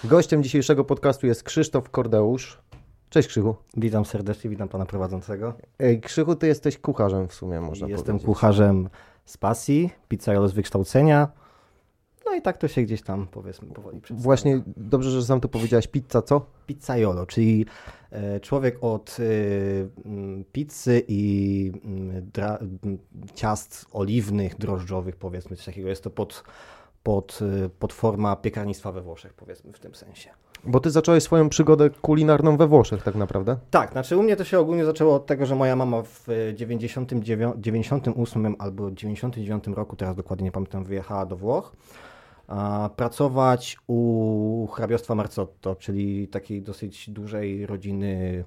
Gościem dzisiejszego podcastu jest Krzysztof Kordeusz. Cześć Krzychu. Witam serdecznie, witam pana prowadzącego. Krzychu, ty jesteś kucharzem w sumie, można powiedzieć. Jestem kucharzem z pasji, pizzaiolo z wykształcenia. No i tak to się gdzieś tam, powiedzmy, powoli przedstawia. Właśnie, dobrze, że sam tu powiedziałeś, pizza co? Pizzaiolo, czyli człowiek od pizzy i ciast oliwnych, drożdżowych, powiedzmy, coś takiego. Jest to pod forma piekarnictwa we Włoszech, powiedzmy, w tym sensie. Bo ty zacząłeś swoją przygodę kulinarną we Włoszech tak naprawdę? Tak, znaczy u mnie to się ogólnie zaczęło od tego, że moja mama w 98 albo 99 roku, teraz dokładnie nie pamiętam, wyjechała do Włoch pracować u hrabiostwa Marzotto, czyli takiej dosyć dużej rodziny,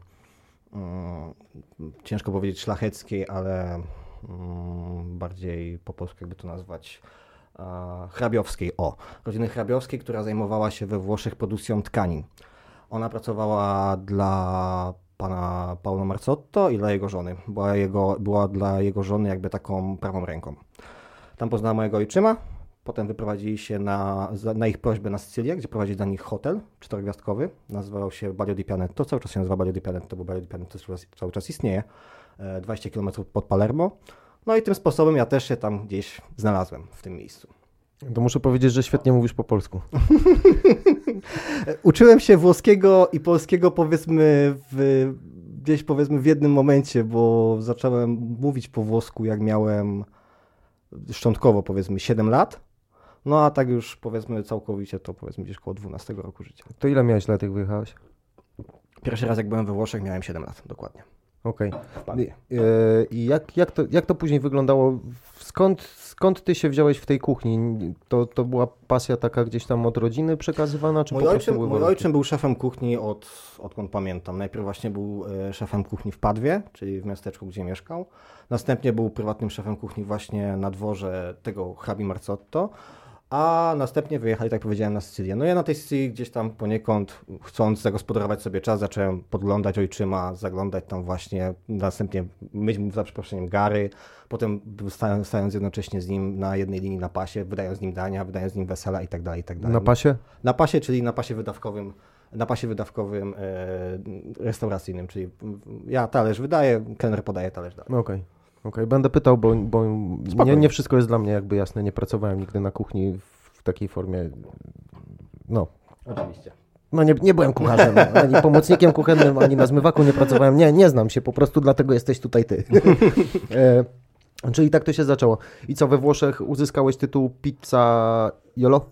ciężko powiedzieć szlacheckiej, ale bardziej po polsku jakby to nazwać, hrabiowskiej, rodziny hrabiowskiej, która zajmowała się we Włoszech produkcją tkanin. Ona pracowała dla pana Paolo Marzotto i dla jego żony. Była dla jego żony jakby taką prawą ręką. Tam poznała mojego ojczyma, potem wyprowadzili się na ich prośbę na Sycylię, gdzie prowadzili dla nich hotel 4-gwiazdkowy. Nazywał się Balio di Pianetto, cały czas się nazywa Balio di Pianetto, bo Balio di Pianetto cały czas istnieje, 20 km pod Palermo. No i tym sposobem ja też się tam gdzieś znalazłem w tym miejscu. To muszę powiedzieć, że świetnie mówisz po polsku. Uczyłem się włoskiego i polskiego gdzieś w jednym momencie, bo zacząłem mówić po włosku jak miałem szczątkowo 7 lat. No a tak już całkowicie to gdzieś koło 12 roku życia. To ile miałeś lat, jak wyjechałeś? Pierwszy raz jak byłem we Włoszech miałem 7 lat, dokładnie. Okej. I jak to później wyglądało? Skąd ty się wziąłeś w tej kuchni? To była pasja taka gdzieś tam od rodziny przekazywana? Czy Mój ojczym był szefem kuchni odkąd pamiętam. Najpierw właśnie był szefem kuchni w Padwie, czyli w miasteczku, gdzie mieszkał. Następnie był prywatnym szefem kuchni właśnie na dworze tego hrabi Marzotto. A następnie wyjechali, tak jak powiedziałem, na Sycylię. No ja na tej Sycylii gdzieś tam poniekąd, chcąc zagospodarować sobie czas, zacząłem podglądać ojczyma, zaglądać tam właśnie, następnie myć mu za przeproszeniem gary, potem stając jednocześnie z nim na jednej linii na pasie, wydając z nim dania, wydając z nim wesela i tak dalej, i tak dalej. Na pasie? Na pasie, czyli na pasie wydawkowym restauracyjnym, czyli ja talerz wydaję, kelner podaje talerz dalej. Okej, będę pytał, bo nie wszystko jest dla mnie jakby jasne. Nie pracowałem nigdy na kuchni w takiej formie. No. Oczywiście. No nie byłem kucharzem, ani pomocnikiem kuchennym, ani na zmywaku nie pracowałem. Nie znam się, po prostu dlatego jesteś tutaj ty. Czyli tak to się zaczęło. I co, we Włoszech uzyskałeś tytuł pizzaiolo?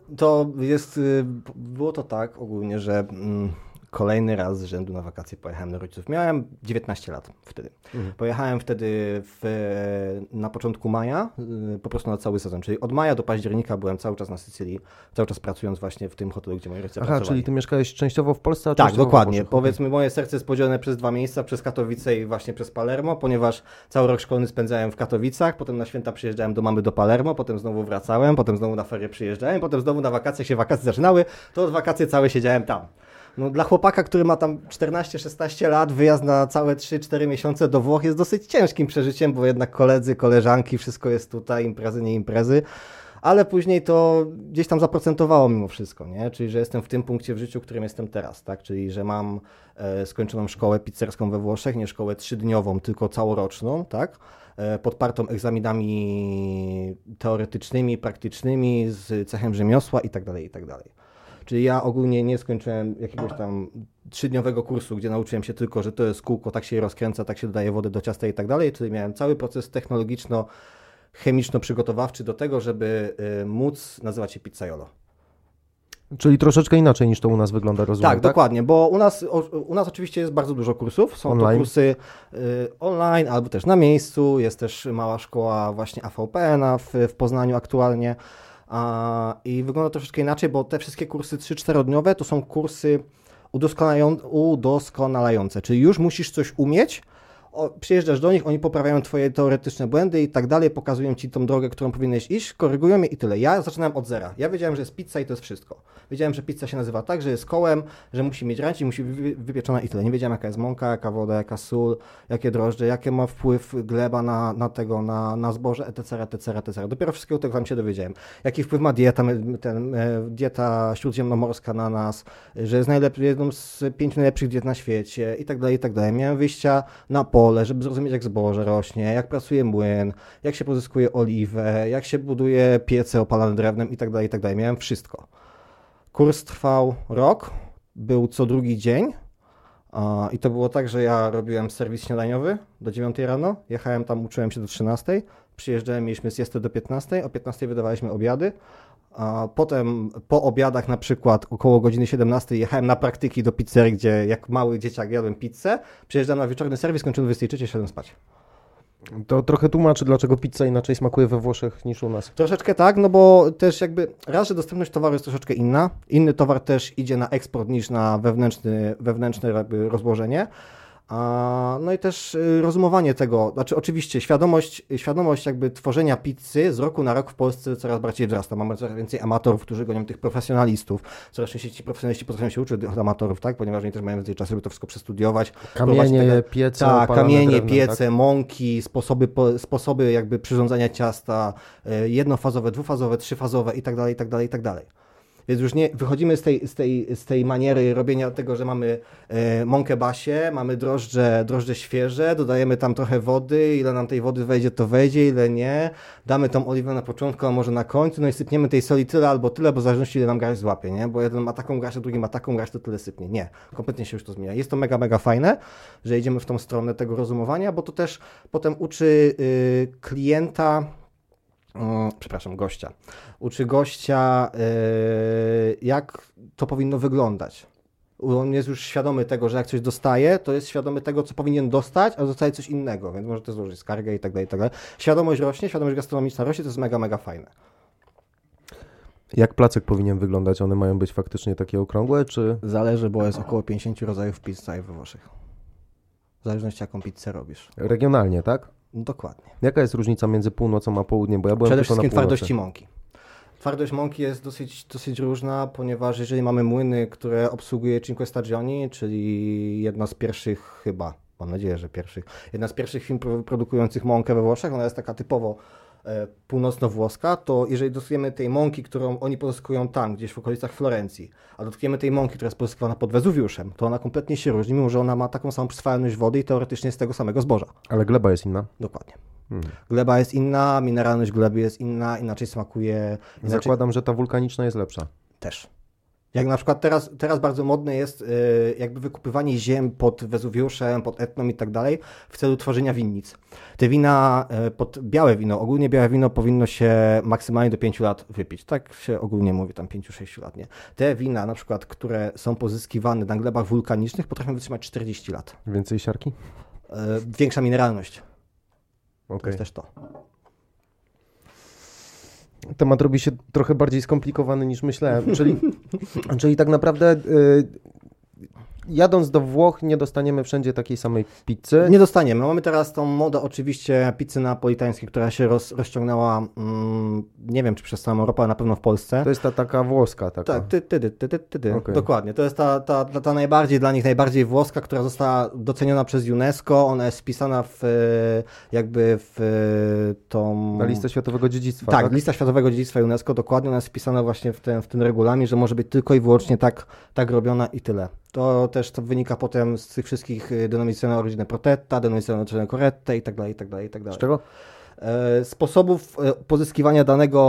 Było to tak ogólnie, że kolejny raz z rzędu na wakacje pojechałem do rodziców. Miałem 19 lat wtedy. Pojechałem wtedy na początku maja, po prostu na cały sezon. Czyli od maja do października byłem cały czas na Sycylii, cały czas pracując właśnie w tym hotelu, gdzie moi rodzice pracowali. Czyli ty mieszkałeś częściowo w Polsce, a tak, częściowo dokładnie. w Włoszech. Moje serce jest podzielone przez 2 miejsca, przez Katowice i właśnie przez Palermo, ponieważ cały rok szkolny spędzałem w Katowicach, potem na święta przyjeżdżałem do mamy do Palermo, potem znowu wracałem, potem znowu na ferie przyjeżdżałem, potem znowu na wakacje, jak się wakacje zaczynały, to od wakacje całe siedziałem tam. No, dla chłopaka, który ma tam 14-16 lat, wyjazd na całe 3-4 miesiące do Włoch jest dosyć ciężkim przeżyciem, bo jednak koledzy, koleżanki, wszystko jest tutaj, imprezy, nie imprezy, ale później to gdzieś tam zaprocentowało mimo wszystko, nie? Czyli że jestem w tym punkcie w życiu, w którym jestem teraz, tak? Czyli że mam skończoną szkołę pizzerską we Włoszech, nie szkołę 3-dniową, tylko całoroczną, tak? Podpartą egzaminami teoretycznymi, praktycznymi, z cechem rzemiosła i tak dalej, i tak dalej. Czyli ja ogólnie nie skończyłem jakiegoś tam 3-dniowego kursu, gdzie nauczyłem się tylko, że to jest kółko, tak się je rozkręca, tak się dodaje wodę do ciasta i tak dalej. Czyli miałem cały proces technologiczno-chemiczno-przygotowawczy do tego, żeby móc nazywać się pizzaiolo. Czyli troszeczkę inaczej niż to u nas wygląda, rozumiem, tak? Dokładnie, bo u nas oczywiście jest bardzo dużo kursów. Są online. To kursy online albo też na miejscu. Jest też mała szkoła właśnie AVP-na w Poznaniu aktualnie. I wygląda troszeczkę inaczej, bo te wszystkie kursy 3-4-dniowe to są kursy udoskonalające, czyli już musisz coś umieć przyjeżdżasz do nich, oni poprawiają twoje teoretyczne błędy i tak dalej, pokazują ci tą drogę, którą powinieneś iść, korygują je i tyle. Ja zaczynałem od zera. Ja wiedziałem, że jest pizza i to jest wszystko. Wiedziałem, że pizza się nazywa tak, że jest kołem, że musi mieć rańczy, musi być wypieczona i tyle. Nie wiedziałem, jaka jest mąka, jaka woda, jaka sól, jakie drożdże, jaki ma wpływ gleba na zboże, etc., etc., etc. Dopiero wszystkiego tego tam się dowiedziałem. Jaki wpływ ma dieta śródziemnomorska na nas, że jest jedną z 5 najlepszych diet na świecie i tak dalej, i tak dalej. Miałem wyjścia na pole, żeby zrozumieć, jak zboże rośnie, jak pracuje młyn, jak się pozyskuje oliwę, jak się buduje piece opalane drewnem i tak dalej, i tak dalej. Miałem wszystko. Kurs trwał rok, był co drugi dzień i to było tak, że ja robiłem serwis śniadaniowy do 9 rano, jechałem tam, uczyłem się do 13, przyjeżdżałem, mieliśmy siestę do 15, o 15 wydawaliśmy obiady, a potem po obiadach na przykład około godziny 17 jechałem na praktyki do pizzerii, gdzie jak mały dzieciak jadłem pizzę, przyjeżdżałem na wieczorny serwis, kończyłem 23, szedłem spać. To trochę tłumaczy, dlaczego pizza inaczej smakuje we Włoszech niż u nas. Troszeczkę tak, no bo też jakby raz, że dostępność towaru jest troszeczkę inna, inny towar też idzie na eksport niż na wewnętrzne jakby rozłożenie. No i też rozumowanie tego, znaczy oczywiście świadomość jakby tworzenia pizzy z roku na rok w Polsce coraz bardziej wzrasta. Mamy coraz więcej amatorów, którzy gonią tych profesjonalistów. Coraz częściej ci profesjonaliści potrafią się uczyć od amatorów, tak? Ponieważ oni też mają więcej czasu, żeby to wszystko przestudiować. Kamienie, piece, kamienie, drewnem, piece, tak? Mąki, sposoby jakby przyrządzania ciasta, jednofazowe, dwufazowe, trzyfazowe i tak dalej, i tak dalej, i tak dalej. Więc już nie wychodzimy z tej maniery robienia tego, że mamy mąkę basie, mamy drożdże świeże, dodajemy tam trochę wody, ile nam tej wody wejdzie, to wejdzie, ile nie. Damy tą oliwę na początku, a może na końcu, no i sypniemy tej soli tyle albo tyle, bo w zależności ile nam garść złapie, nie? Bo jeden ma taką garść, a drugi ma taką garść, to tyle sypnie. Nie, kompletnie się już to zmienia. Jest to mega, mega fajne, że idziemy w tą stronę tego rozumowania, bo to też potem uczy gościa. Uczy gościa, jak to powinno wyglądać. On jest już świadomy tego, że jak coś dostaje, to jest świadomy tego, co powinien dostać, a dostaje coś innego, więc może też złożyć skargę i tak dalej, i tak dalej. Świadomość rośnie, świadomość gastronomiczna rośnie, to jest mega, mega fajne. Jak placek powinien wyglądać? One mają być faktycznie takie okrągłe, czy... Zależy, bo jest około 50 rodzajów pizza we Włoszech. W zależności jaką pizzę robisz. Regionalnie, tak? Dokładnie. Jaka jest różnica między północą a południem? Bo ja byłem Przede tylko na wszystkim północy. twardości mąki. Twardość mąki jest dosyć różna, ponieważ jeżeli mamy młyny, które obsługuje Cinque Stagioni, czyli jedna z pierwszych chyba, mam nadzieję, że pierwszych, jedna z pierwszych firm produkujących mąkę we Włoszech, ona jest taka typowo północno-włoska, to jeżeli dotkniemy tej mąki, którą oni pozyskują tam, gdzieś w okolicach Florencji, a dotkniemy tej mąki, która jest pozyskiwana pod Wezuwiuszem, to ona kompletnie się różni, mimo że ona ma taką samą przyswajalność wody i teoretycznie z tego samego zboża. Ale gleba jest inna? Dokładnie. Gleba jest inna, mineralność gleby jest inna, inaczej smakuje. Zakładam, że ta wulkaniczna jest lepsza. Też. Jak na przykład teraz bardzo modne jest jakby wykupywanie ziem pod Wezuwiuszem, pod Etną i tak dalej w celu tworzenia winnic. Te wina, ogólnie białe wino powinno się maksymalnie do 5 lat wypić. Tak się ogólnie mówi, tam 5-6 lat, nie? Te wina na przykład, które są pozyskiwane na glebach wulkanicznych potrafią wytrzymać 40 lat. Więcej siarki? Większa mineralność. Okay. To jest też to. Temat robi się trochę bardziej skomplikowany niż myślałem. Czyli tak naprawdę jadąc do Włoch nie dostaniemy wszędzie takiej samej pizzy. Nie dostaniemy. Mamy teraz tą modę oczywiście pizzy napolitańskiej, która się rozciągnęła, nie wiem czy przez całą Europę, ale na pewno w Polsce. To jest ta taka włoska. Taka. Tak, okay. Dokładnie. To jest ta najbardziej dla nich najbardziej włoska, która została doceniona przez UNESCO. Ona jest wpisana na listę światowego dziedzictwa. Tak, lista światowego dziedzictwa UNESCO, dokładnie. Ona jest wpisana właśnie w ten regulamin, że może być tylko i wyłącznie tak robiona i tyle. To też to wynika potem z tych wszystkich denominazione origine protetta, denominazione origine corrette i tak dalej, i tak dalej, i tak dalej. Z czego? Sposobów pozyskiwania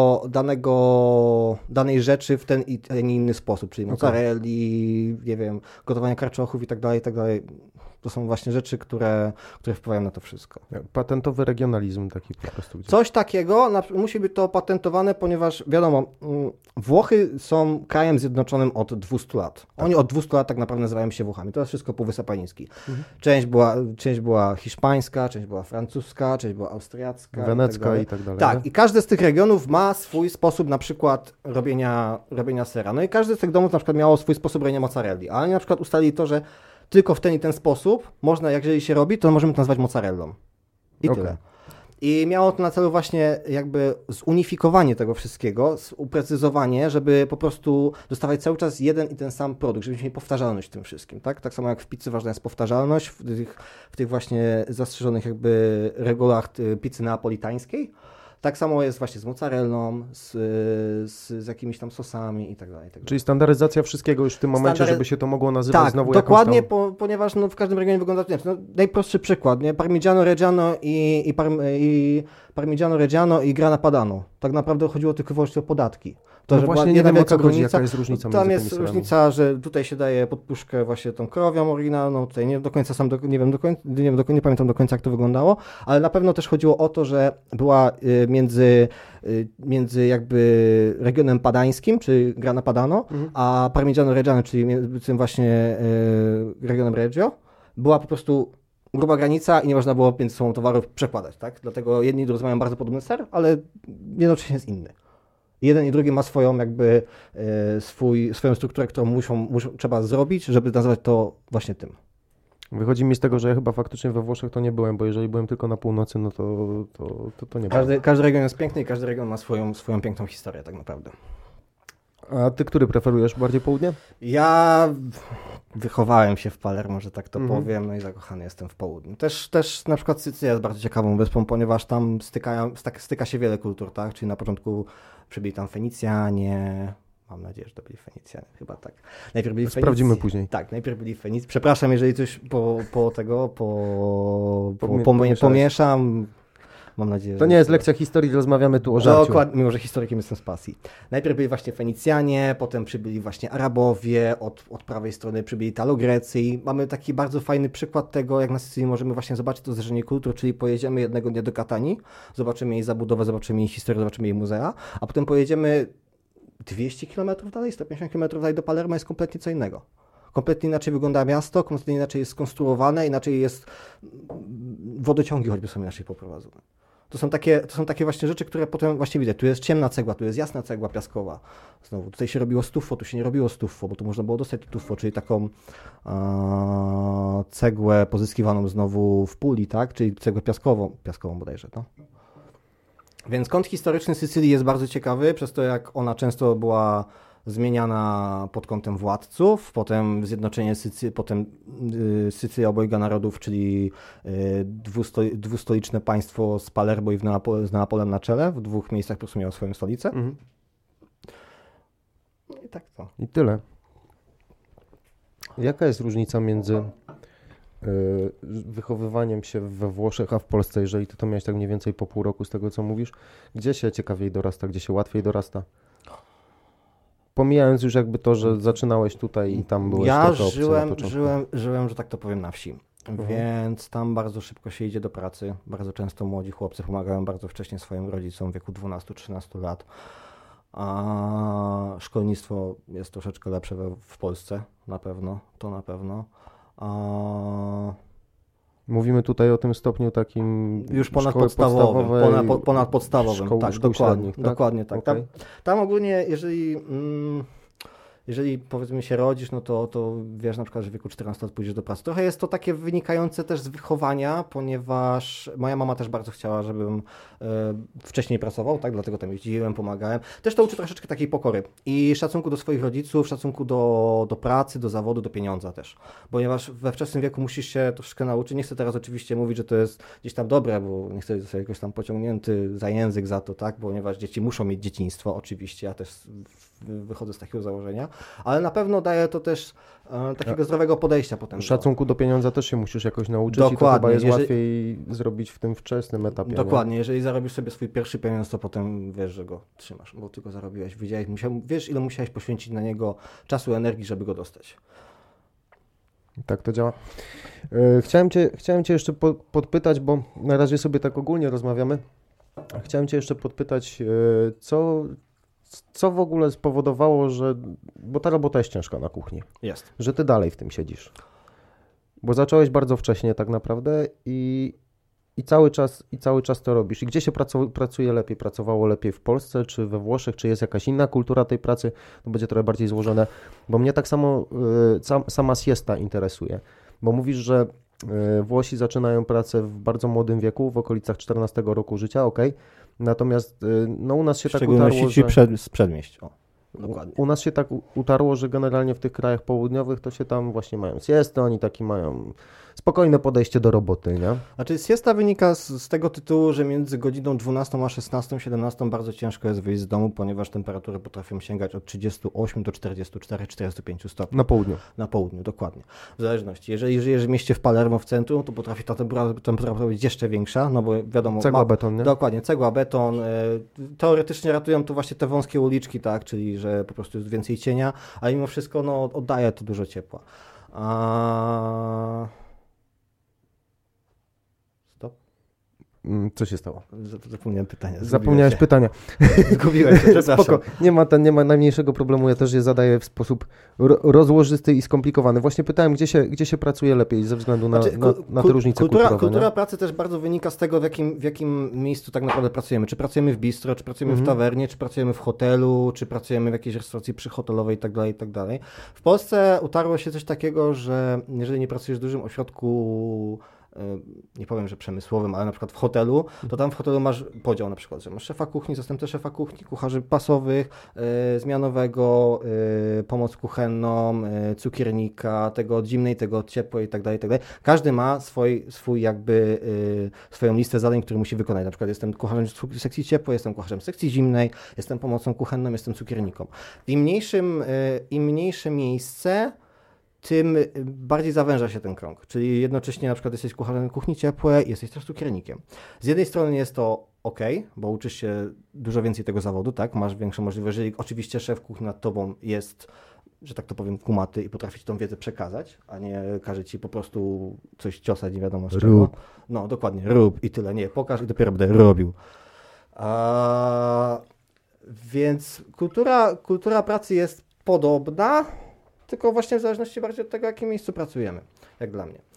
danej rzeczy w ten i inny sposób, czyli mozzarelli, nie wiem, gotowania karczochów i tak dalej, i tak dalej. To są właśnie rzeczy, które wpływają na to wszystko. Patentowy regionalizm taki po prostu. Gdzieś. Coś takiego, musi być to patentowane, ponieważ wiadomo, Włochy są krajem zjednoczonym od 200 lat. Tak. Oni od 200 lat tak naprawdę nazywają się Włochami. To jest wszystko Półwysep Apeniński. Część była hiszpańska, część była francuska, część była austriacka. Wenecka i tak dalej. Tak, i każdy z tych regionów ma swój sposób na przykład robienia sera. No i każdy z tych domów na przykład miało swój sposób robienia mozzarelli. Ale oni na przykład ustalili to, że tylko w ten i ten sposób można, jeżeli się robi, to możemy to nazwać mozzarellą. I tyle. I miało to na celu właśnie jakby zunifikowanie tego wszystkiego, uprecyzowanie, żeby po prostu dostawać cały czas jeden i ten sam produkt, żebyśmy mieli powtarzalność w tym wszystkim, tak? Tak samo jak w pizzy ważna jest powtarzalność, w tych właśnie zastrzeżonych jakby regułach pizzy neapolitańskiej. Tak samo jest właśnie z mozzarellą, z jakimiś tam sosami i tak dalej. Czyli standaryzacja wszystkiego już w tym momencie, żeby się to mogło nazywać tak, znowu dokładnie, jakąś tam... ponieważ w każdym regionie wygląda to inaczej. Najprostszy przykład, nie? Parmigiano Reggiano i Parmigiano Reggiano i Grana Padano. Tak naprawdę chodziło tylko i wyłącznie o podatki. To, że właśnie nie wiem, o co chodzi, jaka jest różnica tam między jest tymi różnica, że tutaj się daje podpuszkę właśnie tą krowią oryginalną, tutaj nie do końca nie pamiętam do końca jak to wyglądało, ale na pewno też chodziło o to, że była między jakby regionem padańskim, czyli Grana Padano, a Parmigiano Reggiano, czyli tym właśnie regionem Reggio, była po prostu gruba granica i nie można było między sobą towarów przekładać, tak? Dlatego jedni i drudzy mają bardzo podobny ser, ale jednocześnie jest inny. Jeden i drugi ma swoją jakby swoją strukturę, którą trzeba zrobić, żeby nazywać to właśnie tym. Wychodzi mi z tego, że ja chyba faktycznie we Włoszech to nie byłem, bo jeżeli byłem tylko na północy, no to nie byłem. Każdy region jest piękny i każdy region ma swoją piękną historię tak naprawdę. A ty który preferujesz? Bardziej południe? Ja wychowałem się w Palermo, że tak to powiem, no i zakochany jestem w południu. Też na przykład Sycylia jest bardzo ciekawą wyspą, ponieważ tam styka się wiele kultur, tak? Czyli na początku przybyli tam Fenicjanie. Mam nadzieję, że to byli Fenicjanie, chyba tak. Najpierw byli Sprawdzimy później. Tak, najpierw byli Fenicjanie. Przepraszam, jeżeli coś pomieszam. Mam nadzieję, to nie jest lekcja historii, rozmawiamy tu o żarciu. Dokładnie, mimo że historykiem jestem z pasji. Najpierw byli właśnie Fenicjanie, potem przybyli właśnie Arabowie, od prawej strony przybyli Italogrecy. Mamy taki bardzo fajny przykład tego, jak na Sycylii możemy właśnie zobaczyć to zderzenie kultur, czyli pojedziemy jednego dnia do Katanii, zobaczymy jej zabudowę, zobaczymy jej historię, zobaczymy jej muzea, a potem pojedziemy 200 km dalej, 150 km dalej do Palermo, jest kompletnie co innego. Kompletnie inaczej wygląda miasto, kompletnie inaczej jest skonstruowane, inaczej jest wodociągi choćby są inaczej poprowadzone. To są takie właśnie rzeczy, które potem właśnie widać. Tu jest ciemna cegła, tu jest jasna cegła piaskowa. Znowu, tutaj się robiło stuffo, tu się nie robiło stuffo, bo tu można było dostać tuffo, czyli taką cegłę pozyskiwaną znowu w puli, tak? Czyli cegłę piaskową bodajże, no. Więc kąt historyczny Sycylii jest bardzo ciekawy, przez to jak ona często była zmieniana pod kątem władców, potem zjednoczenie potem Sycylia obojga narodów, czyli dwustoliczne państwo z Palermo i z Neapolem na czele, w dwóch miejscach po prostu miało swoją stolicę. No i tak to. I tyle. Jaka jest różnica między wychowywaniem się we Włoszech, a w Polsce, jeżeli ty to miałeś tak mniej więcej po pół roku z tego, co mówisz? Gdzie się ciekawiej dorasta, gdzie się łatwiej dorasta? Pomijając już jakby to, że zaczynałeś tutaj i tam byłeś ja żyłem, że tak to powiem, na wsi. Więc tam bardzo szybko się idzie do pracy. Bardzo często młodzi chłopcy pomagają bardzo wcześnie swoim rodzicom w wieku 12-13 lat. A szkolnictwo jest troszeczkę lepsze w Polsce, na pewno. Mówimy tutaj o tym stopniu takim już ponadpodstawowym, tak, dokładnie tak. Okay. Tam ogólnie, jeżeli powiedzmy się rodzisz, no to wiesz na przykład, że w wieku 14 lat pójdziesz do pracy. Trochę jest to takie wynikające też z wychowania, ponieważ moja mama też bardzo chciała, żebym wcześniej pracował, tak, dlatego tam jeździłem, pomagałem. Też to uczy troszeczkę takiej pokory i szacunku do swoich rodziców, szacunku do pracy, do zawodu, do pieniądza też. Ponieważ we wczesnym wieku musisz się troszeczkę nauczyć. Nie chcę teraz oczywiście mówić, że to jest gdzieś tam dobre, bo nie chcę zostać jakoś tam pociągnięty za język za to, tak, ponieważ dzieci muszą mieć dzieciństwo, oczywiście, ja też wychodzę z takiego założenia, ale na pewno daje to też takiego zdrowego podejścia potem. Szacunku do pieniądza też się musisz jakoś nauczyć. Dokładnie. I to chyba jest łatwiej zrobić w tym wczesnym etapie. Dokładnie, jeżeli zarobisz sobie swój pierwszy pieniądz, to potem wiesz, że go trzymasz, bo ty go zarobiłeś, wiesz, ile musiałeś poświęcić na niego czasu, energii, żeby go dostać. Tak to działa. Chciałem Cię jeszcze podpytać, bo na razie sobie tak ogólnie rozmawiamy. Chciałem Cię jeszcze podpytać, co w ogóle spowodowało, bo ta robota jest ciężka na kuchni. Jest. Że Ty dalej w tym siedzisz. Bo zacząłeś bardzo wcześnie tak naprawdę i i cały czas to robisz. I gdzie się pracuje lepiej? Pracowało lepiej w Polsce, czy we Włoszech, czy jest jakaś inna kultura tej pracy? To będzie trochę bardziej złożone, bo mnie tak samo sama siesta interesuje, bo mówisz, że Włosi zaczynają pracę w bardzo młodym wieku, w okolicach 14 roku życia, natomiast no, u nas się tak utarło, ci z przedmieść. Dokładnie. U nas się tak utarło, że generalnie w tych krajach południowych to się tam właśnie mają siestę, oni taki mają spokojne podejście do roboty, nie? Znaczy siesta wynika z tego tytułu, że między godziną 12 a 16, 17 bardzo ciężko jest wyjść z domu, ponieważ temperatury potrafią sięgać od 38 do 44, 45 stopni. Na południu. Na południu, dokładnie. W zależności. Jeżeli żyjesz w mieście w Palermo w centrum, to potrafi ta temperatura być jeszcze większa, no bo wiadomo... Cegła, beton, nie? Dokładnie, cegła, beton. Teoretycznie ratują tu właśnie te wąskie uliczki, tak, czyli że po prostu jest więcej cienia, ale mimo wszystko no, oddaje to dużo ciepła. Co się stało? Zapomniałem pytania. Zapomniałeś pytania. Zgubiłem się, przepraszam. Spoko. Nie ma najmniejszego problemu, ja też je zadaję w sposób rozłożysty i skomplikowany. Właśnie pytałem, gdzie się pracuje lepiej ze względu na te różnice kulturowe. Kultura pracy też bardzo wynika z tego, w jakim miejscu tak naprawdę pracujemy. Czy pracujemy w bistro, czy pracujemy w tawernie, czy pracujemy w hotelu, czy pracujemy w jakiejś restauracji przyhotelowej itd., itd. W Polsce utarło się coś takiego, że jeżeli nie pracujesz w dużym ośrodku, nie powiem, że przemysłowym, ale na przykład w hotelu, to tam w hotelu masz podział na przykład, że masz szefa kuchni, zastępcę szefa kuchni, kucharzy pasowych, zmianowego, pomoc kuchenną, cukiernika, tego od zimnej, tego od ciepłej itd., itd. Każdy ma swoją listę zadań, które musi wykonać. Na przykład jestem kucharzem sekcji ciepłej, jestem kucharzem sekcji zimnej, jestem pomocą kuchenną, jestem cukierniką. Im mniejsze miejsce, tym bardziej zawęża się ten krąg. Czyli jednocześnie na przykład jesteś kucharzem kuchni ciepłej, jesteś też cukiernikiem. Z jednej strony jest to ok, bo uczysz się dużo więcej tego zawodu, tak? Masz większą możliwość, jeżeli oczywiście szef kuchni nad tobą jest, że tak to powiem, kumaty i potrafi ci tą wiedzę przekazać, a nie każe ci po prostu coś ciosać, nie wiadomo z czego. Rób. No dokładnie, rób i tyle. Nie, pokaż i dopiero będę robił. Więc kultura pracy jest podobna, tylko właśnie w zależności bardziej od tego, w jakim miejscu pracujemy, jak dla mnie.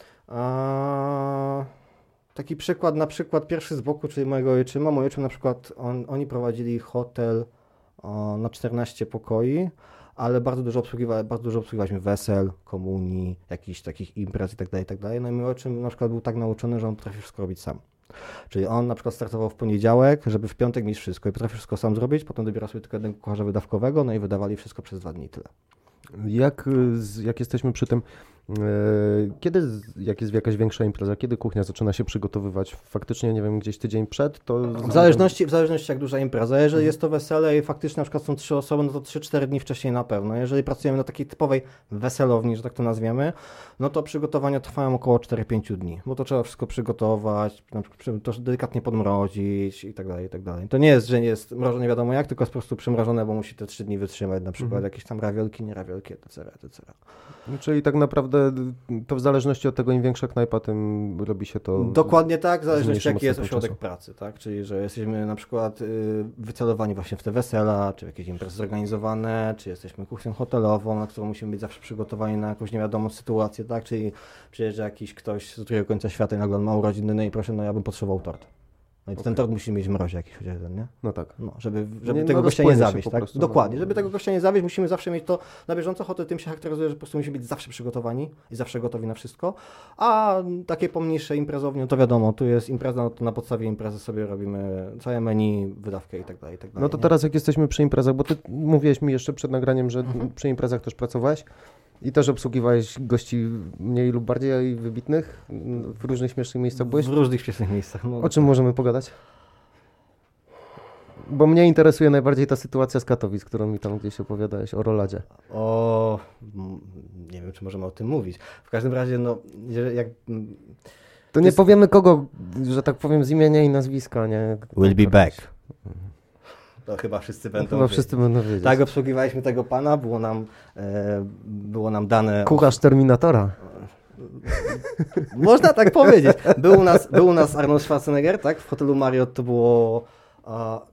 Taki przykład, na przykład pierwszy z boku, czyli mojego ojczyma. Mój ojczym na przykład, oni prowadzili hotel na 14 pokoi, ale bardzo dużo obsługiwaliśmy wesel, komunii, jakichś takich imprez itd. No i mój ojczym na przykład był tak nauczony, że on potrafi wszystko robić sam. Czyli on na przykład startował w poniedziałek, żeby w piątek mieć wszystko i potrafi wszystko sam zrobić, potem dobierał sobie tylko jednego kucharza wydawkowego, no i wydawali wszystko przez 2 dni i tyle. Jak jesteśmy przy tym, jak jest jakaś większa impreza, kiedy kuchnia zaczyna się przygotowywać? Faktycznie, nie wiem, gdzieś tydzień przed? To w zależności jak duża impreza. Jeżeli jest to wesele i faktycznie na przykład są 3 osoby, no to 3-4 dni wcześniej na pewno. Jeżeli pracujemy na takiej typowej weselowni, że tak to nazwiemy, no to przygotowania trwają około 4-5 dni, bo to trzeba wszystko przygotować, na przykład to delikatnie podmrozić i tak dalej. To nie jest, że nie jest mrożone nie wiadomo jak, tylko jest po prostu przymrożone, bo musi te 3 dni wytrzymać, na przykład jakieś tam rawiolki, nie rawiolki, etc. Czyli tak naprawdę to w zależności od tego, im większa knajpa, tym robi się to... Dokładnie tak, w zależności jaki jest ośrodek pracy, tak? Czyli, że jesteśmy na przykład wycelowani właśnie w te wesela, czy w jakieś imprezy zorganizowane, czy jesteśmy kuchnią hotelową, na którą musimy być zawsze przygotowani na jakąś niewiadomą sytuację, tak? Czyli przyjeżdża jakiś ktoś z drugiego końca świata i nagle on ma urodziny, no i proszę, no ja bym potrzebował tort. No i ten tort musi mieć w mrozie jakiś chociaż jeden, nie? No tak. No, żeby tego gościa nie zawieść, tak? Dokładnie, żeby tego gościa nie zawieść, musimy zawsze mieć to na bieżąco. Hotel tym się charakteryzuje, że po prostu musimy być zawsze przygotowani i zawsze gotowi na wszystko. A takie pomniejsze imprezownie, to wiadomo, tu jest impreza, no to na podstawie imprezy sobie robimy całe menu, wydawkę i tak dalej. No to teraz jak jesteśmy przy imprezach, bo ty mówiłeś mi jeszcze przed nagraniem, że przy imprezach też pracowałeś i też obsługiwałeś gości mniej lub bardziej wybitnych, w różnych śmiesznych miejscach byłeś? W różnych śmiesznych miejscach. No. O czym możemy pogadać? Bo mnie interesuje najbardziej ta sytuacja z Katowic, którą mi tam gdzieś opowiadałeś, o Roladzie. Nie wiem, czy możemy o tym mówić. W każdym razie, no, To nie powiemy kogo, że tak powiem, z imienia i nazwiska, nie? We'll be back. To chyba wszyscy będą wiedzieć. Tak, obsługiwaliśmy tego pana, było nam dane... Kucharz Terminatora. Można tak powiedzieć. Był u nas Arnold Schwarzenegger, tak? W hotelu Marriott to było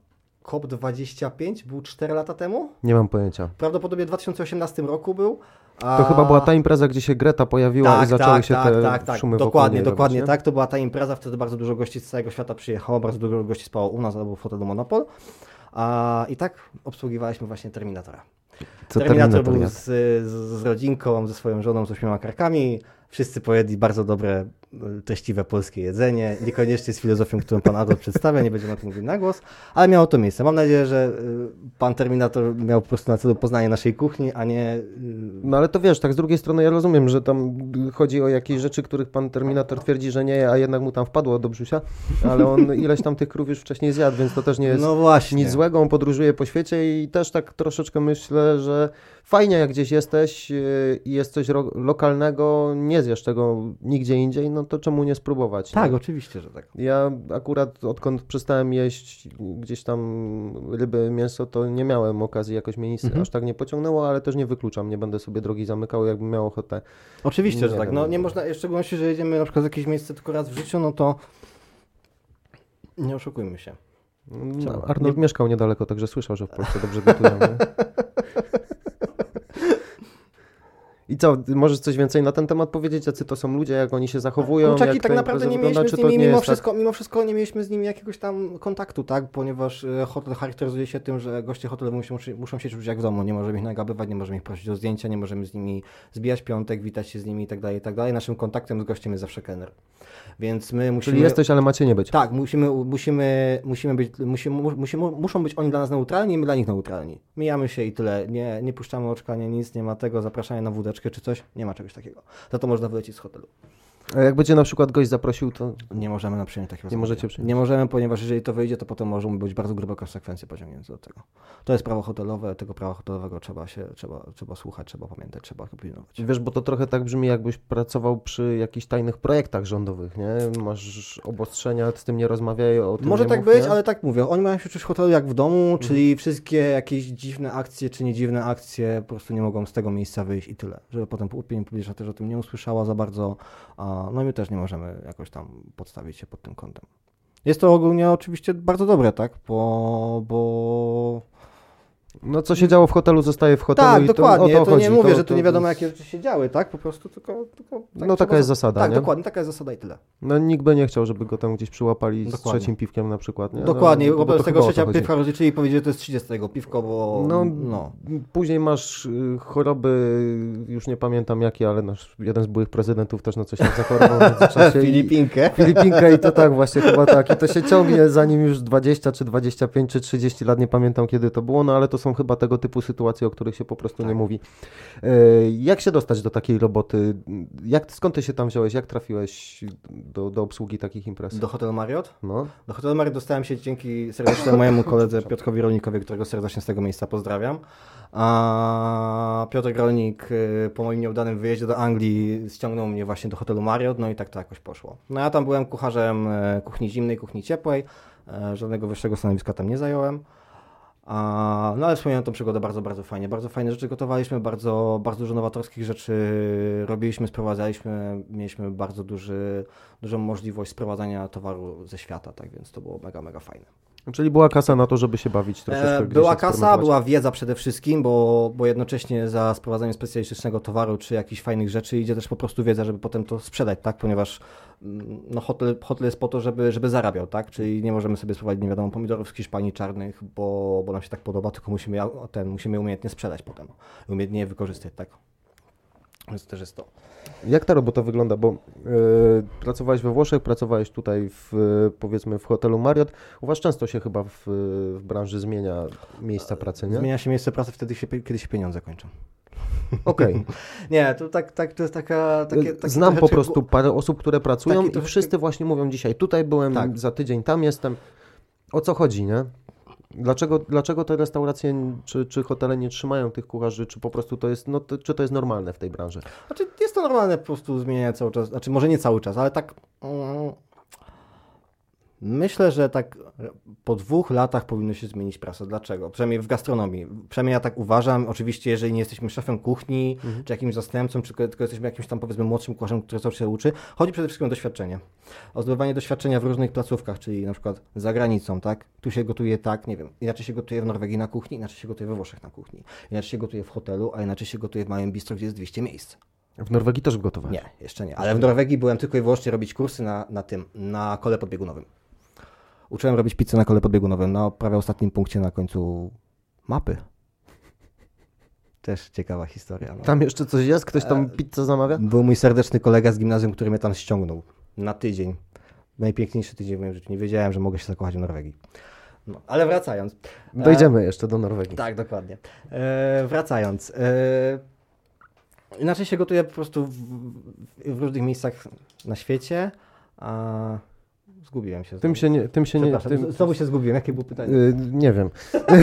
COP25, był 4 lata temu. Nie mam pojęcia. Prawdopodobnie w 2018 roku był. To chyba była ta impreza, gdzie się Greta pojawiła i zaczęły się te szumy dokładnie, wokół niej dokładnie robić, tak. To była ta impreza, wtedy bardzo dużo gości z całego świata przyjechało, bardzo dużo gości spało u nas albo w hotelu Monopol. I tak obsługiwaliśmy właśnie Terminatora. Terminator był z rodzinką, ze swoją żoną, z 8 karkami. Wszyscy pojedli bardzo dobre, treściwe polskie jedzenie. Niekoniecznie z filozofią, którą pan Adolf przedstawia, nie będziemy o tym mówić na głos, ale miało to miejsce. Mam nadzieję, że pan Terminator miał po prostu na celu poznanie naszej kuchni, a nie... No ale to wiesz, tak z drugiej strony ja rozumiem, że tam chodzi o jakieś rzeczy, których pan Terminator twierdzi, że nie je, a jednak mu tam wpadło do brzusia, ale on ileś tam tych krów już wcześniej zjadł, więc to też nie jest nic złego. On podróżuje po świecie i też tak troszeczkę myślę, że fajnie jak gdzieś jesteś i jest coś lokalnego, nie zjesz tego nigdzie indziej, no to czemu nie spróbować? Tak, nie? oczywiście, że tak. Ja akurat odkąd przestałem jeść gdzieś tam ryby, mięso, to nie miałem okazji, jakoś mnie nic aż tak nie pociągnęło, ale też nie wykluczam, nie będę sobie drogi zamykał, jakbym miał ochotę. Oczywiście, że tak. No nie można, w szczególności, że jedziemy na przykład w jakieś miejsce tylko raz w życiu, no to nie oszukujmy się. No, Arnold mieszkał niedaleko, także słyszał, że w Polsce dobrze gotują. I co, możesz coś więcej na ten temat powiedzieć? Jacy to są ludzie, jak oni się zachowują? Kurczaki, tak naprawdę nie mieliśmy z nimi, mimo wszystko nie mieliśmy z nimi jakiegoś tam kontaktu, tak? Ponieważ hotel charakteryzuje się tym, że goście hotelu muszą się czuć jak w domu. Nie możemy ich nagabywać, nie możemy ich prosić o zdjęcia, nie możemy z nimi zbijać piątek, witać się z nimi i tak dalej, i tak dalej. Naszym kontaktem z gościem jest zawsze kelner. Więc my musimy... Czyli jesteś, ale macie nie być. Tak, muszą być oni dla nas neutralni i my dla nich neutralni. Mijamy się i tyle. Nie puszczamy oczka, nic, nie ma tego, zapraszania na wódeczkę czy coś. Nie ma czegoś takiego. Za to można wylecieć z hotelu. A jak będzie na przykład gość zaprosił, to... Nie możemy na przyjąć takiego. Nie możecie przyjąć. Nie możemy, ponieważ jeżeli to wyjdzie, to potem mogą być bardzo grube konsekwencje pociągnięte do tego. To jest prawo hotelowe, tego prawa hotelowego trzeba słuchać, trzeba pamiętać, trzeba pilnować. Wiesz, bo to trochę tak brzmi, jakbyś pracował przy jakichś tajnych projektach rządowych, nie? Masz obostrzenia, z tym nie rozmawiaj, o tym może nie tak mów, być, nie? ale tak mówię. Oni mają się czuć w hotelu jak w domu, czyli wszystkie jakieś dziwne akcje, czy niedziwne akcje po prostu nie mogą z tego miejsca wyjść i tyle. Żeby potem opinia publiczna też o tym nie usłyszała za bardzo, no i my też nie możemy jakoś tam podstawić się pod tym kątem. Jest to ogólnie oczywiście bardzo dobre, tak? Bo... No co się działo w hotelu, zostaje w hotelu. Tak, i dokładnie. To nie mówię, że tu nie wiadomo jakie rzeczy się działy, tak? Po prostu tylko tak no taka jest zasada, tak, nie? dokładnie, taka jest zasada i tyle. No nikt by nie chciał, żeby go tam gdzieś przyłapali z trzecim piwkiem na przykład, nie? Dokładnie, no, bo z tego trzecia piwka rozliczyli i powiedzieli, że to jest 30 piwko, bo... No. Później masz choroby, już nie pamiętam jakie, ale nasz jeden z byłych prezydentów też na coś tam zachorował w międzyczasie. Filipinkę i to tak właśnie chyba tak. I to się ciągnie zanim już 20 czy 25 czy 30 lat, nie pamiętam kiedy to było, no ale to są chyba tego typu sytuacje, o których się po prostu nie mówi. Jak się dostać do takiej roboty? Skąd ty się tam wziąłeś? Jak trafiłeś do obsługi takich imprez? Do hotelu Marriott? No. Do hotelu Marriott dostałem się dzięki serdecznie mojemu koledze Piotrowi Rolnikowi, którego serdecznie z tego miejsca pozdrawiam. A Piotr Rolnik po moim nieudanym wyjeździe do Anglii ściągnął mnie właśnie do hotelu Marriott, no i tak to jakoś poszło. No ja tam byłem kucharzem kuchni zimnej, kuchni ciepłej, żadnego wyższego stanowiska tam nie zająłem. No ale wspomniałem tą przygodę bardzo, bardzo fajnie. Bardzo fajne rzeczy gotowaliśmy, bardzo, bardzo dużo nowatorskich rzeczy robiliśmy, sprowadzaliśmy, mieliśmy bardzo dużą możliwość sprowadzania towaru ze świata, tak więc to było mega, mega fajne. Czyli była kasa na to, żeby się bawić troszeczkę. Była kasa, była wiedza przede wszystkim, bo jednocześnie za sprowadzaniem specjalistycznego towaru czy jakichś fajnych rzeczy idzie też po prostu wiedza, żeby potem to sprzedać, tak? Ponieważ no, hotel jest po to, żeby zarabiał, tak? Czyli nie możemy sobie sprowadzić, nie wiadomo, pomidorów z Hiszpanii czarnych, bo nam się tak podoba, tylko musimy umiejętnie sprzedać potem, umiejętnie je wykorzystać, tak? Więc też jest to. Jak ta robota wygląda? Bo pracowałeś we Włoszech, pracowałeś tutaj powiedzmy w hotelu Marriott. U was często się chyba w branży zmienia miejsca pracy, nie? Zmienia się miejsce pracy wtedy, kiedy się pieniądze kończą. Okej. Nie, to to jest taka... Znam po prostu parę osób, które pracują i wszyscy właśnie mówią dzisiaj, tutaj byłem, za tydzień tam jestem. O co chodzi, nie? Dlaczego te restauracje czy hotele nie trzymają tych kucharzy, czy po prostu to jest, czy to jest normalne w tej branży? Znaczy jest to normalne, po prostu zmienia cały czas, znaczy może nie cały czas, ale tak Myślę, że tak po 2 latach powinno się zmienić prasa. Dlaczego? Przynajmniej w gastronomii. Przynajmniej ja tak uważam. Oczywiście, jeżeli nie jesteśmy szefem kuchni, czy jakimś zastępcą, czy tylko jesteśmy jakimś tam, powiedzmy, młodszym kucharzem, który cały czas się uczy, chodzi przede wszystkim o doświadczenie. O zdobywanie doświadczenia w różnych placówkach, czyli na przykład za granicą, tak? Tu się gotuje tak, nie wiem, inaczej się gotuje w Norwegii na kuchni, inaczej się gotuje we Włoszech na kuchni, inaczej się gotuje w hotelu, a inaczej się gotuje w małym bistro, gdzie jest 200 miejsc. W Norwegii też gotowałeś? Nie, jeszcze nie. Ale w Norwegii byłem tylko i wyłącznie robić kursy na kole podbiegunowym. Uczyłem robić pizzę na kole podbiegunowym, na prawie ostatnim punkcie na końcu mapy. Też ciekawa historia. No. Tam jeszcze coś jest? Ktoś tam pizzę zamawia? Był mój serdeczny kolega z gimnazjum, który mnie tam ściągnął na tydzień. Najpiękniejszy tydzień w moim życiu. Nie wiedziałem, że mogę się zakochać w Norwegii. No, ale wracając. Dojdziemy jeszcze do Norwegii. Tak, dokładnie. Wracając. Inaczej się gotuje po prostu w różnych miejscach na świecie. Zgubiłem się. Znowu się zgubiłem. Jakie było pytanie? Nie wiem.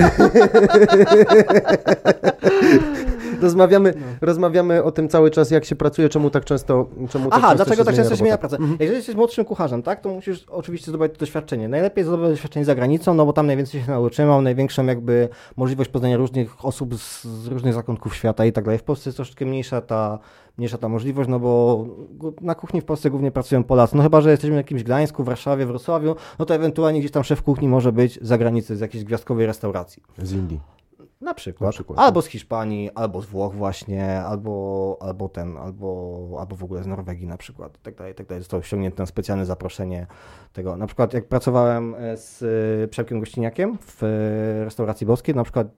Rozmawiamy o tym cały czas, jak się pracuje, czemu tak często dlaczego tak często się zmienia praca? Jeżeli jesteś młodszym kucharzem, tak, to musisz oczywiście zdobyć to doświadczenie. Najlepiej zdobyć doświadczenie za granicą, no bo tam najwięcej się nauczyłem, mam największą jakby możliwość poznania różnych osób z różnych zakątków świata i tak dalej. W Polsce jest troszeczkę mniejsza ta możliwość, no bo na kuchni w Polsce głównie pracują Polacy. No chyba, że jesteśmy w jakimś Gdańsku, Warszawie, Wrocławiu, no to ewentualnie gdzieś tam szef kuchni może być z zagranicy, z jakiejś gwiazdkowej restauracji. Z Indii. Na przykład. Albo z Hiszpanii, albo z Włoch właśnie, albo w ogóle z Norwegii na przykład. I tak dalej. Zostało ściągnięte na specjalne zaproszenie tego. Na przykład jak pracowałem z Przemkiem Gościniakiem w restauracji boskiej, na przykład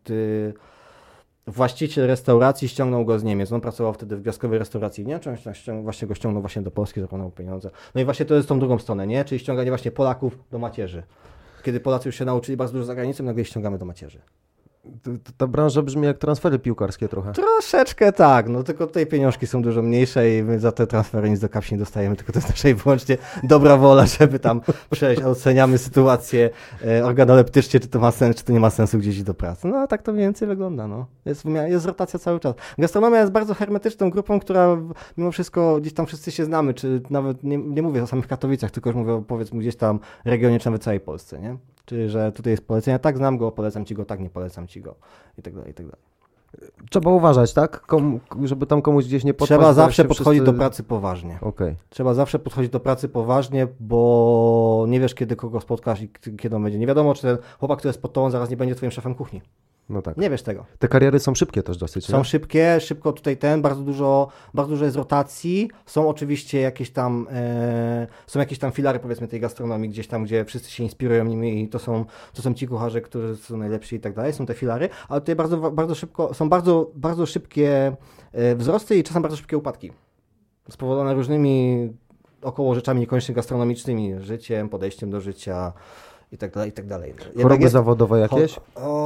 właściciel restauracji ściągnął go z Niemiec. On pracował wtedy w gwiazdkowej restauracji w Niemczech, właśnie go ściągnął właśnie do Polski, zaproponował pieniądze. No i właśnie to jest tą drugą stronę, nie? Czyli ściąganie właśnie Polaków do macierzy. Kiedy Polacy już się nauczyli bardzo dużo za granicą, nagle ich ściągamy do macierzy. Ta branża brzmi jak transfery piłkarskie trochę. Troszeczkę tak, no tylko tutaj pieniążki są dużo mniejsze i my za te transfery nic do kapsi nie dostajemy, tylko to jest nasza i wyłącznie dobra wola, żeby tam przejść, oceniamy sytuację organoleptycznie, czy to ma sens, czy to nie ma sensu gdzieś iść do pracy. No a tak to mniej więcej wygląda, no. Jest rotacja cały czas. Gastronomia jest bardzo hermetyczną grupą, która mimo wszystko gdzieś tam wszyscy się znamy, czy nawet nie mówię o samych Katowicach, tylko już mówię powiedzmy gdzieś tam regionie, czy nawet całej Polsce, nie? Czy że tutaj jest polecenia, tak znam go, polecam ci go, tak nie polecam ci go i tak dalej, i tak dalej. Trzeba uważać, tak? Żeby tam komuś gdzieś nie podpaść. Trzeba zawsze podchodzić do pracy poważnie. Okay. Trzeba zawsze podchodzić do pracy poważnie, bo nie wiesz, kiedy kogo spotkasz i kiedy on będzie. Nie wiadomo, czy ten chłopak, który jest pod tobą, zaraz nie będzie twoim szefem kuchni. No tak. Nie wiesz tego. Te kariery są szybkie też dosyć. Są szybkie, szybko tutaj bardzo dużo jest rotacji. Są oczywiście jakieś tam filary, powiedzmy, tej gastronomii, gdzieś tam, gdzie wszyscy się inspirują nimi i to są ci kucharze, którzy są najlepsi i tak dalej. Są te filary, ale tutaj bardzo szybko, są bardzo szybkie wzrosty i czasem bardzo szybkie upadki. Spowodowane różnymi około rzeczami niekoniecznie gastronomicznymi, życiem, podejściem do życia, i tak dalej, i tak dalej. Choroby zawodowe jakieś?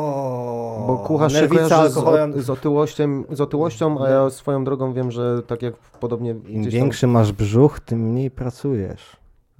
Bo kucharz się kojarzy z otyłością, a ja swoją drogą wiem, że tak jak podobnie... Im większy masz brzuch, tym mniej pracujesz.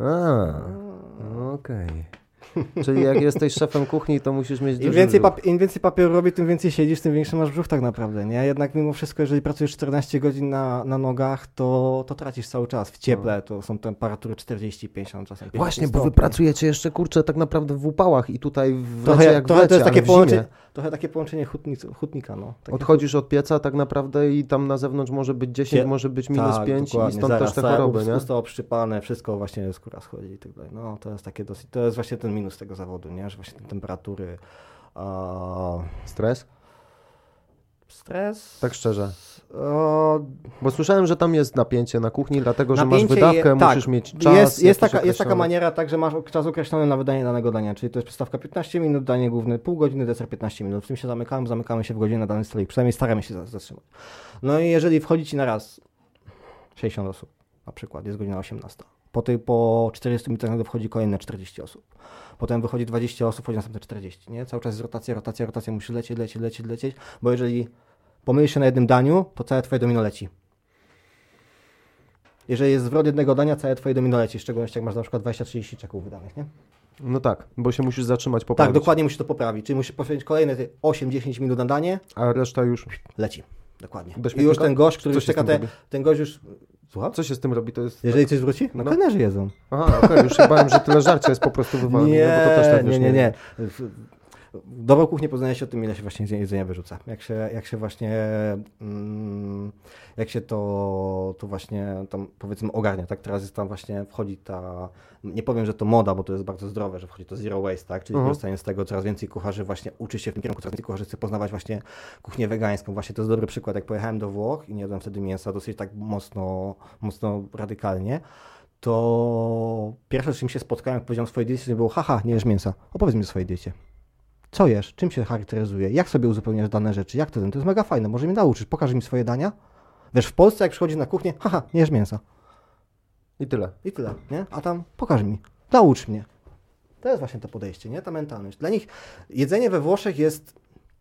Okej. Czyli jak jesteś szefem kuchni, to musisz mieć duży Im więcej papieru robi, tym więcej siedzisz, tym większy masz brzuch tak naprawdę, nie? Jednak mimo wszystko, jeżeli pracujesz 14 godzin na nogach, to tracisz cały czas. W cieple to są temperatury 40-50 czasem. Właśnie, bo wy pracujecie jeszcze, kurczę, tak naprawdę w upałach i tutaj w lecie to jest takie połączenie hutnika, no. Odchodzisz od pieca tak naprawdę i tam na zewnątrz może być 10, może być minus 5 dokładnie. I stąd też te choroby, nie? Usta obszczypane, wszystko właśnie skóra schodzi i tak dalej. No, to jest takie dosyć, to jest właśnie ten minus tego zawodu, nie? Że właśnie te temperatury. Stres? Stres? Tak szczerze. Bo słyszałem, że tam jest napięcie na kuchni, dlatego że masz wydawkę, musisz mieć czas. Jest taka maniera, tak, że masz czas określony na wydanie danego dania, czyli to jest przystawka 15 minut, danie główne pół godziny, deser 15 minut. W tym się zamykamy się w godzinę na dany stolik, przynajmniej staramy się zatrzymać. No i jeżeli wchodzi ci na raz 60 osób, na przykład, jest godzina 18. Po 40 minutach wchodzi kolejne 40 osób. Potem wychodzi 20 osób, wchodzi następne 40. Nie? Cały czas jest rotacja, musisz lecieć, bo jeżeli pomylisz się na jednym daniu, to całe twoje domino leci. Jeżeli jest zwrot jednego dania, całe twoje domino leci, w szczególności jak masz na przykład 20-30 czeków wydanych, nie? No tak, bo się musisz zatrzymać, poprawić. Tak, dokładnie musisz to poprawić, czyli musisz poświęcić kolejne 8-10 minut na danie, a reszta już leci. Dokładnie. I już ten gość, który już czeka, ten gość już Słucham? Co się z tym robi? To jest... Jeżeli coś wróci? No kelnerzy jedzą. Aha, okej, już się bałem, że tyle żarcia jest po prostu wywalone. Nie, bo to też tak, wiesz, nie. Dobrą kuchnię poznaje się o tym, ile się właśnie jedzenia wyrzuca. Jak się właśnie, jak się to właśnie tam powiedzmy ogarnia, tak? Teraz jest tam właśnie, wchodzi ta, nie powiem, że to moda, bo to jest bardzo zdrowe, że wchodzi to zero waste, tak? Czyli korzystanie z tego, coraz więcej kucharzy właśnie uczy się w tym kierunku, coraz więcej kucharzy chce poznawać właśnie kuchnię wegańską. Właśnie to jest dobry przykład, jak pojechałem do Włoch i nie jadłem wtedy mięsa dosyć tak mocno radykalnie, to pierwsze, z czym się spotkałem, jak powiedziałem o swojej diecie, to było, haha, nie jesz mięsa, opowiedz mi o swojej diecie. Co jesz? Czym się charakteryzuje? Jak sobie uzupełniasz dane rzeczy? Jak to ten? To jest mega fajne. Może mnie nauczysz. Pokaż mi swoje dania. Wiesz, w Polsce jak przychodzi na kuchnię, haha, nie jesz mięsa. I tyle. I tyle, nie? A tam pokaż mi. Naucz mnie. To jest właśnie to podejście, nie? Ta mentalność. Dla nich jedzenie we Włoszech jest...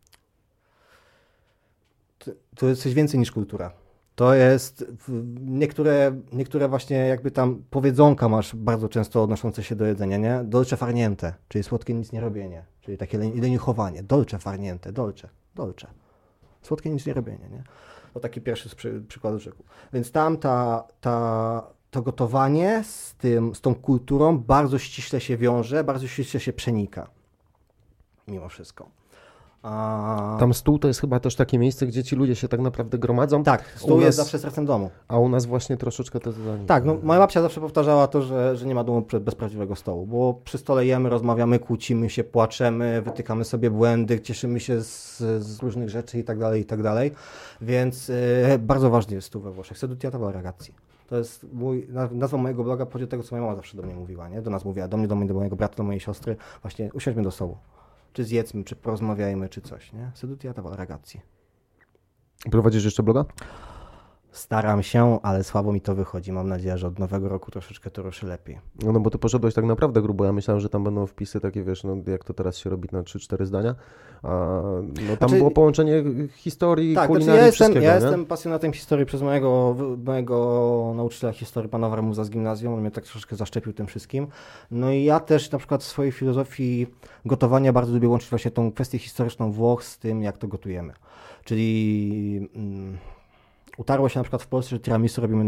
To jest coś więcej niż kultura. To jest... Niektóre właśnie jakby tam powiedzonka masz bardzo często odnoszące się do jedzenia, nie? Dolce far niente, czyli słodkie nic nie robienie. Czyli takie leniuchowanie. Dolce far niente, dolce. Słodkie nic nie robienie, nie? To taki pierwszy z przykładów rzekł. Więc tam to gotowanie z tą kulturą bardzo ściśle się wiąże, bardzo ściśle się przenika. Mimo wszystko. Tam stół to jest chyba też takie miejsce, gdzie ci ludzie się tak naprawdę gromadzą. Tak, stół jest zawsze sercem domu. A u nas właśnie troszeczkę to zadanie. Tak, no moja babcia zawsze powtarzała to, że nie ma domu bez prawdziwego stołu, bo przy stole jemy, rozmawiamy, kłócimy się, płaczemy, wytykamy sobie błędy, cieszymy się z różnych rzeczy i tak dalej, więc bardzo ważny jest stół we Włoszech. Seduti a tavola ragazzi. To jest nazwa mojego bloga pochodzi od tego, co moja mama zawsze do mnie mówiła, nie? Do nas mówiła, do mnie, do mojego brata, do mojej siostry, właśnie usiądźmy do stołu. Czy zjedzmy, czy porozmawiajmy, czy coś, nie? Seduti a tavola ragazzi. Prowadzisz jeszcze bloga? Staram się, ale słabo mi to wychodzi. Mam nadzieję, że od nowego roku troszeczkę to ruszy lepiej. No bo ty poszedłeś tak naprawdę grubo. Ja myślałem, że tam będą wpisy takie, wiesz, no jak to teraz się robi na 3-4 zdania. A no tam było połączenie historii, tak, kulinarii, wszystkiego, ja jestem pasjonatem historii przez mojego nauczyciela historii, pana Warmuza z gimnazjum. On mnie tak troszeczkę zaszczepił tym wszystkim. No i ja też na przykład w swojej filozofii gotowania bardzo lubię łączyć właśnie tą kwestię historyczną Włoch z tym, jak to gotujemy. Czyli utarło się na przykład w Polsce, że tiramisu robimy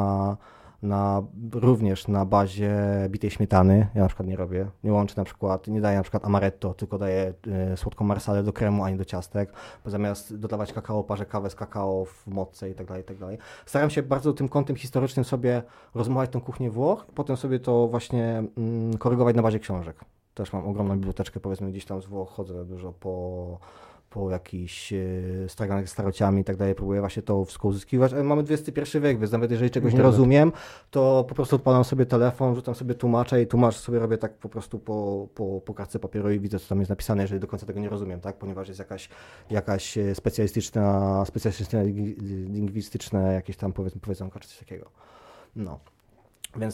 również na bazie bitej śmietany. Ja na przykład nie robię. Nie łączę na przykład, nie daję na przykład amaretto, tylko daję słodką marsalę do kremu, a nie do ciastek. Bo zamiast dodawać kakao, parzę kawę z kakao w mocce i tak dalej. Staram się bardzo tym kątem historycznym sobie rozmawiać tą kuchnię Włoch, potem sobie to właśnie korygować na bazie książek. Też mam ogromną biblioteczkę, powiedzmy gdzieś tam z Włoch, chodzę dużo po jakichś straganych starociami i tak dalej, próbuję właśnie to wszystko uzyskiwać, ale mamy XXI wiek, więc nawet jeżeli czegoś nie rozumiem, to po prostu odpalam sobie telefon, rzucam sobie tłumaczę i tłumacz sobie robię tak po prostu po kartce papieru i widzę, co tam jest napisane, jeżeli do końca tego nie rozumiem, tak, ponieważ jest jakaś specjalistyczne lingwistyczne jakieś tam powiedzonko czy coś takiego. No. Więc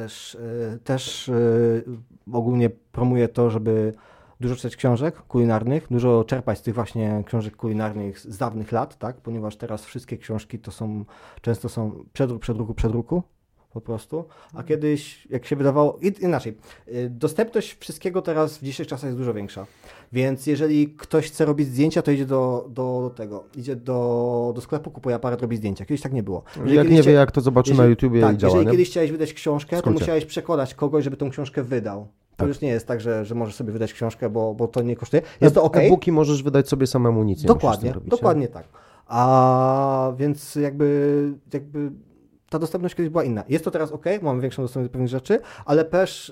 też ogólnie promuję to, żeby dużo czytać książek kulinarnych, dużo czerpać z tych właśnie książek kulinarnych z dawnych lat, tak? Ponieważ teraz wszystkie książki to często są przedruku po prostu, a kiedyś, jak się wydawało, inaczej, dostępność wszystkiego teraz w dzisiejszych czasach jest dużo większa, więc jeżeli ktoś chce robić zdjęcia, to idzie idzie do sklepu, kupuje aparat, robi zdjęcia. Kiedyś tak nie było. Jak nie wie, jak to zobaczy na YouTubie i działa, jeżeli kiedyś chciałeś wydać książkę, to musiałeś przekonać kogoś, żeby tą książkę wydał. To już nie jest tak, że możesz sobie wydać książkę, bo to nie kosztuje. Jest to okej. E-booki możesz wydać sobie samemu, nic nie dokładnie, robić, dokładnie tak. A więc jakby ta dostępność kiedyś była inna. Jest to teraz okej, mamy większą dostępność do pewnych rzeczy, ale też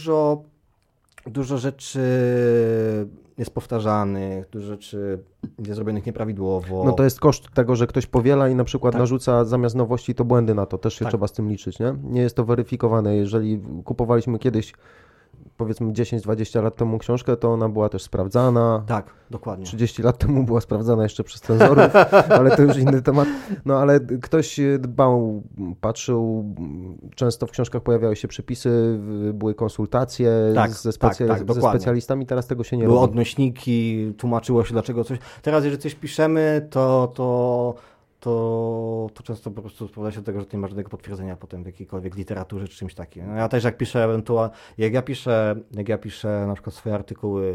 dużo rzeczy jest powtarzanych, dużo rzeczy jest zrobionych nieprawidłowo. No to jest koszt tego, że ktoś powiela i na przykład narzuca zamiast nowości to błędy na to. Też się trzeba z tym liczyć, nie? Nie jest to weryfikowane. Jeżeli kupowaliśmy kiedyś powiedzmy 10-20 lat temu książkę, to ona była też sprawdzana. Tak, dokładnie. 30 lat temu była sprawdzana jeszcze przez cenzorów, ale to już inny temat. No ale ktoś dbał, patrzył, często w książkach pojawiały się przepisy, były konsultacje ze specjalistami, teraz tego się nie robi. Były odnośniki, tłumaczyło się dlaczego coś. Teraz jeżeli coś piszemy, to często po prostu sprowadza się do tego, że nie ma żadnego potwierdzenia potem w jakiejkolwiek literaturze czy czymś takim. No ja też jak piszę na przykład swoje artykuły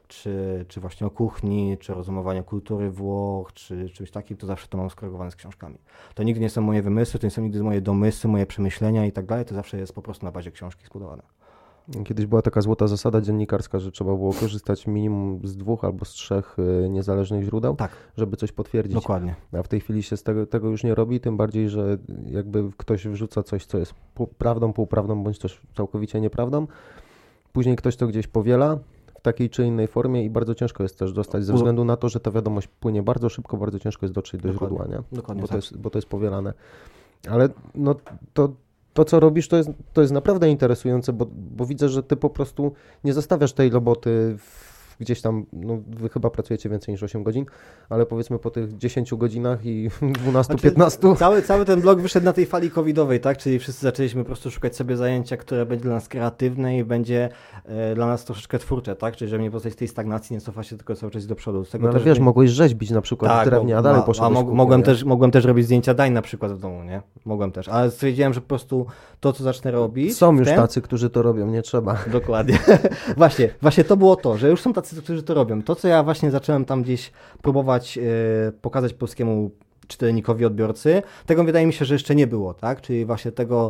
czy właśnie o kuchni, czy rozumowaniu kultury Włoch, czy czymś takim, to zawsze to mam skorelowane z książkami. To nigdy nie są moje wymysły, to nie są nigdy moje domysły, moje przemyślenia i tak dalej, to zawsze jest po prostu na bazie książki zbudowane. Kiedyś była taka złota zasada dziennikarska, że trzeba było korzystać minimum z 2 albo z 3 niezależnych źródeł, Tak. żeby coś potwierdzić. Dokładnie. A w tej chwili się tego już nie robi, tym bardziej, że jakby ktoś wrzuca coś, co jest prawdą, półprawdą, bądź też całkowicie nieprawdą. Później ktoś to gdzieś powiela w takiej czy innej formie i bardzo ciężko jest też dostać, ze względu na to, że ta wiadomość płynie bardzo szybko, bardzo ciężko jest dotrzeć do źródła, nie? Dokładnie Bo to jest powielane. Ale no to, co robisz, to jest naprawdę interesujące, bo widzę, że ty po prostu nie zostawiasz tej roboty gdzieś tam, no wy chyba pracujecie więcej niż 8 godzin, ale powiedzmy po tych 10 godzinach i 12-15. Cały ten blog wyszedł na tej fali covidowej, tak? Czyli wszyscy zaczęliśmy po prostu szukać sobie zajęcia, które będzie dla nas kreatywne i będzie dla nas troszeczkę twórcze, tak? Czyli żeby nie pozostać z tej stagnacji, nie cofać się tylko cały czas do przodu. Z tego no ale wiesz, mogłeś rzeźbić na przykład w drewnie, a dalej poszedłeś mogłem też robić zdjęcia dań na przykład w domu, nie? Mogłem też, ale stwierdziłem, że po prostu to, co zacznę robić... Są już tacy, którzy to robią, nie trzeba. Dokładnie. Właśnie to było to, że już są tacy, którzy to robią. To, co ja właśnie zacząłem tam gdzieś próbować pokazać polskiemu czytelnikowi, odbiorcy, tego wydaje mi się, że jeszcze nie było, tak? Czyli właśnie tego,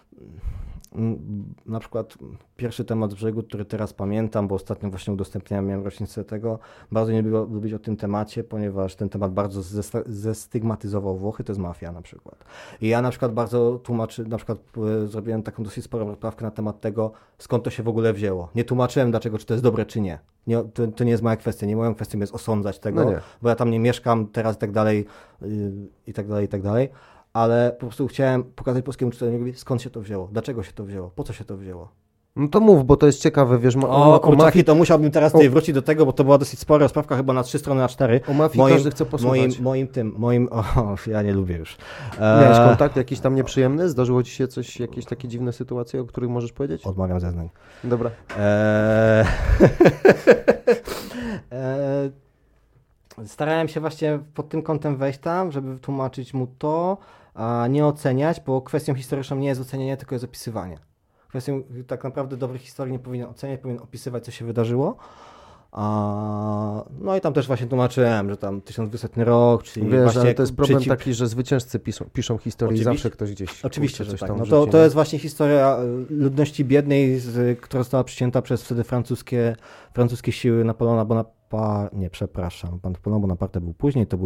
na przykład pierwszy temat z brzegu, który teraz pamiętam, bo ostatnio właśnie udostępniałem, miałem rocznicę tego, bardzo nie lubię mówić o tym temacie, ponieważ ten temat bardzo zestygmatyzował Włochy, to jest mafia na przykład. I ja na przykład bardzo na przykład zrobiłem taką dosyć sporą poprawkę na temat tego, skąd to się w ogóle wzięło. Nie tłumaczyłem dlaczego, czy to jest dobre, czy nie. To nie jest moja kwestia, nie moją kwestią jest osądzać tego, bo ja tam nie mieszkam teraz i tak dalej, i tak dalej. Ale po prostu chciałem pokazać polskiemu czytelnikowi, skąd się to wzięło, dlaczego się to wzięło, po co się to wzięło. No to mów, bo to jest ciekawe, wiesz... Kurczaki, to musiałbym teraz tutaj wrócić do tego, bo to była dosyć spora rozprawka, chyba na 3 strony, na 4. O mafii każdy chce posłuchać. Ja nie lubię już. Miałeś kontakt jakiś tam nieprzyjemny? Zdarzyło ci się jakieś takie dziwne sytuacje, o których możesz powiedzieć? Odmawiam zeznań. Dobra. Starałem się właśnie pod tym kątem wejść tam, żeby wytłumaczyć mu to, a nie oceniać, bo kwestią historyczną nie jest ocenianie, tylko jest opisywanie. Kwestią tak naprawdę dobrej historii nie powinien oceniać, powinien opisywać, co się wydarzyło. No i tam też właśnie tłumaczyłem, że tam 1200 rok, czyli wiesz, właśnie... ale to jest problem taki, że zwycięzcy piszą historię i zawsze ktoś gdzieś... Oczywiście, że tak. No to jest właśnie historia ludności biednej, która została przycięta przez wtedy francuskie siły Napoleona Bonaparte. Napoleon Bonaparte był później, to był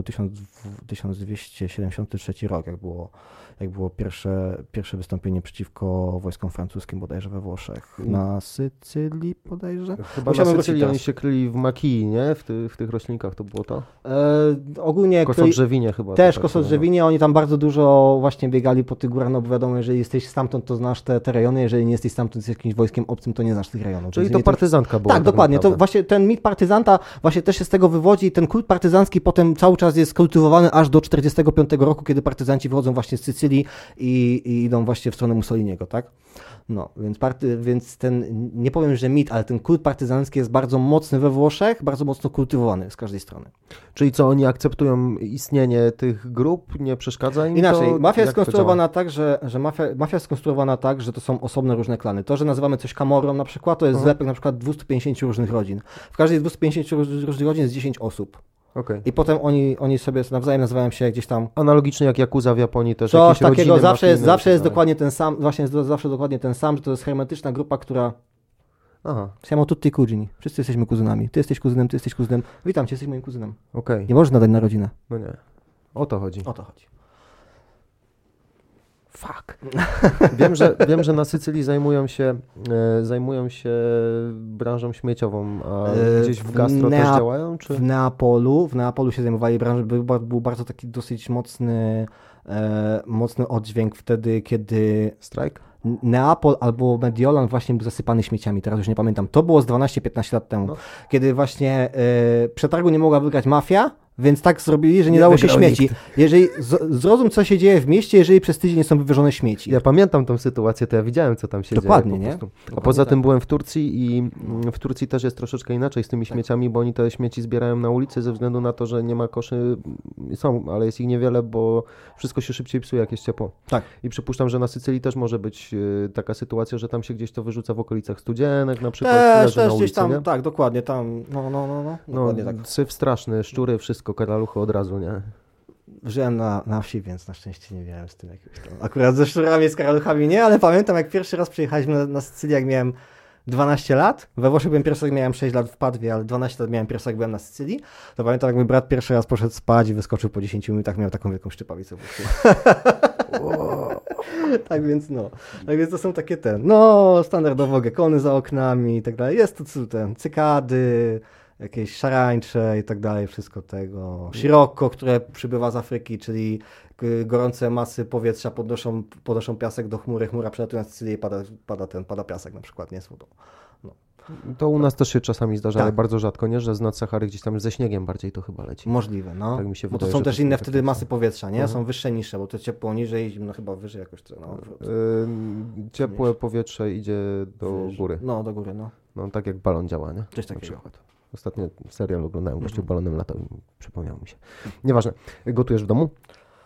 1273 rok, jak było pierwsze wystąpienie przeciwko wojskom francuskim bodajże we Włoszech, na Sycylii bodajże. Chyba na Sycylii oni się kryli w makii, nie? W tych roślinkach to było to? Ogólnie Kosodrzewinie chyba. Też Kosodrzewinie, oni tam bardzo dużo właśnie biegali po tych górach, no bo wiadomo, jeżeli jesteś stamtąd, to znasz te rejony, jeżeli nie jesteś stamtąd z jakimś wojskiem obcym, to nie znasz tych rejonów. Czyli to partyzantka była. Tak, dokładnie. To właśnie ten mit partyzanta właśnie też się z tego wywodzi i ten kult partyzancki potem cały czas jest kultywowany aż do 1945 roku, kiedy partyzanci wychodzą właśnie z Sycylii i idą właśnie w stronę Mussoliniego, tak? No, więc ten, nie powiem, że mit, ale ten kult partyzancki jest bardzo mocny we Włoszech, bardzo mocno kultywowany z każdej strony. Czyli co, oni akceptują istnienie tych grup, nie przeszkadza im Inaczej, to? Mafia jest skonstruowana tak, mafia jest skonstruowana tak, że to są osobne różne klany. To, że nazywamy coś kamorą na przykład, to jest zlepek na przykład 250 różnych rodzin. W każdej z 250 różnych rodzin jest 10 osób. Okay. I potem oni sobie nawzajem nazywają się gdzieś tam... Analogicznie jak Yakuza w Japonii też coś jakieś takiego, rodziny, zawsze jest dokładnie ten sam, właśnie jest zawsze dokładnie ten sam, że to jest hermetyczna grupa, która... Aha. Siamo tutti cugini. Wszyscy jesteśmy kuzynami. Ty jesteś kuzynem, ty jesteś kuzynem. Witam cię, jesteś moim kuzynem. Okay. Nie możesz nadać na rodzinę. No nie. O to chodzi. O to chodzi. Fuck. Wiem, że na Sycylii zajmują się branżą śmieciową, a gdzieś w gastro też działają? Czy? W Neapolu się zajmowali branżą, był bardzo taki dosyć mocny oddźwięk wtedy, kiedy... Strajk? Neapol albo Mediolan właśnie był zasypany śmieciami, teraz już nie pamiętam. To było z 12-15 lat temu, kiedy właśnie przetargu nie mogła wygrać mafia, Więc tak zrobili, że nie dało się śmieci. Nikt. Jeżeli zrozum, co się dzieje w mieście, jeżeli przez tydzień nie są wywożone śmieci. Ja pamiętam tą sytuację, to ja widziałem, co tam się Dokładnie, dzieje. nie? A Dokładnie poza tym tak. byłem w Turcji i w Turcji też jest troszeczkę inaczej z tymi śmieciami, bo oni te śmieci zbierają na ulicy ze względu na to, że nie ma koszy. Są, ale jest ich niewiele, bo wszystko się szybciej psuje, jak jest ciepło. Tak. I przypuszczam, że na Sycylii też może być taka sytuacja, że tam się gdzieś to wyrzuca w okolicach Studzienek na przykład. Też leży na gdzieś ulicy, tam, nie? tak, dokładnie tam, no, dokładnie tak. Syf straszny, szczury, wszystko, karaluchy od razu, nie? Żyłem na wsi, więc na szczęście nie miałem z tym jakiegoś tam. Akurat ze szczurami, z karaluchami nie, ale pamiętam, jak pierwszy raz przyjechaliśmy na Sycylię, jak miałem 12 lat. We Włoszech byłem pierwszy, jak miałem 6 lat w Padwie, ale 12 lat miałem pierwszy, jak byłem na Sycylii. To pamiętam, jak mój brat pierwszy raz poszedł spać i wyskoczył po 10 minutach, miał taką wielką szczypawicę w uchu. Tak więc to są takie standardowo gekony za oknami i tak dalej. Jest to cykady, jakieś szarańcze i tak dalej, wszystko tego. Sirocco, które przybywa z Afryki, czyli gorące masy powietrza podnoszą piasek do chmury, chmura przelatuje na Sycylię i pada piasek na przykład, nie? To u nas też się czasami zdarza, ale Tak. bardzo rzadko, nie? Że z nad Sahary gdzieś tam ze śniegiem bardziej to chyba leci. Możliwe, no. Tak mi się Bo wydaje, to są że też to inne są wtedy takie masy powietrza, nie? Mhm. Są wyższe, niższe, bo to ciepło niżej, zimno chyba wyżej jakoś. Ciepłe powietrze idzie do góry. No, do góry, no. No tak jak balon działa, nie? Coś Na takiego. przykład. Ostatnio serial oglądałem, gościu balonem latał i przypomniało mi się. Nieważne. Gotujesz w domu?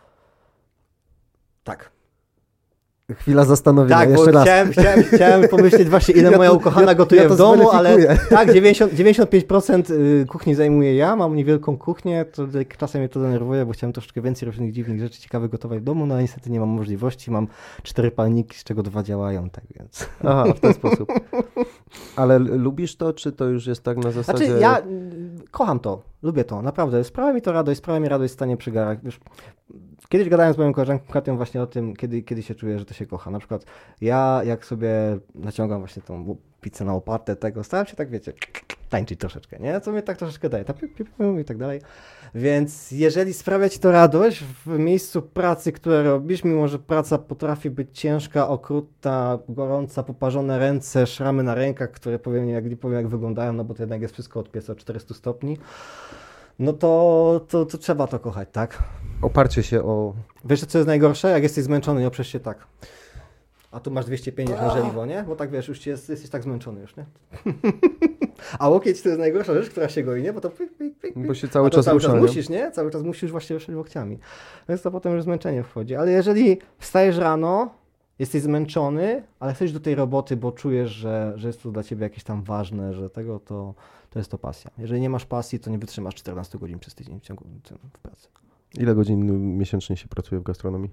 Tak. Chwila zastanowienia, Tak, jeszcze bo raz. chciałem pomyśleć właśnie, ile Ja moja to- ukochana ja- gotuje ja to w domu, ale zweryfikuję. tak, 95% kuchni zajmuję ja, mam niewielką kuchnię, to czasem mnie to denerwuje, bo chciałem troszeczkę więcej różnych dziwnych rzeczy ciekawych gotować w domu, no ale niestety nie mam możliwości, mam 4 palniki, z czego 2 działają, tak więc. Aha, w ten sposób. Ale lubisz to, czy to już jest tak na zasadzie... Znaczy, ja kocham to, lubię to, naprawdę. Sprawia mi to radość, sprawia mi radość stanie przy garach. Wiesz, kiedyś gadałem z moją koleżanką Katią właśnie o tym, kiedy się czuję, że to się kocha. Na przykład ja, jak sobie naciągam właśnie tą pizzę na łopatę, staram się tak, wiecie, tańczyć troszeczkę, nie? Co mnie tak troszeczkę daje, i tak dalej. Więc jeżeli sprawia ci to radość w miejscu pracy, które robisz, mimo że praca potrafi być ciężka, okrutna, gorąca, poparzone ręce, szramy na rękach, które nie powiem jak wyglądają, no bo to jednak jest wszystko od pieca 400 stopni, no to trzeba to kochać, tak? Oparcie się o... Wiesz, co jest najgorsze? Jak jesteś zmęczony, nie oprzesz się tak. A tu masz 250 na żeliwo, nie? Bo tak wiesz, już jesteś tak zmęczony już, nie? A łokieć to jest najgorsza rzecz, która się goi, nie? Bo to Bo się cały czas rusza, nie? musisz, nie? Cały czas musisz właśnie ruszyć łokciami. Więc to potem już zmęczenie wchodzi. Ale jeżeli wstajesz rano, jesteś zmęczony, ale chcesz do tej roboty, bo czujesz, że jest to dla ciebie jakieś tam ważne, że tego to jest to pasja. Jeżeli nie masz pasji, to nie wytrzymasz 14 godzin przez tydzień w pracy. Ile godzin miesięcznie się pracuje w gastronomii?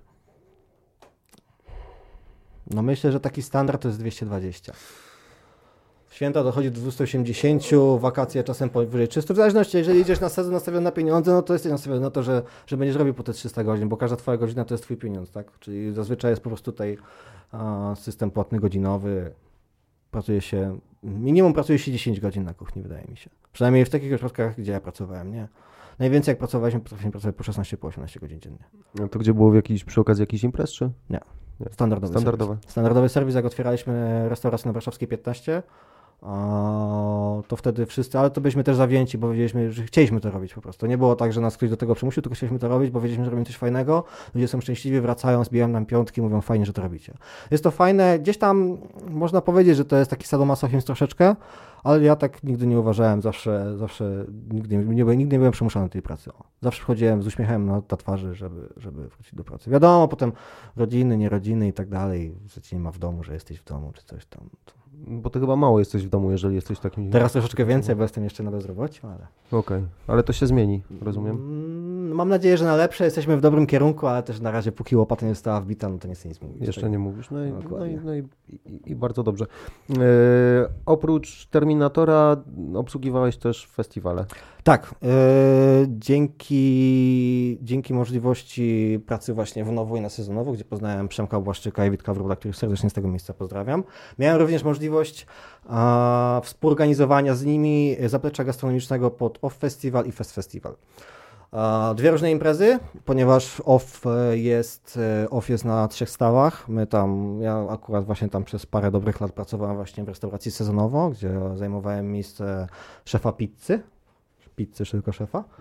No myślę, że taki standard to jest 220. W święta dochodzi do 280, wakacje czasem powyżej 300. W zależności, jeżeli idziesz na sezon nastawiony na pieniądze, no to jesteś nastawiony na to, że będziesz robił po te 300 godzin, bo każda twoja godzina to jest twój pieniądz, tak? Czyli zazwyczaj jest po prostu tutaj system płatny godzinowy. Minimum pracuje się 10 godzin na kuchni, wydaje mi się. Przynajmniej w takich ośrodkach, gdzie ja pracowałem, nie? Najwięcej jak pracowaliśmy, potrafiliśmy pracować po 16, po 18 godzin dziennie. No to gdzie było przy okazji jakichś imprez, czy? Nie. Nie. Standardowy. Standardowy serwis, jak otwieraliśmy restaurację na Warszawskiej 15, to wtedy wszyscy, ale to byliśmy też zawzięci, bo wiedzieliśmy, że chcieliśmy to robić po prostu. Nie było tak, że nas ktoś do tego przymusił, tylko chcieliśmy to robić, bo wiedzieliśmy, że robimy coś fajnego. Ludzie są szczęśliwi, wracają, zbijają nam piątki, mówią fajnie, że to robicie. Jest to fajne, gdzieś tam można powiedzieć, że to jest taki sadomasochizm troszeczkę, ale ja tak nigdy nie uważałem, zawsze nigdy nie byłem przymuszony do tej pracy. Zawsze przychodziłem z uśmiechem na twarzy, żeby wrócić do pracy. Wiadomo, potem rodziny, nie rodziny i tak dalej, że cię nie ma w domu, że jesteś w domu, czy coś tam. Bo ty chyba mało jesteś w domu, jeżeli jesteś takim... Teraz troszeczkę więcej, bo jestem jeszcze na bezrobociu, ale... Okej, ale to się zmieni, rozumiem? Mam nadzieję, że na lepsze, jesteśmy w dobrym kierunku, ale też na razie póki łopata nie została wbita, no to nie chcę nic mówić. Jeszcze nie mówisz, Dokładnie. I bardzo dobrze. Oprócz Terminatora obsługiwałeś też festiwale. Tak, dzięki możliwości pracy właśnie w Nowo i na Sezonowo, gdzie poznałem Przemka Błaszczyka i Witka Wróbla, których serdecznie z tego miejsca pozdrawiam. Miałem również możliwość współorganizowania z nimi zaplecza gastronomicznego pod Off Festival i Fest Festival. Dwie różne imprezy, ponieważ Off jest na 3 stawach. Ja akurat właśnie tam przez parę dobrych lat pracowałem właśnie w restauracji Sezonowo, gdzie zajmowałem miejsce szefa pizzy czy tylko szefa.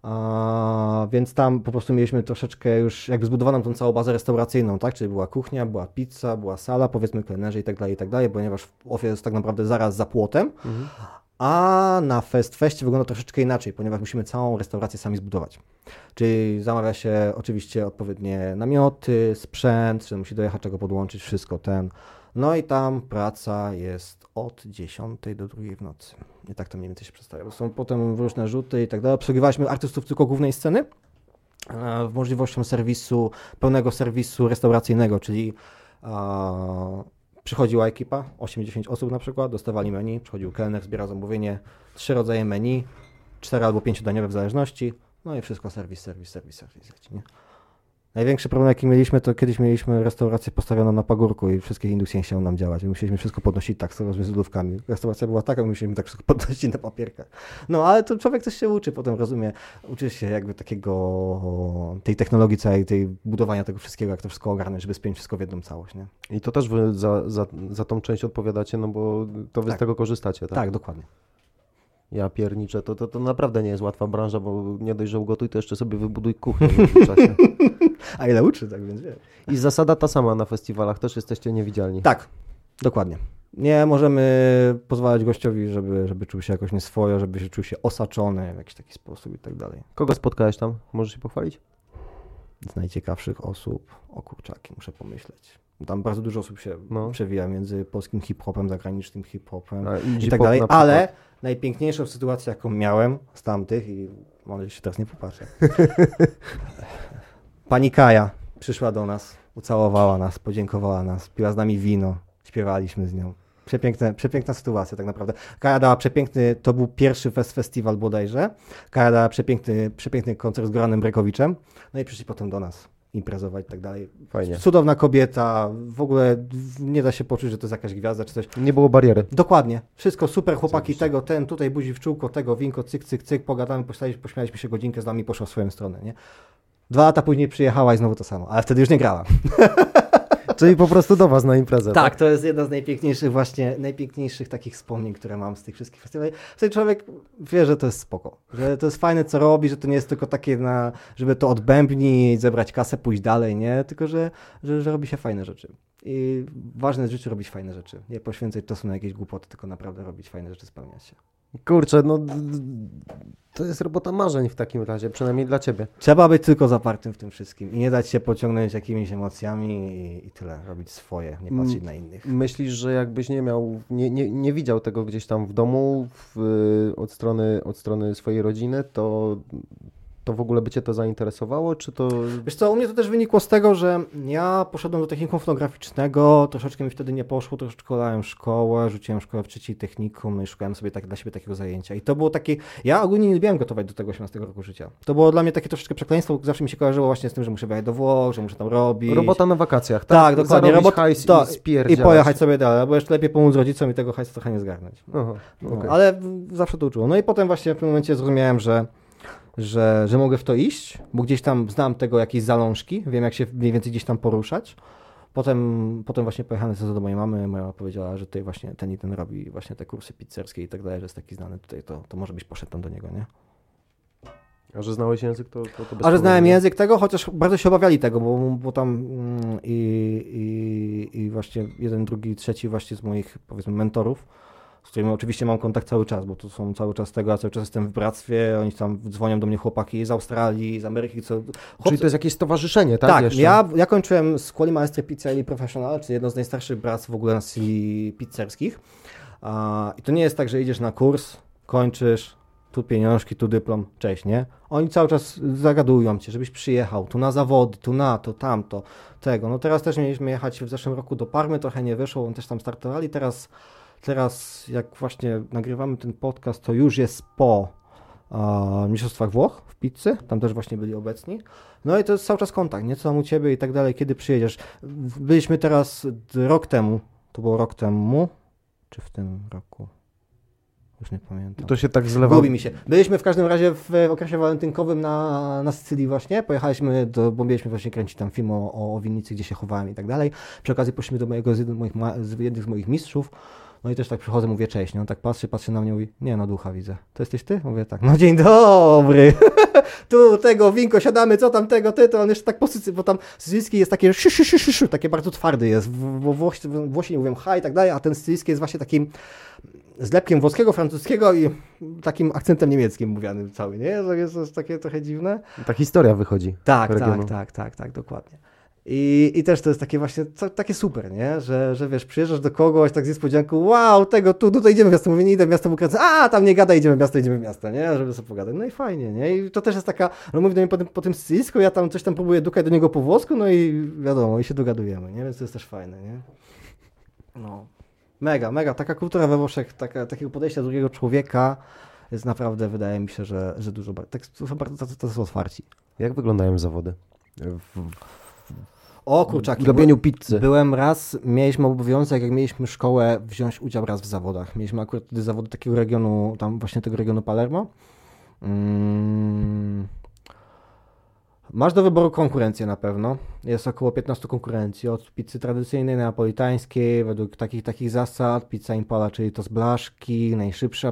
Więc tam po prostu mieliśmy troszeczkę już jakby zbudowaną tą całą bazę restauracyjną, tak? Czyli była kuchnia, była pizza, była sala, powiedzmy kelnerzy i tak dalej, ponieważ Office jest tak naprawdę zaraz za płotem. A na Feście wygląda troszeczkę inaczej, ponieważ musimy całą restaurację sami zbudować. Czyli zamawia się oczywiście odpowiednie namioty, sprzęt, że musi dojechać czego podłączyć, wszystko No i tam praca jest od 10 do 2 w nocy. I tak to mniej więcej się przedstawia. Bo są potem różne rzuty i tak dalej. Obsługiwaliśmy artystów tylko głównej sceny, możliwością serwisu, pełnego serwisu restauracyjnego, czyli przychodziła ekipa, 8-10 osób na przykład, dostawali menu, przychodził kelner, zbierał zamówienie, 3 rodzaje menu, 4 albo 5-daniowe w zależności, no i wszystko serwis leci, nie? Największy problem, jaki mieliśmy, to kiedyś mieliśmy restaurację postawioną na pagórku i wszystkie indukcje nie chciały nam działać. Musieliśmy wszystko podnosić tak, z lodówkami. Restauracja była taka, musieliśmy tak wszystko podnosić na papierkach. No, ale to człowiek też się uczy, potem rozumie, uczy się jakby tej technologii całej, tej budowania tego wszystkiego, jak to wszystko ogarnąć, żeby spiąć wszystko w jedną całość, nie? I to też wy za tą część odpowiadacie, no bo to wy z tego korzystacie, tak? Tak, dokładnie. Ja pierniczę, to naprawdę nie jest łatwa branża, bo nie dość, że ugotuj, to jeszcze sobie wybuduj kuchnię w tym czasie. A ile uczy, tak więc wie. I zasada ta sama na festiwalach, też jesteście niewidzialni. Tak, dokładnie. Nie możemy pozwalać gościowi, żeby czuł się jakoś nieswojo, żeby się czuł się osaczony w jakiś taki sposób i tak dalej. Kogo spotkałeś tam? Możesz się pochwalić? Z najciekawszych osób, o kurczaki, muszę pomyśleć. Tam bardzo dużo osób się przewija między polskim hip-hopem, zagranicznym hip-hopem i tak dalej, ale najpiękniejszą sytuację, jaką miałem z tamtych i może się teraz nie popatrzę. Pani Kaja przyszła do nas, ucałowała nas, podziękowała nas, piła z nami wino, śpiewaliśmy z nią. Przepiękna sytuacja tak naprawdę. Kaja dała przepiękny, to był pierwszy festiwal bodajże, Kaja dała przepiękny koncert z Goranem Brekowiczem, no i przyszli potem do nas imprezować i tak dalej. Fajnie. Cudowna kobieta, w ogóle nie da się poczuć, że to jest jakaś gwiazda czy coś. Nie było bariery. Dokładnie. Wszystko super, chłopaki tutaj buzi w czółko, winko, cyk, pogadamy, pośmialiśmy się godzinkę, z nami poszła w swoją stronę, nie? 2 lata później przyjechała i znowu to samo, ale wtedy już nie grała. Czyli po prostu do was na imprezę. Tak, to jest jedna z najpiękniejszych takich wspomnień, które mam z tych wszystkich festiwali. Wtedy człowiek wie, że to jest spoko, że to jest fajne, co robi, że to nie jest tylko takie żeby to odbębnić, zebrać kasę, pójść dalej, nie? Tylko, że robi się fajne rzeczy. I ważne jest w życiu robić fajne rzeczy. Nie poświęcać czasu na jakieś głupoty, tylko naprawdę robić fajne rzeczy, spełniać się. Kurczę, to jest robota marzeń w takim razie, przynajmniej dla ciebie. Trzeba być tylko zapartym w tym wszystkim i nie dać się pociągnąć jakimiś emocjami i tyle, robić swoje, nie patrzeć na innych. Myślisz, że jakbyś nie widział tego gdzieś tam w domu od strony swojej rodziny, to w ogóle by cię to zainteresowało, czy to... Wiesz co, u mnie to też wynikło z tego, że ja poszedłem do technikum fotograficznego, troszeczkę mi wtedy nie poszło, troszeczkę dałem szkołę, rzuciłem szkołę w 3 technikum, no i szukałem sobie dla siebie takiego zajęcia. I to było takie, ja ogólnie nie lubiłem gotować do tego 18 roku życia. To było dla mnie takie troszeczkę przekleństwo, bo zawsze mi się kojarzyło właśnie z tym, że muszę wyjechać do Włoch, że muszę tam robić. Robota na wakacjach, tak? Tak, dokładnie. Hajs i pojechać sobie dalej, bo jeszcze lepiej pomóc rodzicom i tego hajsu trochę nie zgarnąć. Aha, okay. Ale zawsze to uczyło. No i potem właśnie w pewnym momencie zrozumiałem, że mogę w to iść, bo gdzieś tam znam tego jakieś zalążki, wiem jak się mniej więcej gdzieś tam poruszać. Potem właśnie pojechałem do mojej mamy, moja mama powiedziała, że tutaj właśnie ten i ten robi właśnie te kursy pizzerskie i tak dalej, że jest taki znany tutaj, to może byś poszedł tam do niego, nie? A że znałeś język, to A że znałem język tego, chociaż bardzo się obawiali tego, bo tam i właśnie jeden, drugi, trzeci właśnie z moich, powiedzmy, mentorów, z którymi oczywiście mam kontakt cały czas, bo to są cały czas tego, a cały czas jestem w bractwie, oni tam dzwonią do mnie chłopaki z Australii, z Ameryki, Czyli to jest jakieś stowarzyszenie, tak? Tak, ja kończyłem Scuole Maestri Pizzaioli Professional, czyli jedno z najstarszych bractw w ogóle na skali pizzerskich. I to nie jest tak, że idziesz na kurs, kończysz, tu pieniążki, tu dyplom, cześć, nie? Oni cały czas zagadują cię, żebyś przyjechał, tu na zawody, tu na to, tamto, tego. No teraz też mieliśmy jechać w zeszłym roku do Parmy, trochę nie wyszło, oni też tam startowali, Teraz, jak właśnie nagrywamy ten podcast, to już jest po Mistrzostwach Włoch w pizzy, tam też właśnie byli obecni. No i to jest cały czas kontakt, nie? Co tam u ciebie i tak dalej, kiedy przyjedziesz. Byliśmy teraz rok temu, to było rok temu, czy w tym roku? Już nie pamiętam. To się tak zlewa. Gubi mi się. Byliśmy w każdym razie w okresie walentynkowym na Sycylii właśnie. Pojechaliśmy, bo mieliśmy właśnie kręcić tam film o winnicy, gdzie się chowałem i tak dalej. Przy okazji poszliśmy do jednych z moich mistrzów. No i też tak przychodzę, mówię cześć, nie? On tak patrzy na mnie, mówi, nie no, ducha widzę. To jesteś ty? Mówię tak, no dzień dobry. Tu tego, winko, siadamy, co tam tego, ty, to on jeszcze tak posycy, bo tam sycylijski jest takie takie bardzo twardy jest. Włosi nie mówią ha i tak dalej, a ten sycylijski jest właśnie takim zlepkiem włoskiego, francuskiego i takim akcentem niemieckim mówianym cały, nie? To jest takie trochę dziwne. Ta historia wychodzi. Tak, dokładnie. I też to jest takie właśnie, takie super, nie? Że wiesz, przyjeżdżasz do kogoś tak z niespodzianką, wow, tego, tu, to idziemy w miasto, mówię, nie idę w miasto, mu kręcę, tam nie gada, idziemy w miasto, nie? Żeby sobie pogadać. No i fajnie, nie? I to też jest taka, no mówi do mnie po tym sycylijsku, ja tam coś tam próbuję dukać do niego po włosku, no i wiadomo, i się dogadujemy, nie? Więc to jest też fajne, nie? No. Mega. Taka kultura we Włoszech, takiego podejścia do drugiego człowieka jest naprawdę, wydaje mi się, że dużo bardziej, to są bardzo otwarci. Jak wyglądają zawody? O kurczaki, w robieniu pizzy. Byłem raz, mieliśmy obowiązek, jak mieliśmy szkołę, wziąć udział raz w zawodach. Mieliśmy akurat wtedy zawody takiego regionu, tam właśnie tego regionu Palermo. Masz do wyboru konkurencję na pewno. Jest około 15 konkurencji, od pizzy tradycyjnej, neapolitańskiej, według takich zasad, pizza Impala, czyli to z blaszki, najszybsza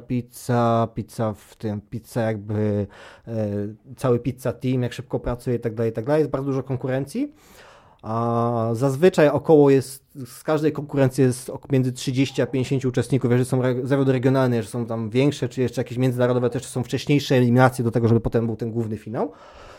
pizza jakby cały pizza team, jak szybko pracuje i tak dalej. Jest bardzo dużo konkurencji. A zazwyczaj około jest, z każdej konkurencji jest między 30 a 50 uczestników, jeżeli są zawody regionalne, jeżeli są tam większe, czy jeszcze jakieś międzynarodowe, też są wcześniejsze eliminacje do tego, żeby potem był ten główny finał.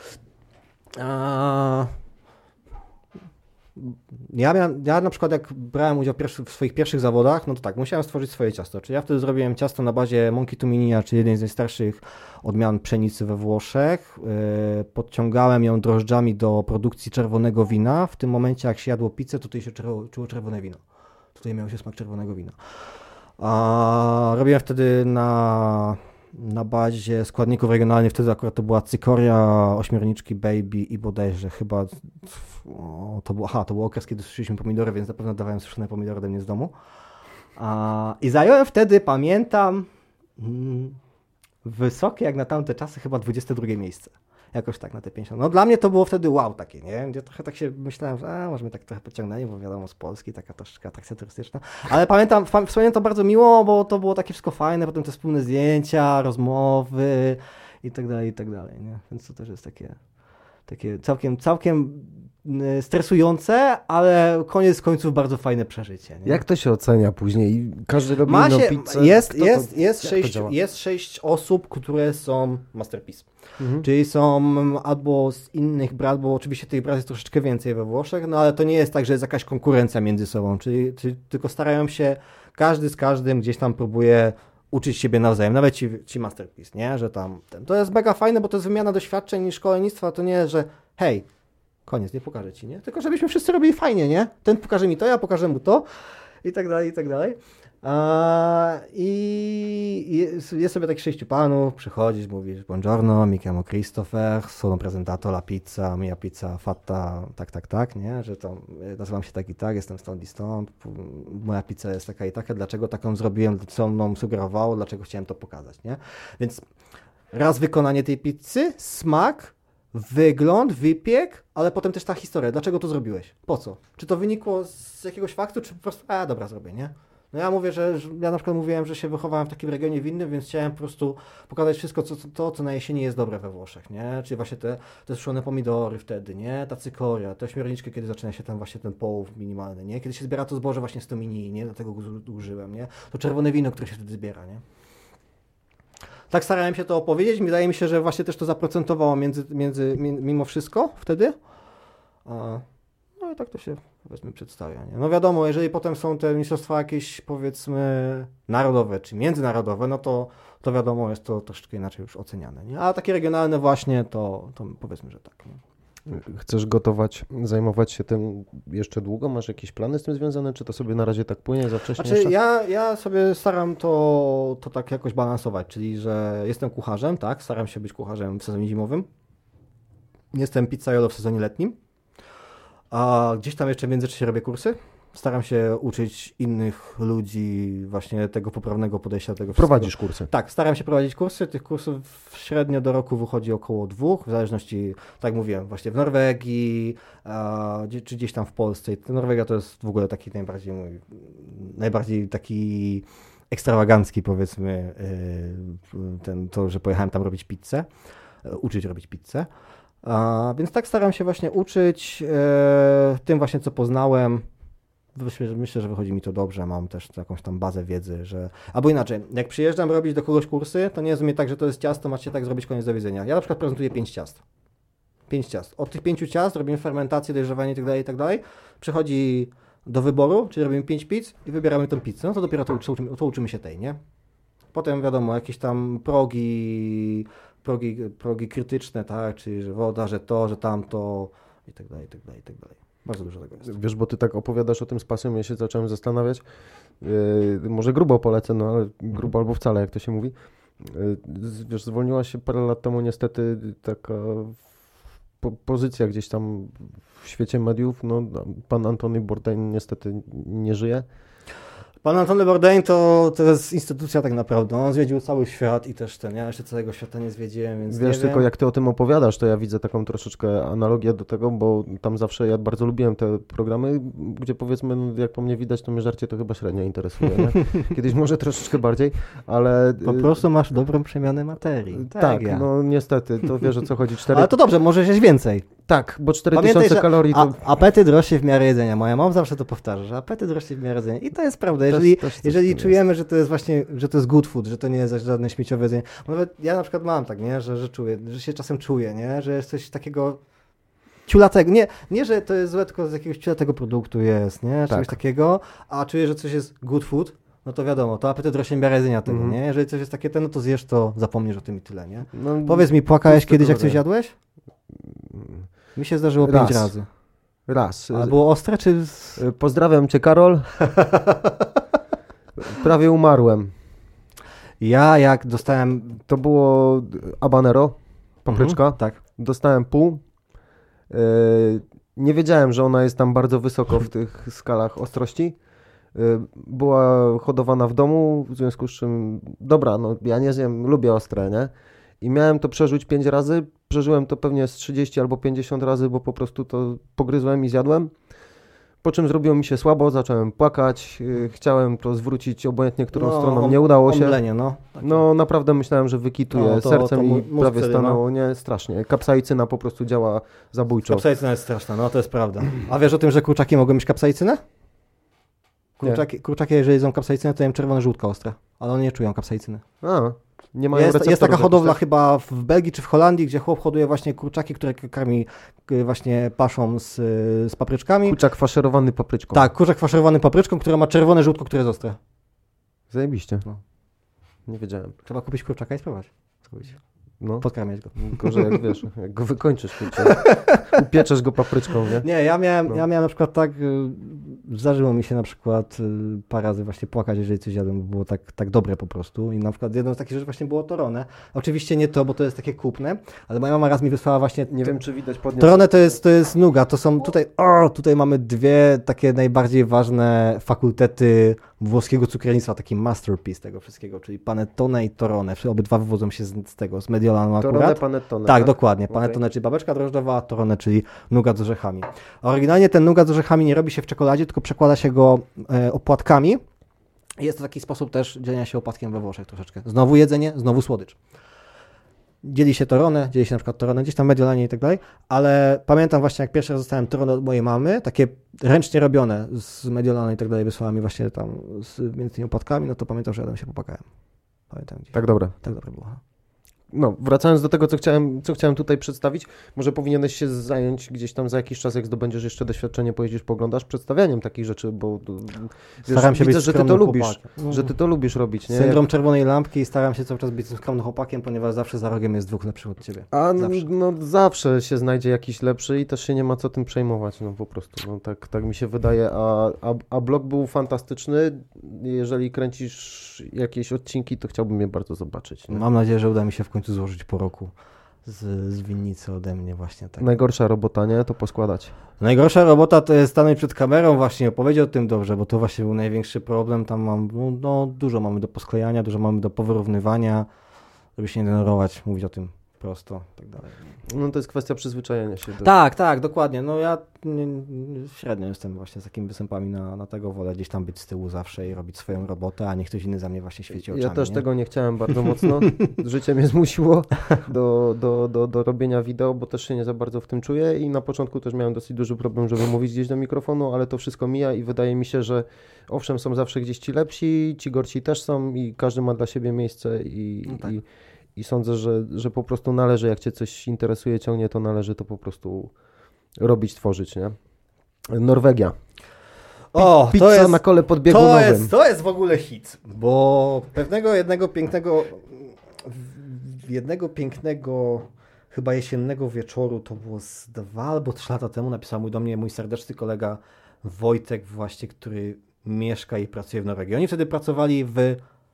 Ja na przykład jak brałem udział w swoich pierwszych zawodach, no to tak, musiałem stworzyć swoje ciasto. Czyli ja wtedy zrobiłem ciasto na bazie Monchi Tuminia, czyli jednej z najstarszych odmian pszenicy we Włoszech. Podciągałem ją drożdżami do produkcji czerwonego wina. W tym momencie jak się jadło pizzę, to tutaj się czuło czerwone wino. Tutaj miał się smak czerwonego wina. Robiłem wtedy na bazie składników regionalnych, wtedy akurat to była cykoria, ośmiorniczki baby i bodajże chyba to był okres, kiedy suszyliśmy pomidory, więc na pewno dawałem suszone pomidory ode mnie z domu. I zająłem wtedy, pamiętam, wysokie jak na tamte czasy chyba 22 miejsce. Jakoś tak na te 50. No dla mnie to było wtedy wow takie, nie? Ja trochę tak się myślałem, że może mnie tak trochę podciągnęli, bo wiadomo z Polski, taka troszeczkę atrakcja turystyczna. Ale wspomniałem to bardzo miło, bo to było takie wszystko fajne, potem te wspólne zdjęcia, rozmowy i tak dalej, nie? Więc to też jest takie całkiem stresujące, ale koniec końców bardzo fajne przeżycie. Nie? Jak to się ocenia później? Każdy robi inną pizzę? Jest 6 osób, które są masterpiece. Czyli są albo z innych brat, bo oczywiście tych brat jest troszeczkę więcej we Włoszech, no ale to nie jest tak, że jest jakaś konkurencja między sobą, czyli tylko starają się, każdy z każdym gdzieś tam próbuje uczyć siebie nawzajem, nawet ci masterpiece, nie? Że tam to jest mega fajne, bo to jest wymiana doświadczeń i szkolnictwa, to nie jest, że hej, koniec, nie pokażę ci, nie? Tylko żebyśmy wszyscy robili fajnie, nie? Ten pokaże mi to, ja pokażę mu to i tak dalej. I jest sobie takich 6 panów, przychodzisz, mówisz buongiorno, mi chiamo Christopher, sono presentato la pizza, mia pizza fatta, tak, nie? Że to nazywam się tak i tak, jestem stąd i stąd, moja pizza jest taka i taka, dlaczego taką zrobiłem, co mną sugerowało, dlaczego chciałem to pokazać, nie? Więc raz wykonanie tej pizzy, smak, wygląd, wypiek, ale potem też ta historia, dlaczego to zrobiłeś, po co? Czy to wynikło z jakiegoś faktu, czy po prostu, dobra, zrobię, nie? No ja mówię, że ja na przykład mówiłem, że się wychowałem w takim regionie winnym, więc chciałem po prostu pokazać wszystko, co na jesieni jest dobre we Włoszech, nie? Czyli właśnie te suszone pomidory wtedy, nie? Ta cykoria, te ośmiorniczki, kiedy zaczyna się ten połów minimalny, nie? Kiedy się zbiera to zboże właśnie z Tominii, nie? Dlatego go użyłem, nie? To czerwone wino, które się wtedy zbiera, nie? Tak starałem się to opowiedzieć, wydaje mi się, że właśnie też to zaprocentowało mimo wszystko wtedy. No i tak to się, powiedzmy, przedstawia. Nie? No wiadomo, jeżeli potem są te mistrzostwa jakieś, powiedzmy, narodowe czy międzynarodowe, no to wiadomo, jest to troszeczkę inaczej już oceniane. Nie? A takie regionalne właśnie, to powiedzmy, że tak. Nie? Chcesz gotować, zajmować się tym jeszcze długo? Masz jakieś plany z tym związane? Czy to sobie na razie tak płynie za wcześnie? Znaczy, ja sobie staram to tak jakoś balansować, czyli że jestem kucharzem, tak, staram się być kucharzem w sezonie zimowym. Jestem pizzaiolo w sezonie letnim. A gdzieś tam jeszcze w międzyczasie robię kursy. Staram się uczyć innych ludzi właśnie tego poprawnego podejścia do tego wszystkiego. Prowadzisz kursy? Tak, staram się prowadzić kursy. Tych kursów średnio do roku wychodzi około 2, w zależności, tak jak mówiłem, właśnie w Norwegii, czy gdzieś tam w Polsce. Norwegia to jest w ogóle taki najbardziej mój najbardziej taki ekstrawagancki, powiedzmy, to, że pojechałem tam robić pizzę, uczyć robić pizzę. Więc tak staram się właśnie uczyć tym właśnie, co poznałem. Myślę, że wychodzi mi to dobrze, mam też jakąś tam bazę wiedzy, że... Albo inaczej, jak przyjeżdżam robić do kogoś kursy, to nie jest mnie tak, że to jest ciasto, macie tak zrobić, koniec, do widzenia. Ja na przykład prezentuję 5 ciast. 5 ciast. Od tych 5 ciast robimy fermentację, dojrzewanie itd. Przychodzi do wyboru, czyli robimy 5 pizz i wybieramy tą pizzę. No to dopiero to uczymy się tej, nie? Potem wiadomo, jakieś tam progi krytyczne, tak? Czyli że woda, że to, że tamto itd. Bardzo dużo tego jest. Wiesz, bo ty tak opowiadasz o tym z pasją, ja się zacząłem zastanawiać. Może grubo polecę, no ale grubo albo wcale, jak to się mówi. Wiesz, zwolniła się parę lat temu niestety taka pozycja gdzieś tam w świecie mediów. No, pan Antony Bourdain niestety nie żyje. Pan Antony Bourdain to jest instytucja tak naprawdę. On zwiedził cały świat i też ja jeszcze całego świata nie zwiedziłem, więc wiesz, nie tylko wiem. jak ty o tym opowiadasz, to ja widzę taką troszeczkę analogię do tego, bo tam zawsze ja bardzo lubiłem te programy, gdzie powiedzmy, no, jak po mnie widać, to mnie żarcie to chyba średnio interesuje, nie? Kiedyś może troszeczkę bardziej, ale... Po prostu masz dobrą przemianę materii. Tak, ja. no niestety, to wiesz, o co chodzi. Ale to dobrze, możesz jeść więcej. Tak, bo 4000 kalorii to... Apetyt rośnie w miarę jedzenia. Moja mama zawsze to powtarza, że apetyt rośnie w miarę jedzenia. I to jest prawda. Jeżeli czujemy, że to jest właśnie, że to jest good food, że to nie jest żadne śmieciowe jedzenie. Bo nawet ja na przykład mam tak, nie, że czuję, że się czasem czuję, nie, że jest coś takiego ciulatego. Nie, że to jest złe, tylko z jakiegoś ciulatego produktu jest, nie, czegoś takiego, a czuję, że coś jest good food, no to wiadomo, to apetyt rośnie w miarę jedzenia tego, nie? Jeżeli coś jest takie, no to zjesz, to zapomnisz o tym i tyle, nie? No, powiedz mi, płakałeś kiedyś, jak coś jadłeś? Mi się zdarzyło 5 razy. Raz. A było ostre, czy... Pozdrawiam cię, Karol. Prawie umarłem. Ja jak dostałem... To było habanero, papryczka. Tak. Dostałem pół. Nie wiedziałem, że ona jest tam bardzo wysoko w tych skalach ostrości. Była hodowana w domu, w związku z czym, dobra, no ja nie zjem, lubię ostre, nie? I miałem to przeżyć 5 razy, przeżyłem to pewnie z 30 albo 50 razy, bo po prostu to pogryzłem i zjadłem. Po czym zrobiło mi się słabo, zacząłem płakać, chciałem to zwrócić obojętnie, którą stroną, nie udało się. Omdlenie, No naprawdę myślałem, że wykituję sercem i prawie stanęło, nie, strasznie. Kapsaicyna po prostu działa zabójczo. Kapsaicyna jest straszna, no to jest prawda. A wiesz o tym, że kurczaki mogą mieć kapsaicynę? Kurczaki, jeżeli jedzą kapsaicynę, to jem czerwone żółtka ostre, ale one nie czują kapsaicyny. Nie mają jest taka hodowla chyba w Belgii czy w Holandii, gdzie chłop hoduje właśnie kurczaki, które karmi właśnie paszą z papryczkami. Kurczak faszerowany papryczką. Tak, kurczak faszerowany papryczką, która ma czerwone żółtko, które jest ostre. Zajebiście. No. Nie wiedziałem. Trzeba kupić kurczaka i spróbować. No. Podkarmiać go. Tylko, że jak wiesz, jak go wykończysz, upieczesz go papryczką, nie? Nie, ja miałem na przykład tak, zdarzyło mi się na przykład parę razy właśnie płakać, jeżeli coś jadłem, bo było tak dobre po prostu. I na przykład jedną z takich rzeczy właśnie było torone. Oczywiście nie to, bo to jest takie kupne, ale moja mama raz mi wysłała właśnie... Nie wiem, czy widać podnieść. Torone to jest nuga, to są tutaj mamy dwie takie najbardziej ważne fakultety włoskiego cukiernictwa, taki masterpiece tego wszystkiego, czyli panettone i torone. Obydwa wywodzą się z Mediolanu akurat. Torone, panettone. Tak, dokładnie. Panettone, czyli babeczka drożdżowa, a torone, czyli nougat z orzechami. A oryginalnie ten nougat z orzechami nie robi się w czekoladzie, tylko przekłada się go opłatkami. Jest to taki sposób też dzielenia się opłatkiem we Włoszech troszeczkę. Znowu jedzenie, znowu słodycz. Dzieli się toronę, dzieli się na przykład toronę gdzieś tam w Mediolanie i tak dalej, ale pamiętam właśnie, jak pierwszy raz dostałem toronę od mojej mamy, takie ręcznie robione z Mediolanu i tak dalej, wysłała mi właśnie tam między tymi opłatkami, no to pamiętam, że jadłem się popłakałem. Pamiętam gdzieś. Tak dobre. Tak dobre było. No, wracając do tego, co chciałem tutaj przedstawić, może powinieneś się zająć gdzieś tam za jakiś czas, jak zdobędziesz jeszcze doświadczenie, pojeździsz, pooglądasz, przedstawianiem takich rzeczy, bo staram się widzę, być że ty to lubisz, chłopakiem. że ty to lubisz robić, nie? Syndrom czerwonej lampki i staram się cały czas być skromnym chłopakiem, ponieważ zawsze za rogiem jest dwóch lepszych od ciebie. Zawsze się znajdzie jakiś lepszy i też się nie ma co tym przejmować, no po prostu, no tak mi się wydaje, a blog był fantastyczny, jeżeli kręcisz jakieś odcinki, to chciałbym je bardzo zobaczyć. Nie? Mam nadzieję, że uda mi się w końcu złożyć po roku z winnicy ode mnie właśnie tak. Najgorsza robota, nie? To poskładać. Najgorsza robota to jest stanąć przed kamerą właśnie, opowiedzieć o tym dobrze, bo to właśnie był największy problem. Tam mam, dużo mamy do posklejania, dużo mamy do powyrównywania, żeby się nie denerwować, mówić o tym prosto, tak dalej. No to jest kwestia przyzwyczajenia się do... Tak, dokładnie. No ja średnio jestem właśnie z takimi występami na tego, wolę gdzieś tam być z tyłu zawsze i robić swoją robotę, a niech ktoś inny za mnie właśnie świeci oczami. Ja też nie? tego nie chciałem bardzo mocno. Życie mnie zmusiło do robienia wideo, bo też się nie za bardzo w tym czuję i na początku też miałem dosyć duży problem, żeby mówić gdzieś do mikrofonu, ale to wszystko mija i wydaje mi się, że owszem, są zawsze gdzieś ci lepsi, ci gorsi też są i każdy ma dla siebie miejsce i sądzę, że po prostu należy, jak cię coś interesuje, ciągnie, to należy to po prostu robić, tworzyć, nie? Norwegia. O, Pizza to jest, na kole podbiegunowym. to jest w ogóle hit, bo jednego pięknego chyba jesiennego wieczoru, to było z 2 albo 3 lata temu, napisał do mnie mój serdeczny kolega Wojtek właśnie, który mieszka i pracuje w Norwegii. Oni wtedy pracowali w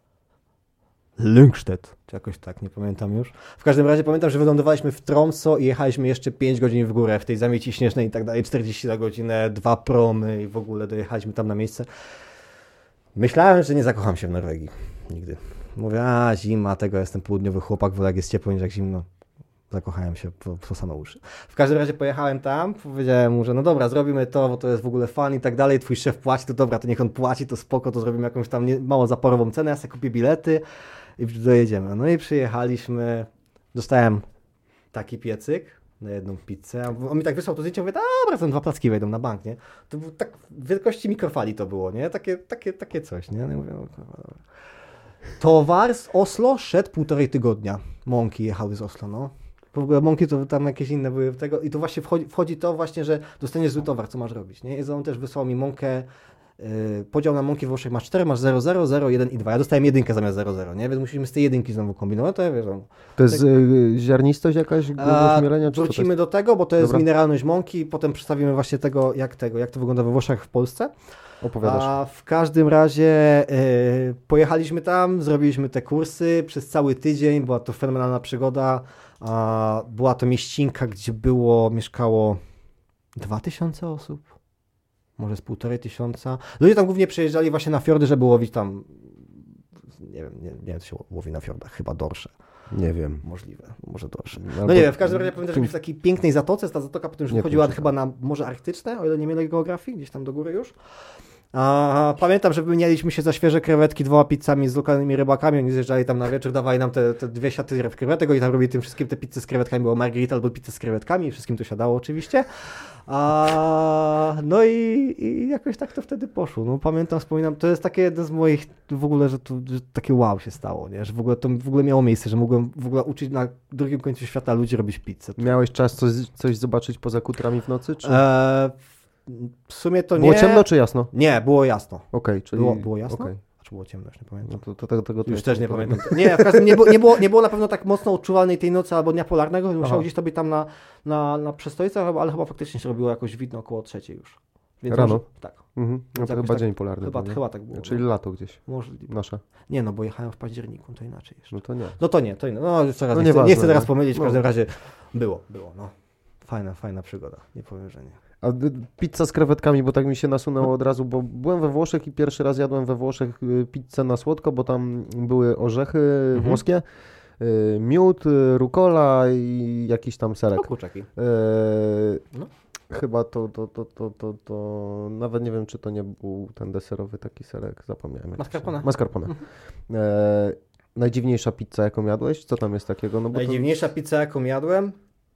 Lyngstedt, czy jakoś tak, nie pamiętam już. W każdym razie pamiętam, że wylądowaliśmy w Tromsø i jechaliśmy jeszcze 5 godzin w górę w tej zamieci śnieżnej i tak dalej, 40 na godzinę, 2 promy i w ogóle dojechaliśmy tam na miejsce. Myślałem, że nie zakocham się w Norwegii. Nigdy. Mówię, zima, tego jestem południowy chłopak, wolę jak jest ciepło niż jak zimno. Zakochałem się po same uszy. W każdym razie pojechałem tam, powiedziałem mu, że no dobra, zrobimy to, bo to jest w ogóle fan i tak dalej, twój szef płaci, to dobra, to niech on płaci, to spoko, to zrobimy jakąś tam mało zaporową cenę, ja sobie kupię bilety i dojedziemy. No i przyjechaliśmy, dostałem taki piecyk na jedną pizzę, on mi tak wysłał to zdjęcie, mówię, dobra, tam 2 placki wejdą na bank, nie? To było tak, wielkości mikrofali to było, nie? Takie coś, nie? No i mówię, no, dobra. Towar z Oslo szedł 1,5 tygodnia. Mąki jechały z Oslo, no. W ogóle mąki to tam jakieś inne były tego i tu właśnie wchodzi to właśnie, że dostaniesz zły towar, co masz robić, nie? I on też wysłał mi mąkę, podział na mąki w Włoszech masz 4, masz 0, 0, 0, 1 i 2. Ja dostałem 1 zamiast 0, 0, nie? Więc musimy z tej 1 znowu kombinować, to ja wiesz. To jest ziarnistość jakaś do śmielenia? Wrócimy do tego, bo to jest mineralność mąki, potem przedstawimy właśnie jak to wygląda we Włoszech, w Polsce. Opowiadasz. A w każdym razie pojechaliśmy tam, zrobiliśmy te kursy przez cały tydzień, była to fenomenalna przygoda. Była to mieścinka, gdzie mieszkało 2000 osób, może z 1500. Ludzie tam głównie przyjeżdżali właśnie na fiordy, żeby łowić tam, nie wiem, co się łowi na fiordach, chyba dorsze. Nie wiem. Możliwe, może dorsze. No nie wiem, w każdym razie pamiętam, że w takiej pięknej zatoce, ta zatoka potem już wychodziła chyba na Morze Arktyczne, o ile nie mylę geografii, gdzieś tam do góry już. Pamiętam, że wymienialiśmy się za świeże krewetki 2 pizzami z lokalnymi rybakami, oni zjeżdżali tam na wieczór, dawali nam te 2 siaty krewetek i tam robili tym wszystkim te pizzy z krewetkami, było margarita albo pizza z krewetkami i wszystkim to siadało oczywiście. No i jakoś tak to wtedy poszło. No pamiętam, wspominam, to jest takie jedno z moich w ogóle, że takie wow się stało, nie? Że w ogóle to w ogóle miało miejsce, że mogłem w ogóle uczyć na drugim końcu świata ludzi robić pizzę. Miałeś czas coś zobaczyć poza kutrami w nocy? Czy... W sumie to było nie. Było ciemno czy jasno? Nie, było jasno. Okej, czyli... Było jasno? Okay. Czy było ciemno? Już nie pamiętam. No tego już też nie pamiętam. Nie, w każdym nie było na pewno tak mocno odczuwalnej tej nocy albo dnia polarnego, musiało gdzieś to być tam na przestojcach, ale chyba faktycznie się robiło jakoś widno około 3 już. Więc rano? Może, tak. No to chyba tak, dzień polarny. Chyba tak było. Czyli lato gdzieś. Możliwe. Nasze. Nie, no bo jechałem w październiku, to inaczej jeszcze. No to nie. No to nie. No jeszcze raz, no nie chcę teraz pomylić, w każdym razie było, no. Fajna przygoda, nie powiem, że nie. A pizza z krewetkami, bo tak mi się nasunęło od razu, bo byłem we Włoszech i pierwszy raz jadłem we Włoszech pizzę na słodko, bo tam były orzechy włoskie, miód, rucola i jakiś tam serek. O kurczaki. No. Chyba to nawet nie wiem, czy to nie był ten deserowy taki serek, zapomniałem. Mascarpone. Najdziwniejsza pizza, jaką jadłeś? Co tam jest takiego? No bo najdziwniejsza pizza, jaką jadłem?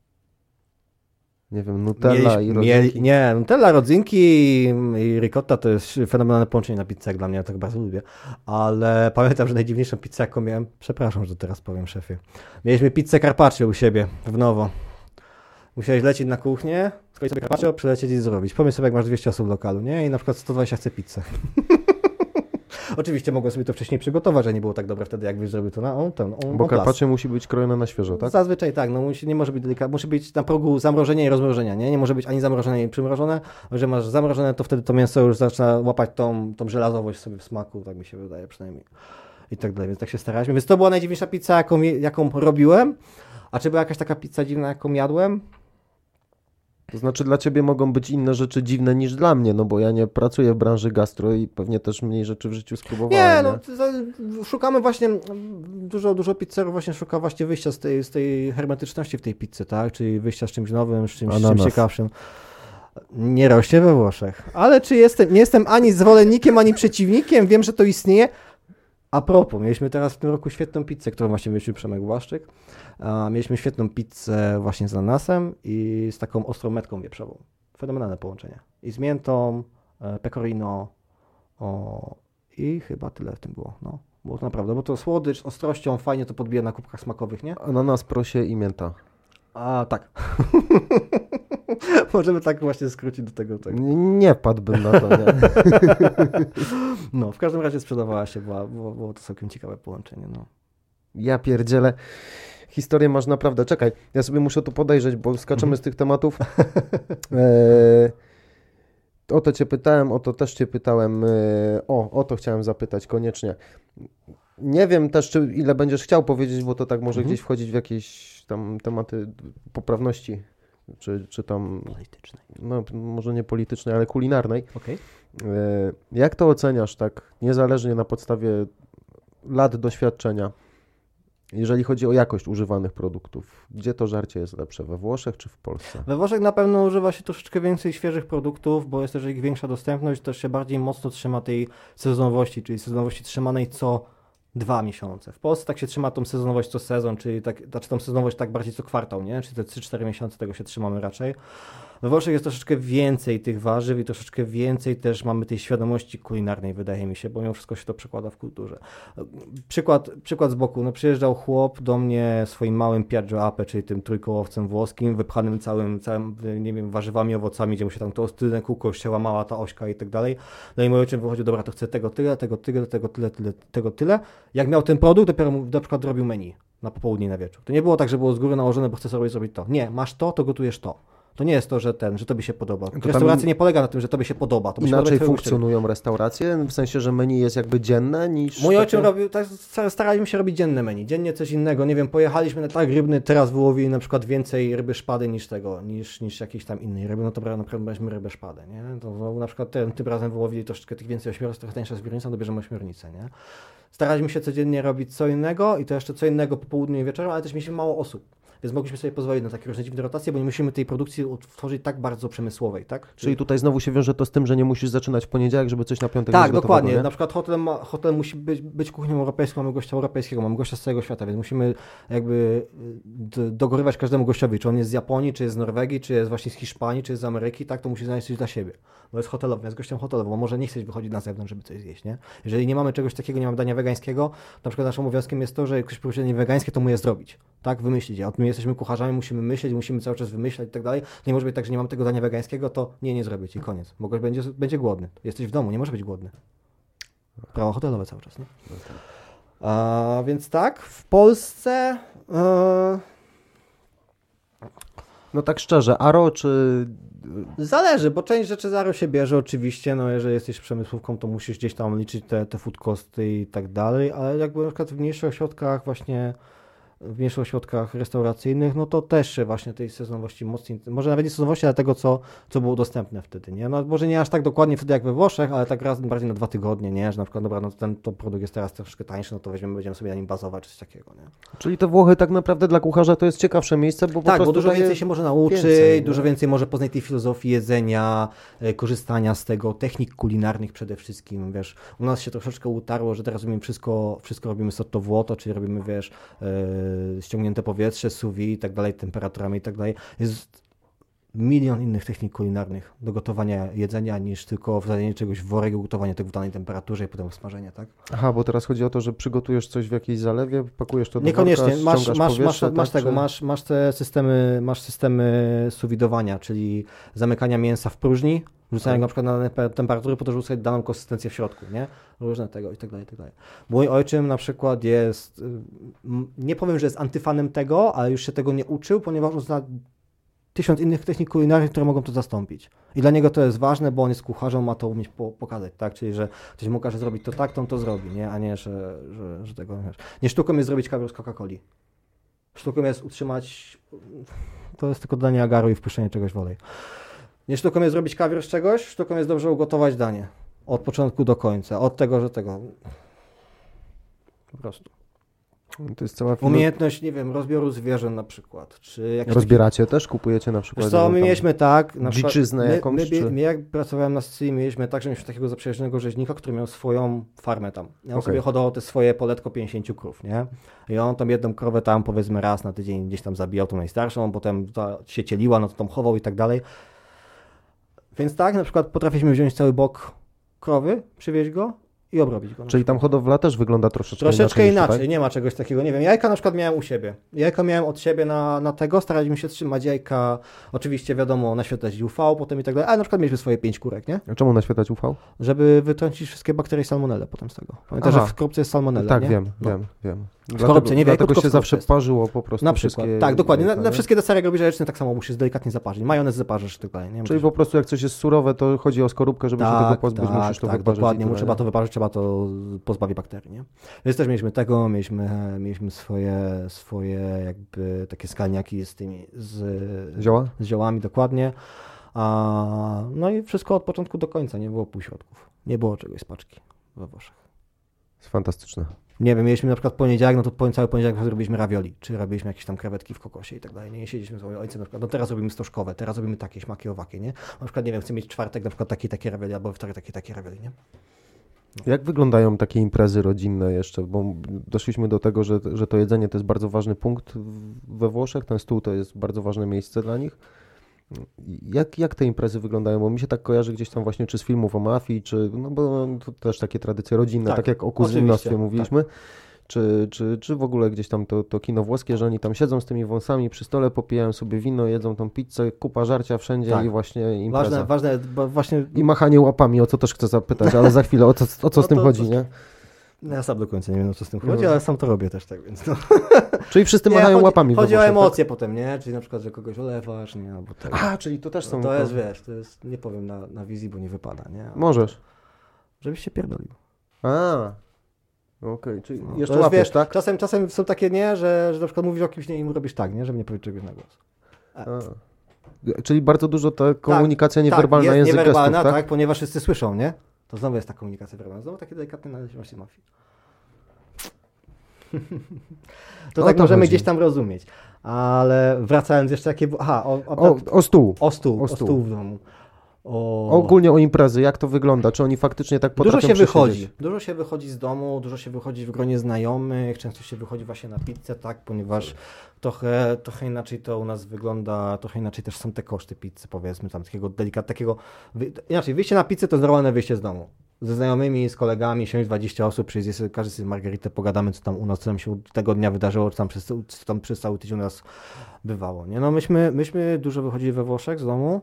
Nie wiem, Nutella i rodzynki. Nie, Nutella, rodzynki i ricotta to jest fenomenalne połączenie na pizzę, jak dla mnie, ja tak bardzo lubię. Ale pamiętam, że najdziwniejszą pizzę, jaką miałem, przepraszam, że teraz powiem, szefie. Mieliśmy pizzę carpaccio u siebie w Nowo. Musiałeś lecieć na kuchnię, skończyć sobie carpaccio, przylecieć i zrobić. Pomyśl sobie, jak masz 200 osób w lokalu, nie? I na przykład 120 chce pizzę. Oczywiście mogłem sobie to wcześniej przygotować, że nie było tak dobre wtedy, jak zrobił to na Bo carpaccio musi być krojone na świeżo, tak? Zazwyczaj tak, no nie może być delikatne, musi być na progu zamrożenia i rozmrożenia, nie? Nie może być ani zamrożone, ani przymrożone, że masz zamrożone, to wtedy to mięso już zaczyna łapać tą żelazowość sobie w smaku, tak mi się wydaje przynajmniej. I tak dalej, więc tak się staraliśmy. Więc to była najdziwniejsza pizza, jaką robiłem. A czy była jakaś taka pizza dziwna, jaką jadłem? To znaczy dla ciebie mogą być inne rzeczy dziwne niż dla mnie, no bo ja nie pracuję w branży gastro i pewnie też mniej rzeczy w życiu spróbowałem. Szukamy właśnie, dużo pizzerów właśnie szuka właśnie wyjścia z tej hermetyczności w tej pizzy, tak? Czyli wyjścia z czymś nowym, z czymś ciekawszym. Nie rośnie we Włoszech. Ale nie jestem ani zwolennikiem, ani przeciwnikiem, wiem, że to istnieje. A propos, mieliśmy teraz w tym roku świetną pizzę, którą właśnie wymyślił Przemek Błaszczyk. Mieliśmy świetną pizzę właśnie z ananasem i z taką ostrą metką wieprzową. Fenomenalne połączenie. I z miętą, pecorino i chyba tyle w tym było. No, było to naprawdę, bo to słodycz, ostrością, fajnie to podbija na kubkach smakowych, nie? Ananas, prosie i mięta. A, tak. Możemy tak właśnie skrócić do tego. Tak. Nie wpadłbym na to, nie? No, w każdym razie sprzedawała się, było to całkiem ciekawe połączenie, no. Ja pierdzielę. Historię masz naprawdę. Czekaj, ja sobie muszę tu podejrzeć, bo skaczemy z tych tematów. O to cię pytałem, o to też cię pytałem. O to chciałem zapytać koniecznie. Nie wiem też, ile będziesz chciał powiedzieć, bo to tak może gdzieś wchodzić w jakieś tam tematy poprawności, czy tam... Politycznej. No, może nie politycznej, ale kulinarnej. Okay. Jak to oceniasz tak niezależnie na podstawie lat doświadczenia, jeżeli chodzi o jakość używanych produktów? Gdzie to żarcie jest lepsze, we Włoszech czy w Polsce? We Włoszech na pewno używa się troszeczkę więcej świeżych produktów, bo jest też ich większa dostępność, też się bardziej mocno trzyma tej sezonowości, czyli sezonowości trzymanej co 2 miesiące. W Polsce tak się trzyma tą sezonowość co sezon, czyli tą sezonowość tak bardziej co kwartał, nie? Czyli te 3-4 miesiące tego się trzymamy raczej. We Włoszech jest troszeczkę więcej tych warzyw i troszeczkę więcej też mamy tej świadomości kulinarnej, wydaje mi się, bo mimo wszystko się to przekłada w kulturze. Przykład z boku. No, przyjeżdżał chłop do mnie swoim małym Piaggio Ape, czyli tym trójkołowcem włoskim, wypchanym całym, nie wiem, warzywami, owocami, gdzie mu się tam to ostylne kółko się łamała ta ośka i tak dalej. No i mój ojciec wychodził, dobra, to chcę tego tyle, tego tyle. Jak miał ten produkt, dopiero mu na przykład robił menu na popołudnie i na wieczór. To nie było tak, że było z góry nałożone, bo chcę sobie zrobić to. Nie, masz to gotujesz to. To nie jest to, że tobie się podoba. Restauracja nie polega na tym, że tobie się podoba. To inaczej funkcjonują restauracje, w sensie, że menu jest jakby dzienne niż... Mój ojciec robił, staraliśmy się robić dzienne menu. Dziennie coś innego. Nie wiem, pojechaliśmy na targ rybny, teraz wyłowili na przykład więcej ryby szpady niż jakiejś tam innej ryby. No to naprawdę braliśmy rybę szpadę, nie? To na przykład tym razem wyłowili troszeczkę tych więcej ośmiornic, trochę tańsza zbiornica, to bierzemy ośmiornicę, nie? Staraliśmy się codziennie robić co innego i to jeszcze co innego po południu i wieczorem, ale też mieliśmy mało osób. Więc mogliśmy sobie pozwolić na takie różne dziwne rotacje, bo nie musimy tej produkcji tworzyć tak bardzo przemysłowej, tak? Czyli tutaj znowu się wiąże to z tym, że nie musisz zaczynać w poniedziałek, żeby coś na piątek tak, dokładnie. Nie? Na przykład hotel musi być kuchnią europejską, mamy gościa europejskiego, mamy gościa z całego świata, więc musimy jakby dogorywać każdemu gościowi, czy on jest z Japonii, czy jest z Norwegii, czy jest właśnie z Hiszpanii, czy jest z Ameryki, tak, to musi znaleźć coś dla siebie. Bo jest hotelowy, jest gościem hotelowym, bo może nie chcieć wychodzić na zewnątrz, żeby coś zjeść, nie? Jeżeli nie mamy czegoś takiego, nie mamy dania wegańskiego, na przykład naszym obowiązkiem jest to, że jak ktoś próbuje danie wegańskie, to mu je zrobić, tak, wymyślić je. My jesteśmy kucharzami, musimy myśleć, musimy cały czas wymyślać i tak dalej. Nie może być tak, że nie mam tego dania wegańskiego, to nie zrobię ci, koniec. Bo gość będzie głodny. Jesteś w domu, nie może być głodny. Prawo hotelowe cały czas, nie? Więc tak, w Polsce... No tak szczerze, Aro czy... Zależy, bo część rzeczy z Aro się bierze oczywiście, no jeżeli jesteś przemysłówką, to musisz gdzieś tam liczyć te food costy i tak dalej, ale jakby na przykład w mniejszych ośrodkach właśnie, w mniejszych ośrodkach restauracyjnych, no to też właśnie tej sezonowości mocniej, może nawet nie sezonowości, ale tego, co było dostępne wtedy, nie? No może nie aż tak dokładnie wtedy jak we Włoszech, ale tak raz bardziej na 2 tygodnie, nie? Że na przykład, dobra, no to produkt jest teraz troszkę tańszy, no to będziemy sobie na nim bazować, czy coś takiego, nie? Czyli te Włochy tak naprawdę dla kucharza to jest ciekawsze miejsce, bo po tak, prostu bo dużo więcej się może nauczyć, więcej, dużo więcej może poznać tej filozofii jedzenia, korzystania z tego, technik kulinarnych przede wszystkim, wiesz, u nas się troszeczkę utarło, że teraz robimy wszystko robimy sotto vuoto, czyli robimy, wiesz, ściągnięte powietrze, sous vide i tak dalej, temperaturami i tak dalej. Jest milion innych technik kulinarnych do gotowania jedzenia niż tylko wsadzenie czegoś w worek i gotowanie tego w danej temperaturze i potem smażenie, tak? Aha, bo teraz chodzi o to, że przygotujesz coś w jakiejś zalewie, pakujesz to do niekoniecznie, worka, masz systemy suwidowania, czyli zamykania mięsa w próżni, rzucania na przykład na temperatury po to, żeby uzyskać daną konsystencję w środku, nie? Różne tego i tak dalej, i tak dalej. Mój ojczym na przykład jest, nie powiem, że jest antyfanem tego, ale już się tego nie uczył, ponieważ uzna 1000 innych technik kulinarnych, które mogą to zastąpić. I dla niego to jest ważne, bo on jest kucharzem, ma to umieć pokazać, tak? Czyli, że ktoś mu każe zrobić to tak, to on to zrobi, nie? A nie, że tego, wiesz. Nie sztuką jest zrobić kawę z Coca-Coli. Sztuką jest utrzymać to jest tylko dodanie agaru i wpuszczenie czegoś w olej. Nie sztuką jest zrobić kawior z czegoś, sztuką jest dobrze ugotować danie. Od początku do końca, od tego, że tego. Po prostu. To jest cała Umiejętność, nie wiem, rozbioru zwierząt na przykład. Czy jakieś Rozbieracie też? Kupujecie na przykład? Wiesz co, my mieliśmy tak, na przykład, dziczyznę jakąś? my jak pracowałem na Sycylii, mieliśmy tak, że mieliśmy takiego zaprzyjaźnionego rzeźnika, który miał swoją farmę tam. I on sobie hodował te swoje poletko 50 krów, nie? I on tam jedną krowę tam powiedzmy raz na tydzień gdzieś tam zabijał, tą najstarszą, potem ta się cieliła, no to tam chował i tak dalej. Więc tak, na przykład potrafiliśmy wziąć cały bok krowy, przywieźć go i obrobić go. Czyli tam hodowla też wygląda troszeczkę inaczej. Tutaj? Nie ma czegoś takiego. Nie wiem, jajka na przykład miałem u siebie. Jajka miałem od siebie na tego, staraliśmy się trzymać jajka, oczywiście wiadomo, naświetlać UV potem i tak dalej, ale na przykład mieliśmy swoje 5 kurek, nie? A czemu naświetlać UV? Żeby wytrącić wszystkie bakterie salmonelle potem z tego. Pamiętasz, że w skorupce jest salmonella, tak, nie? wiem. W skorupce, nie wiem, dlatego się zawsze parzyło po prostu. Na przykład, tak, dokładnie. Na wszystkie desery, jak robisz jajeczne, tak samo musisz delikatnie zaparzyć. Majonez zaparzysz i tak dalej. Nie? Czyli po prostu jak coś jest surowe, to chodzi o skorupkę, żeby się tego pozbyć, musisz to wyparzyć. Dokładnie, trzeba to wyparzyć, trzeba to pozbawić bakterii, nie? Więc też mieliśmy tego, mieliśmy swoje jakby takie skalniaki z tymi, z ziołami, dokładnie. No i wszystko od początku do końca, nie było półśrodków. Nie było czegoś z paczki we Włoszech. Jest fantastyczne. Nie wiem, mieliśmy na przykład poniedziałek, no to cały poniedziałek robiliśmy ravioli, czy robiliśmy jakieś tam krewetki w kokosie i tak dalej. Nie siedzieliśmy z moim ojcem na przykład, no teraz robimy stożkowe, teraz robimy takie śmaki, owakie, nie? Na przykład, nie wiem, chcę mieć czwartek na przykład takie ravioli, albo we wtorek takie ravioli, nie? No. Jak wyglądają takie imprezy rodzinne jeszcze? Bo doszliśmy do tego, że to jedzenie to jest bardzo ważny punkt we Włoszech, ten stół to jest bardzo ważne miejsce dla nich. Jak te imprezy wyglądają? Bo mi się tak kojarzy gdzieś tam właśnie czy z filmów o mafii, czy, no bo to też takie tradycje rodzinne, tak jak o kuzynostwie mówiliśmy. Tak. Czy w ogóle gdzieś tam to kino włoskie, że oni tam siedzą z tymi wąsami przy stole, popijają sobie wino, jedzą tą pizzę, kupa żarcia wszędzie i właśnie impreza. Ważne, bo właśnie... I machanie łapami, o co też chcę zapytać, ale za chwilę, o co z tym chodzi, nie? Ja sam do końca nie wiem, o co z tym chodzi, ale sam to robię też, tak więc no. Czyli wszyscy machają łapami. Chodzi o emocje potem, nie? Czyli na przykład, że kogoś olewasz, nie? Albo tak. Czyli to też są... No to jest, wiesz, to jest, nie powiem na wizji, bo nie wypada, nie? Ale możesz. Żebyś się pierdolił. Okej, czyli jeszcze łapiesz, wiesz, tak? Czasem są takie, nie? Że na przykład mówisz o kimś, nie, i mu robisz tak, nie? Żeby nie powiedzieć czegoś na głos. Czyli bardzo dużo ta komunikacja niewerbalna, jest język niewerbalna, gestów, tak? Ponieważ wszyscy słyszą, nie? To znowu jest ta komunikacja werbalna. Znowu takie delikatne należy właśnie mafii. To tak możemy gdzieś tam rozumieć. Ale wracając jeszcze jakie... O stół. O stół w domu. Ogólnie o imprezy, jak to wygląda? Czy oni faktycznie tak potrafią Dużo się wychodzi z domu, dużo się wychodzi w gronie znajomych, często się wychodzi właśnie na pizzę, tak, ponieważ trochę inaczej to u nas wygląda, trochę inaczej też są te koszty pizzy, powiedzmy, tam takiego delikatnego, inaczej, wyjście na pizzę to jest normalne wyjście z domu. Ze znajomymi, z kolegami, 20 osób, przyjdzie sobie, każdy sobie margaritę, pogadamy, co tam u nas, co nam się tego dnia wydarzyło, czy tam przez cały tydzień u nas bywało, nie? No myśmy dużo wychodzili we Włoszech z domu,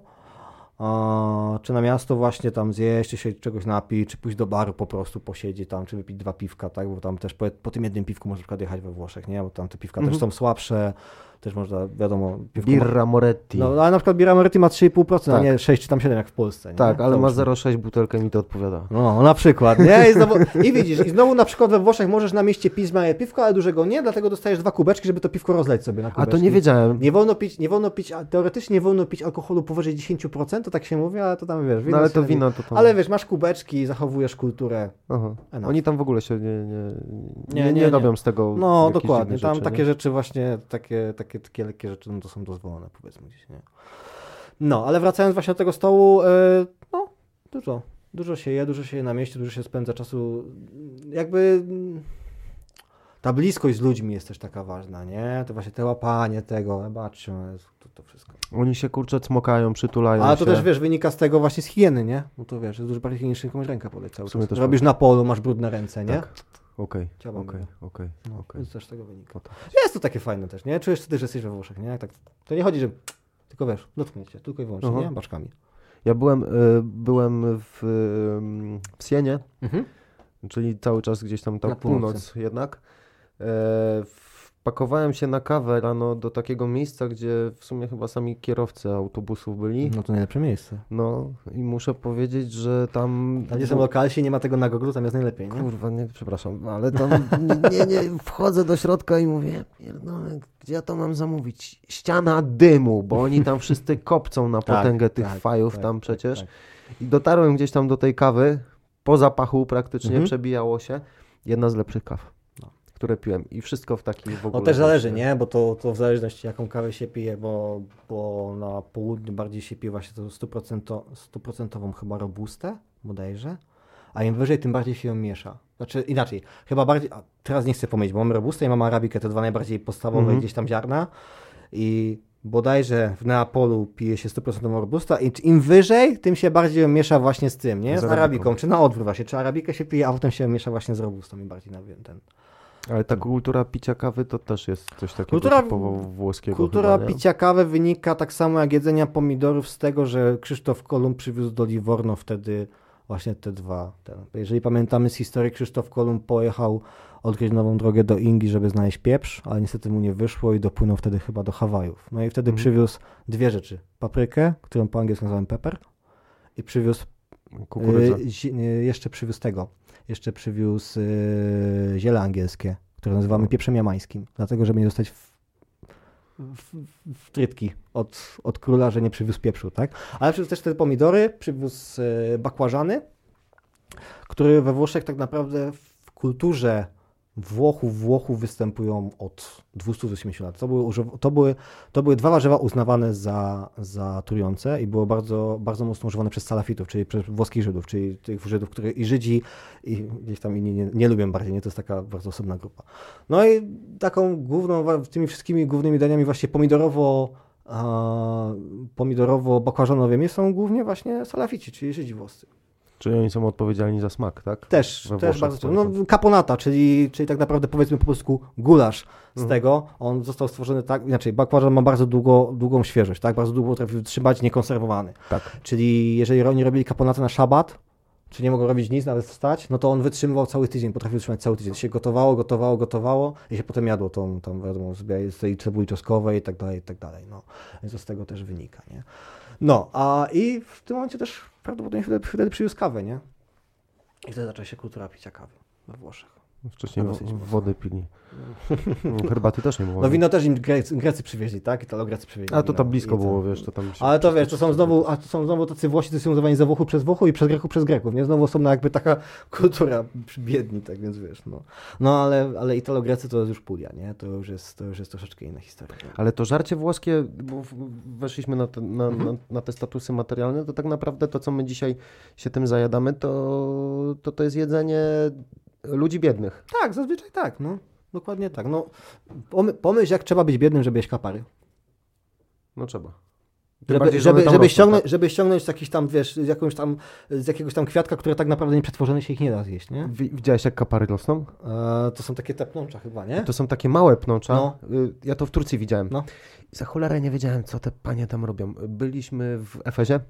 czy na miasto właśnie tam zjeść, czy się czegoś napić, czy pójść do baru po prostu posiedzieć tam, czy wypić 2 piwka, tak, bo tam też po tym jednym piwku można na przykład jechać we Włoszech, nie, bo tam te piwka też są słabsze, też można, wiadomo... Birra Moretti. No, ale na przykład Birra Moretti ma 3,5%, tak. A nie 6 czy tam 7 jak w Polsce. Nie? Tak, ale ma 0,6 butelkę, mi to odpowiada. No, na przykład, nie? I widzisz, i znowu na przykład we Włoszech możesz na mieście pić małe piwko, ale dużego nie, dlatego dostajesz 2 kubeczki, żeby to piwko rozleć sobie na kubeczki. A to nie wiedziałem. Nie wolno pić, teoretycznie nie wolno pić alkoholu powyżej 10%, to tak się mówi, ale to tam wiesz... No ale to wino to tam... Ale wiesz, masz kubeczki, zachowujesz kulturę. Aha. Oni tam w ogóle się nie robią z tego. No dokładnie, tam rzeczy, takie rzeczy właśnie, takie lekkie rzeczy, no to są dozwolone, powiedzmy gdzieś, nie? No, ale wracając właśnie do tego stołu, no, dużo się je na mieście, dużo się spędza czasu, jakby ta bliskość z ludźmi jest też taka ważna, nie? To właśnie te łapanie tego, zobaczcie, to wszystko. Oni się, kurczę, cmokają, przytulają Ale się. to też, wiesz, wynika z tego właśnie z higieny, nie? No to wiesz, jest dużo bardziej higieniczny, komuś rękę poleć cały czas. Robisz na polu, masz brudne ręce, nie? Tak. Okej. Więc też z tego wynika. Jest to takie fajne też, nie? Czujesz wtedy, że jesteś we Włoszech, nie? Tak, to nie chodzi, że tylko wiesz, dotkniesz się, tylko i wyłącznie, nie? Baczkami. Ja byłem w Sienie, czyli cały czas gdzieś tam ta północ jednak. Pakowałem się na kawę rano do takiego miejsca, gdzie w sumie chyba sami kierowcy autobusów byli. No to najlepsze miejsce. No i muszę powiedzieć, że tam... Tam gdzie są lokalsi, nie ma tego na Google, tam jest najlepiej, nie? Kurwa, nie, przepraszam, ale tam nie wchodzę do środka i mówię, pierdolę, gdzie ja to mam zamówić? Ściana dymu, bo oni tam wszyscy kopcą na potęgę tych fajów tam przecież. I dotarłem gdzieś tam do tej kawy, po zapachu praktycznie przebijało się. Jedna z lepszych kaw, które piłem i wszystko w takiej w ogóle... No też zależy, nie? Bo to w zależności jaką kawę się pije, bo na południu bardziej się pije właśnie to 100% chyba robustę, bodajże, a im wyżej, tym bardziej się ją miesza. Znaczy inaczej, chyba bardziej, a teraz nie chcę pomylić, bo mamy robustę i mamy arabikę, te dwa najbardziej podstawowe gdzieś tam ziarna i bodajże w Neapolu pije się 100% robusta i im wyżej, tym się bardziej miesza właśnie z tym, nie? Z arabiką, czy na odwrót właśnie, czy arabikę się pije, a potem się miesza właśnie z robustą i bardziej na ten... Ale ta kultura picia kawy to też jest coś takiego typowo włoskiego. Kultura chyba, picia kawy wynika tak samo jak jedzenia pomidorów z tego, że Krzysztof Kolumb przywiózł do Livorno wtedy właśnie te dwa. Jeżeli pamiętamy z historii, Krzysztof Kolumb pojechał odkryć nową drogę do Indii, żeby znaleźć pieprz, ale niestety mu nie wyszło i dopłynął wtedy chyba do Hawajów. No i wtedy przywiózł dwie rzeczy. Paprykę, którą po angielsku nazywamy pepper i przywiózł jeszcze przywiózł ziele angielskie, które nazywamy pieprzem jamańskim, dlatego żeby nie dostać wtrytki od króla, że nie przywiózł pieprzu, tak? Ale przywiózł też te pomidory, przywiózł bakłażany, które we Włoszech tak naprawdę w kulturze Włochów występują od 280 lat. To były dwa warzywa uznawane za trujące i było bardzo, bardzo mocno używane przez salafitów, czyli przez włoskich Żydów, czyli tych Żydów, których i Żydzi i gdzieś tam inni nie lubią bardziej, nie? To jest taka bardzo osobna grupa. No i taką główną, tymi wszystkimi głównymi daniami właśnie pomidorowo-bakłażanowymi są głównie właśnie salafici, czyli Żydzi włoscy. Czyli oni są odpowiedzialni za smak, tak? Też bardzo. No, caponata, czyli tak naprawdę powiedzmy po polsku gulasz z tego. On został stworzony tak, inaczej bakłażan ma bardzo długą świeżość, tak? Bardzo długo potrafi wytrzymać niekonserwowany. Tak. Czyli jeżeli oni robili caponatę na szabat, czy nie mogą robić nic, nawet wstać, no to on wytrzymywał cały tydzień, potrafił wytrzymać cały tydzień. To się gotowało i się potem jadło tą wiadomo, z tej cebuli czosnkowej i tak dalej. No. Więc to z tego też wynika, nie? No, i w tym momencie też prawdopodobnie wtedy przywiózł kawę, nie? I wtedy zaczęła się kultura picia kawy we Włoszech. Wcześniej wodę pili. Herbaty też nie było. No wino też im Grecy przywieźli, tak? Italogrecy przywieźli. A to tam blisko było, wiesz, to tam się... Ale to wiesz, to są znowu tacy Włosi, którzy są nazywani za Włochów przez Włochów i przez Greków przez Greków, nie? Znowu osobna jakby taka kultura biedni, tak więc wiesz, no. No ale Italogrecy to jest już Puglia, nie? To już jest troszeczkę inna historia. Nie? Ale to żarcie włoskie, bo weszliśmy na te statusy materialne, to tak naprawdę to, co my dzisiaj się tym zajadamy, to jest jedzenie ludzi biednych. Tak, zazwyczaj tak, no. Dokładnie tak. No, pomyśl, jak trzeba być biednym, żeby jeść kapary. No trzeba. Żeby ściągnąć jakiś tam, wiesz, z jakiegoś tam kwiatka, które tak naprawdę nie przetworzone się ich nie da zjeść, nie? Widziałeś, jak kapary rosną? To są takie te pnącza chyba, nie? To są takie małe pnącza. No. Ja to w Turcji widziałem. No. I za cholerę nie wiedziałem, co te panie tam robią. Byliśmy w Efezie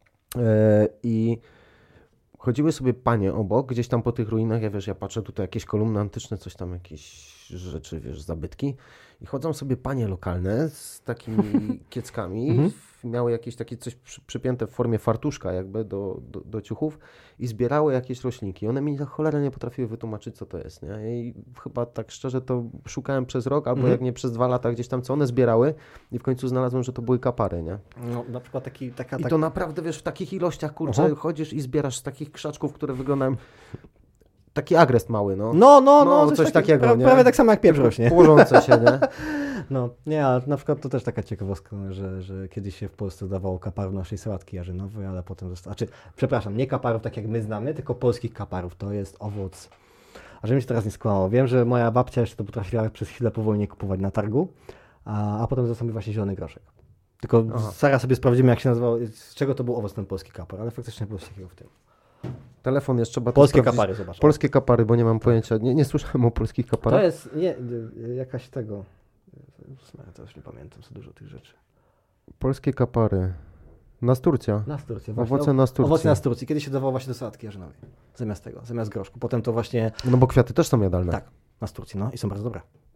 i chodziły sobie panie obok, gdzieś tam po tych ruinach, ja patrzę tutaj jakieś kolumny antyczne, coś tam, jakieś rzeczy, zabytki i chodzą sobie panie lokalne z takimi kieckami, miały jakieś takie coś przypięte w formie fartuszka jakby do ciuchów i zbierały jakieś roślinki. One mi za cholerę nie potrafiły wytłumaczyć, co to jest, nie? I chyba tak szczerze to szukałem przez rok, albo jak nie przez 2 lata gdzieś tam, co one zbierały i w końcu znalazłem, że to były kapary, nie? No, na przykład I to naprawdę, wiesz, w takich ilościach, kurczę, chodzisz i zbierasz z takich krzaczków, które wyglądają... Taki agrest mały, no. No, coś takiego, nie? Prawie tak samo jak pieprz rośnie. Płożące się, nie? No, nie, ale na przykład to też taka ciekawostka, że kiedyś się w Polsce dawało kaparów naszej sałatki jarzynowej, ale potem przepraszam, nie kaparów tak jak my znamy, tylko polskich kaparów. To jest owoc, a żebym się teraz nie skłamał. Wiem, że moja babcia jeszcze to potrafiła przez chwilę po wojnie kupować na targu, a potem został mi właśnie zielony groszek. Tylko zaraz sobie sprawdzimy, jak się nazywał, z czego to był owoc ten polski kapar, ale faktycznie było coś takiego w tym. Telefon jest, trzeba polskie kapary, zobacz. Polskie kapary, bo nie mam pojęcia. Nie słyszałem o polskich kaparach. To jest, jakaś tego... To już nie pamiętam za dużo tych rzeczy. Polskie kapary. Nasturcja. Nasturcja. Owoce nasturcji. Owoce nasturcji. Kiedyś się dawało właśnie do sałatki jarzynowej. Zamiast groszku. Potem to właśnie... No bo kwiaty też są jadalne. Tak, nasturcji, no i są bardzo dobre.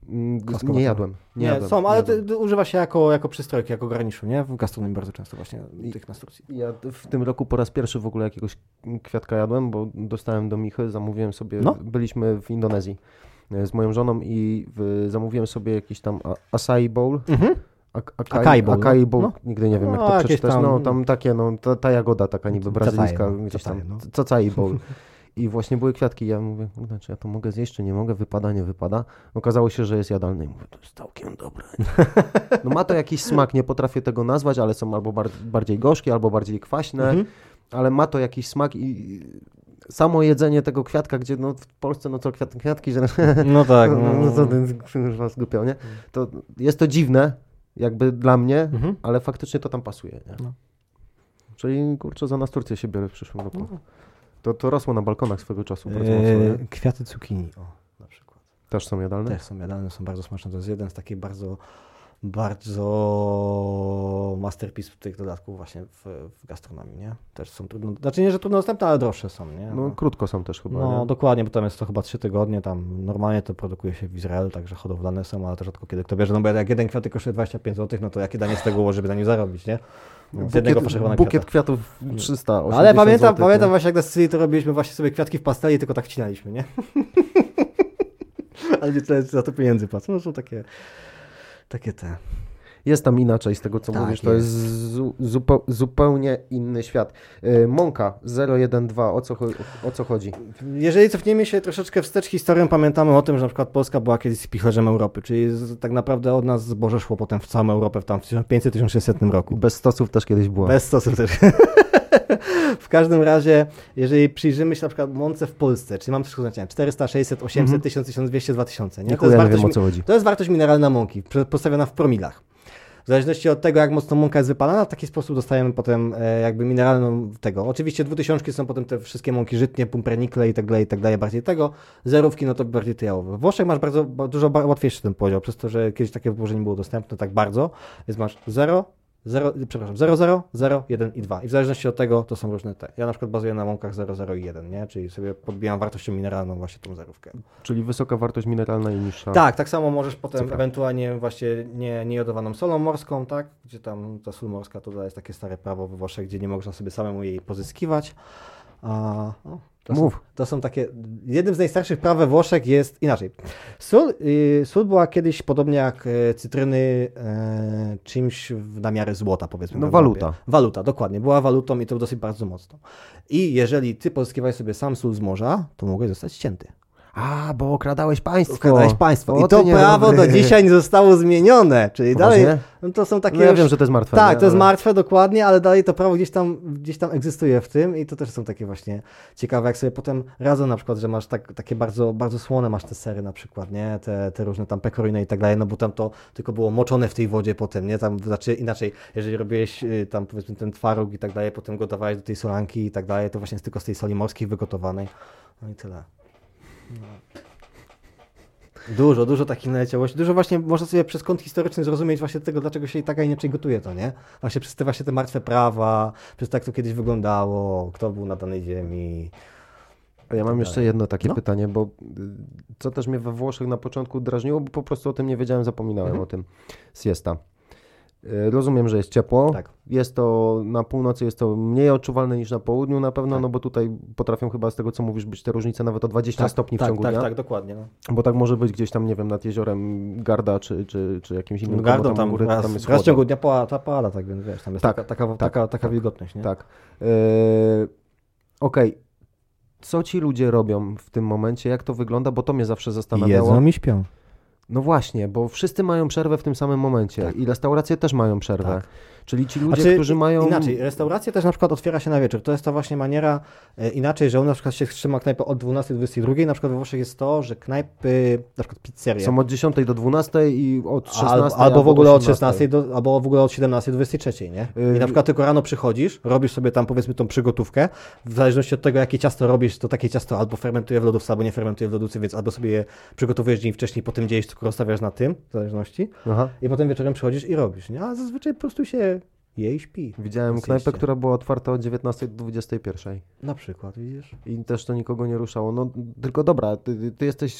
Nie jadłem. Są, ale to używa się jako przystrojki, jako garniszu, nie? W gastronomii bardzo często właśnie tych nastrocji. Ja w tym roku po raz pierwszy w ogóle jakiegoś kwiatka jadłem, bo dostałem do Michy, zamówiłem sobie, byliśmy w Indonezji z moją żoną i zamówiłem sobie jakiś tam acai bowl. Acai bowl, nigdy nie wiem jak to przeczytać. Tam takie, ta jagoda taka niby brazylijska, gdzieś tam, acai bowl. I właśnie były kwiatki. Ja mówię, czy ja to mogę zjeść, czy nie mogę? Wypada, nie wypada. Okazało się, że jest jadalne. I mówię, to jest całkiem dobre. No ma to jakiś smak, nie potrafię tego nazwać, ale są albo bardziej gorzkie, albo bardziej kwaśne, ale ma to jakiś smak i samo jedzenie tego kwiatka, gdzie w Polsce co kwiatki, że no tak. Co ten was głupiał, nie? To jest to dziwne, jakby dla mnie, ale faktycznie to tam pasuje. Nie? No. Czyli kurczę, za nas Turcję się biorę w przyszłym roku. To rosło na balkonach swego czasu. Kwiaty cukinii, na przykład. Też są jadalne? Też są jadalne, są bardzo smaczne. To jest jeden z takich bardzo masterpiece tych dodatków właśnie w gastronomii, nie? Też są trudno, znaczy nie, że trudno dostępne, ale droższe są, nie? No krótko są też chyba, no nie? Dokładnie, bo tam jest to chyba 3 tygodnie, tam normalnie to produkuje się w Izraelu, także hodowlane są, ale to rzadko kiedy kto bierze, no bo jak jeden kwiatek kosztuje 25 zł, no to jakie danie z tego ułoży, żeby na nim zarobić, nie? Bukiet kwiatów 380 ale pamiętam właśnie jak na Sycylii to robiliśmy właśnie sobie kwiatki w pasteli, tylko tak wcinaliśmy, nie? Ale nie za to pieniędzy płacą, no są takie te. Jest tam inaczej z tego, co mówisz. To jest zupełnie inny świat. Mąka 012, o co chodzi? Jeżeli cofniemy się troszeczkę wstecz historią, pamiętamy o tym, że na przykład Polska była kiedyś spicherzem Europy, czyli tak naprawdę od nas zboże szło potem w całą Europę w 1500-1600 roku. Bez stosów też kiedyś było. Bez stosów też. W każdym razie, jeżeli przyjrzymy się na przykład mące w Polsce, czyli mam wszystko znaczone, 400, 600, 800, 1000, 1200, 2000. Nie? To jest wartość, nie wiem, o co chodzi. To jest wartość mineralna mąki, postawiona w promilach. W zależności od tego, jak mocno mąka jest wypalana, w taki sposób dostajemy potem jakby mineralną tego. Oczywiście 2000 są potem te wszystkie mąki żytnie, pumpernikle i tak dalej, bardziej tego. Zerówki, no to bardziej te jałowe. W Włoszech masz dużo łatwiejszy ten podział, przez to, że kiedyś takie wyłożenie nie było dostępne tak bardzo, więc masz 0, 0, 1 i 2. I w zależności od tego to są różne te. Ja na przykład bazuję na mąkach 0, 0 i 1, nie? Czyli sobie podbijam wartością mineralną właśnie tą zerówkę. Czyli wysoka wartość mineralna i niższa. Tak samo możesz potem ewentualnie właśnie niejodowaną solą morską, tak? Gdzie tam ta sól morska to jest takie stare prawo we Włoszech, gdzie nie można sobie samemu jej pozyskiwać. To są takie, jednym z najstarszych praw we Włoszech jest inaczej. Sól była kiedyś, podobnie jak cytryny, czymś na miarę złota, powiedzmy. No waluta. Waluta, dokładnie. Była walutą i to dosyć bardzo mocno. I jeżeli ty pozyskiwałeś sobie sam sól z morza, to mogłeś zostać ścięty. Bo okradałeś państwo. Okradałeś państwo. I to prawo do dzisiaj nie zostało zmienione. Czyli dalej, to są takie... No ja wiem, że to jest martwe. Tak, to jest martwe, dokładnie, ale dalej to prawo gdzieś tam egzystuje w tym i to też są takie właśnie ciekawe, jak sobie potem radzą na przykład, że masz takie bardzo, bardzo słone masz te sery na przykład, nie? Te różne tam pecorine i tak dalej, no bo tam to tylko było moczone w tej wodzie potem, nie? Tam, znaczy inaczej, jeżeli robiłeś tam powiedzmy ten twaróg i tak dalej, potem go dawałeś do tej solanki i tak dalej, to właśnie jest tylko z tej soli morskiej wygotowanej. No i tyle. No. Dużo takich naleciałości. Dużo właśnie można sobie przez kąt historyczny zrozumieć właśnie tego, dlaczego się tak a inaczej gotuje to, nie? Właśnie przez te martwe prawa, przez to, jak to kiedyś wyglądało, kto był na danej ziemi. Ja mam jeszcze jedno takie pytanie, bo co też mnie we Włoszech na początku drażniło, bo po prostu o tym nie wiedziałem, zapominałem o tym. Siesta. Rozumiem, że jest ciepło. Tak. Jest to na północy jest to mniej odczuwalne niż na południu na pewno, no bo tutaj potrafią chyba z tego, co mówisz, być te różnice nawet o 20 stopni w ciągu dnia. Tak, dokładnie. No. Bo tak może być gdzieś tam, nie wiem, nad jeziorem Garda czy jakimś innym. Gardą tam jest raz w ciągu dnia pada, tak więc wiesz, tam jest taka wilgotność, nie? Tak. Okej. Co ci ludzie robią w tym momencie? Jak to wygląda? Bo to mnie zawsze zastanawiało. Jedzą i śpią. No właśnie, bo wszyscy mają przerwę w tym samym momencie i restauracje też mają przerwę. Tak. Czyli ci ludzie, którzy mają... Inaczej, restauracja też na przykład otwiera się na wieczór. To jest ta właśnie maniera inaczej, że u nas na przykład się trzyma knajpy od 12 do 22. Na przykład we Włoszech jest to, że knajpy, na przykład pizzerie... Są od 10 do 12 i od 16 albo w ogóle od 16 albo w ogóle od 17 do 23, nie? I na przykład tylko rano przychodzisz, robisz sobie tam powiedzmy tą przygotówkę. W zależności od tego, jakie ciasto robisz, to takie ciasto albo fermentuje w lodówce, albo nie fermentuje w lodówce, więc albo sobie je przygotowujesz dzień wcześniej, potem dzielisz, tylko rozstawiasz na tym, w zależności. Aha. I potem wieczorem przychodzisz i robisz, nie? A zazwyczaj po prostu się je i śpi. Widziałem knajpę, która była otwarta od 19 do 21. Na przykład, widzisz? I też to nikogo nie ruszało. No tylko dobra, ty jesteś w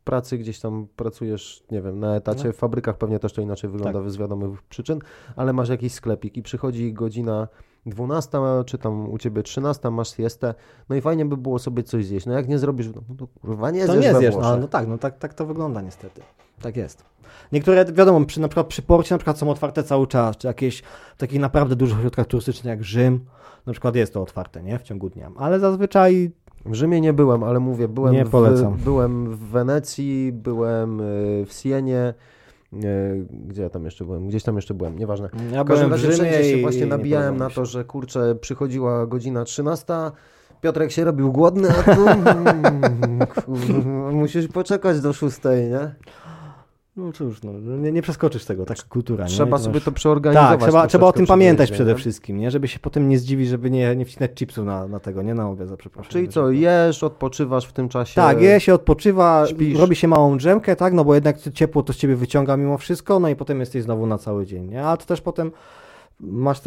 pracy, gdzieś tam pracujesz, nie wiem, na etacie, w fabrykach pewnie też to inaczej wygląda z wiadomych przyczyn, ale masz jakiś sklepik i przychodzi godzina 12, czy tam u ciebie 13, masz siestę, no i fajnie by było sobie coś zjeść. No jak nie zrobisz, no to kurwa nie zjesz we Włoszech. No tak to wygląda niestety. Tak jest. Niektóre, wiadomo, na przykład przy porcie na przykład są otwarte cały czas, czy jakieś w takich naprawdę dużych ośrodkach turystycznych jak Rzym, na przykład jest to otwarte, nie? W ciągu dnia. Ale zazwyczaj... W Rzymie nie byłem, ale mówię, byłem w Wenecji, byłem w Sienie, gdzie ja tam jeszcze byłem? Gdzieś tam jeszcze byłem, nieważne. Ja w każdym razie wszędzie się właśnie nabijałem na to, że kurczę, przychodziła godzina 13, Piotrek się robił głodny, a tu musisz poczekać do 6, nie? No cóż, nie przeskoczysz tego, taka kultura. Trzeba nie? sobie to przeorganizować. Tak, trzeba o tym pamiętać przede wszystkim, nie? Żeby się potem nie zdziwić, żeby nie wcinać chipsów na tego, nie? Na obiad, za przepraszam. Czyli co, jesz, odpoczywasz w tym czasie? Tak, je się, odpoczywa, śpisz. Robi się małą drzemkę, tak? No bo jednak ciepło to z ciebie wyciąga mimo wszystko, no i potem jesteś znowu na cały dzień, nie? A to też potem masz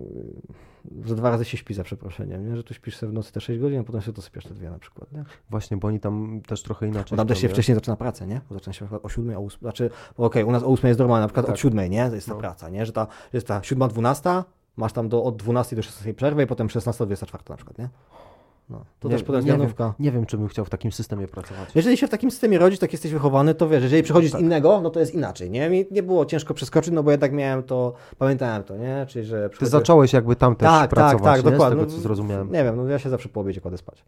że 2 razy się śpi, za przeproszeniem, nie? Że tu śpisz sobie w nocy te 6 godzin, a potem się dosypiasz te 2 na przykład, nie? Właśnie, bo oni tam też trochę inaczej. Bo tam też się wcześniej zaczyna pracę, nie? Bo zaczyna się o 7, o 8, znaczy, okej, u nas o 8 jest normalne, na przykład od 7, nie? To jest ta praca, nie? Że jest ta 7:12, masz tam od 12 do 16 przerwy i potem 16:24 na przykład, nie? No, to też potem zmianówka. Nie wiem, czy bym chciał w takim systemie pracować. Jeżeli się w takim systemie rodzisz, tak jesteś wychowany, to wiesz, jeżeli przychodzisz z innego, no to jest inaczej, nie? Mi nie było ciężko przeskoczyć, no bo jednak pamiętałem to, nie? Czyli, że Ty zacząłeś jakby tam też pracować, tak, nie? dokładnie. Z tego, co zrozumiałem. Nie wiem, no ja się zawsze po obiedzie kładę spać.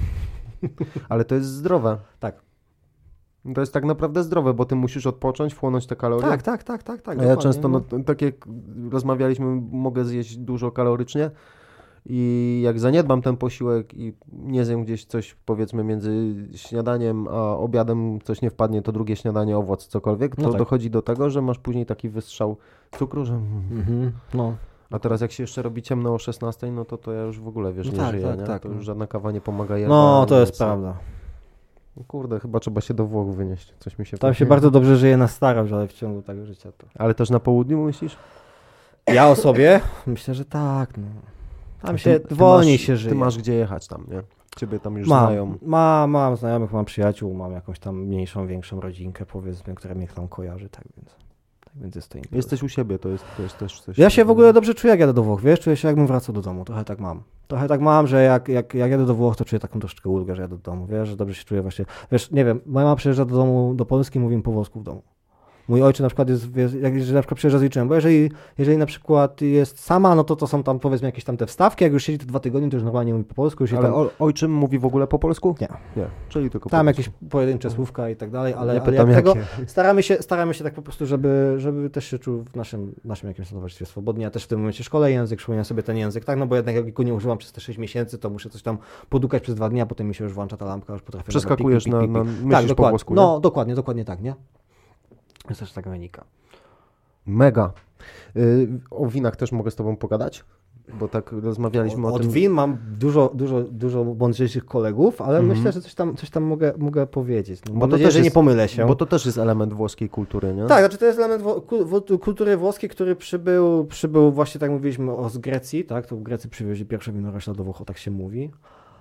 Ale to jest zdrowe. Tak. To jest tak naprawdę zdrowe, bo ty musisz odpocząć, wchłonąć te kalorie. Tak. A ja często, tak jak rozmawialiśmy, mogę zjeść dużo kalorycznie i jak zaniedbam ten posiłek i nie zjem gdzieś coś, powiedzmy, między śniadaniem a obiadem, coś nie wpadnie, to drugie śniadanie, owoc, cokolwiek, to dochodzi do tego, że masz później taki wystrzał cukru, że... No. A teraz jak się jeszcze robi ciemno o 16, no to ja już w ogóle, wiesz, nie żyję, nie? To już żadna kawa nie pomaga. No, to jest prawda. Kurde, chyba trzeba się do Włoch wynieść. Coś mi się tam się bardzo dobrze żyje na starość, ale w ciągu tego życia to... Ale też na południu myślisz? Ja o sobie? Myślę, że tak, no. Tam się wolniej się żyje. Ty masz gdzie jechać tam, nie? Ciebie tam już znają. Mam znajomych, mam przyjaciół, mam jakąś tam mniejszą, większą rodzinkę, powiedzmy, która mnie tam kojarzy, tak więc jest to impuls. Jesteś u siebie, to jest też coś... Ja się w ogóle dobrze czuję, jak jadę do Włoch, wiesz? Czuję się, jakbym wracał do domu, trochę tak mam, że jak jadę do Włoch, to czuję taką troszeczkę ulgę, że jadę do domu, wiesz? Że dobrze się czuję właśnie, wiesz, nie wiem, moja mama przyjeżdża do domu, do Polski, mówimy po włosku w domu. Mój ojciec na przykład jak na przykład przyjeżdża z ojczymem, bo jeżeli na przykład jest sama, no to są tam powiedzmy jakieś tam te wstawki, jak już siedzi te 2 tygodnie, to już normalnie mówi po polsku. Ale tam... ojczym mówi w ogóle po polsku? Nie. Czyli tylko tam jakieś pojedyncze słówka i tak dalej, ale jak tego staramy się tak po prostu, żeby też się czuł w naszym jakimś towarzystwie swobodnie. Ja też w tym momencie szkolę język, szkolę sobie ten język, tak, no bo jednak jak go nie używam przez te 6 miesięcy, to muszę coś tam podukać przez 2 dni, a potem mi się już włącza ta lampka, już potrafię... Przeskakujesz myślisz po włosku, no, dokładnie tak, nie? Jest też tak wynika. Mega. O winach też mogę z tobą pogadać? Bo tak rozmawialiśmy o tym. Od win mam dużo mądrzejszych kolegów, ale myślę, że coś tam mogę powiedzieć. No, bo to też nie pomylę się. Bo to też jest element włoskiej kultury, nie? Tak, znaczy to jest element kultury włoskiej, który przybył właśnie, tak mówiliśmy, z Grecji, tak? To w Grecji przywieźli pierwsze winorośla do Włoch, tak się mówi.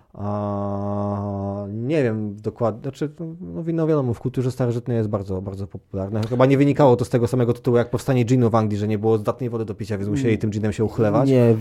Nie wiem dokładnie, znaczy wino wiadomo, w kulturze starożytnej jest bardzo, bardzo popularne. Chyba nie wynikało to z tego samego tytułu jak powstanie ginu w Anglii, że nie było zdatnej wody do picia, więc musieli tym ginem się uchlewać. Nie,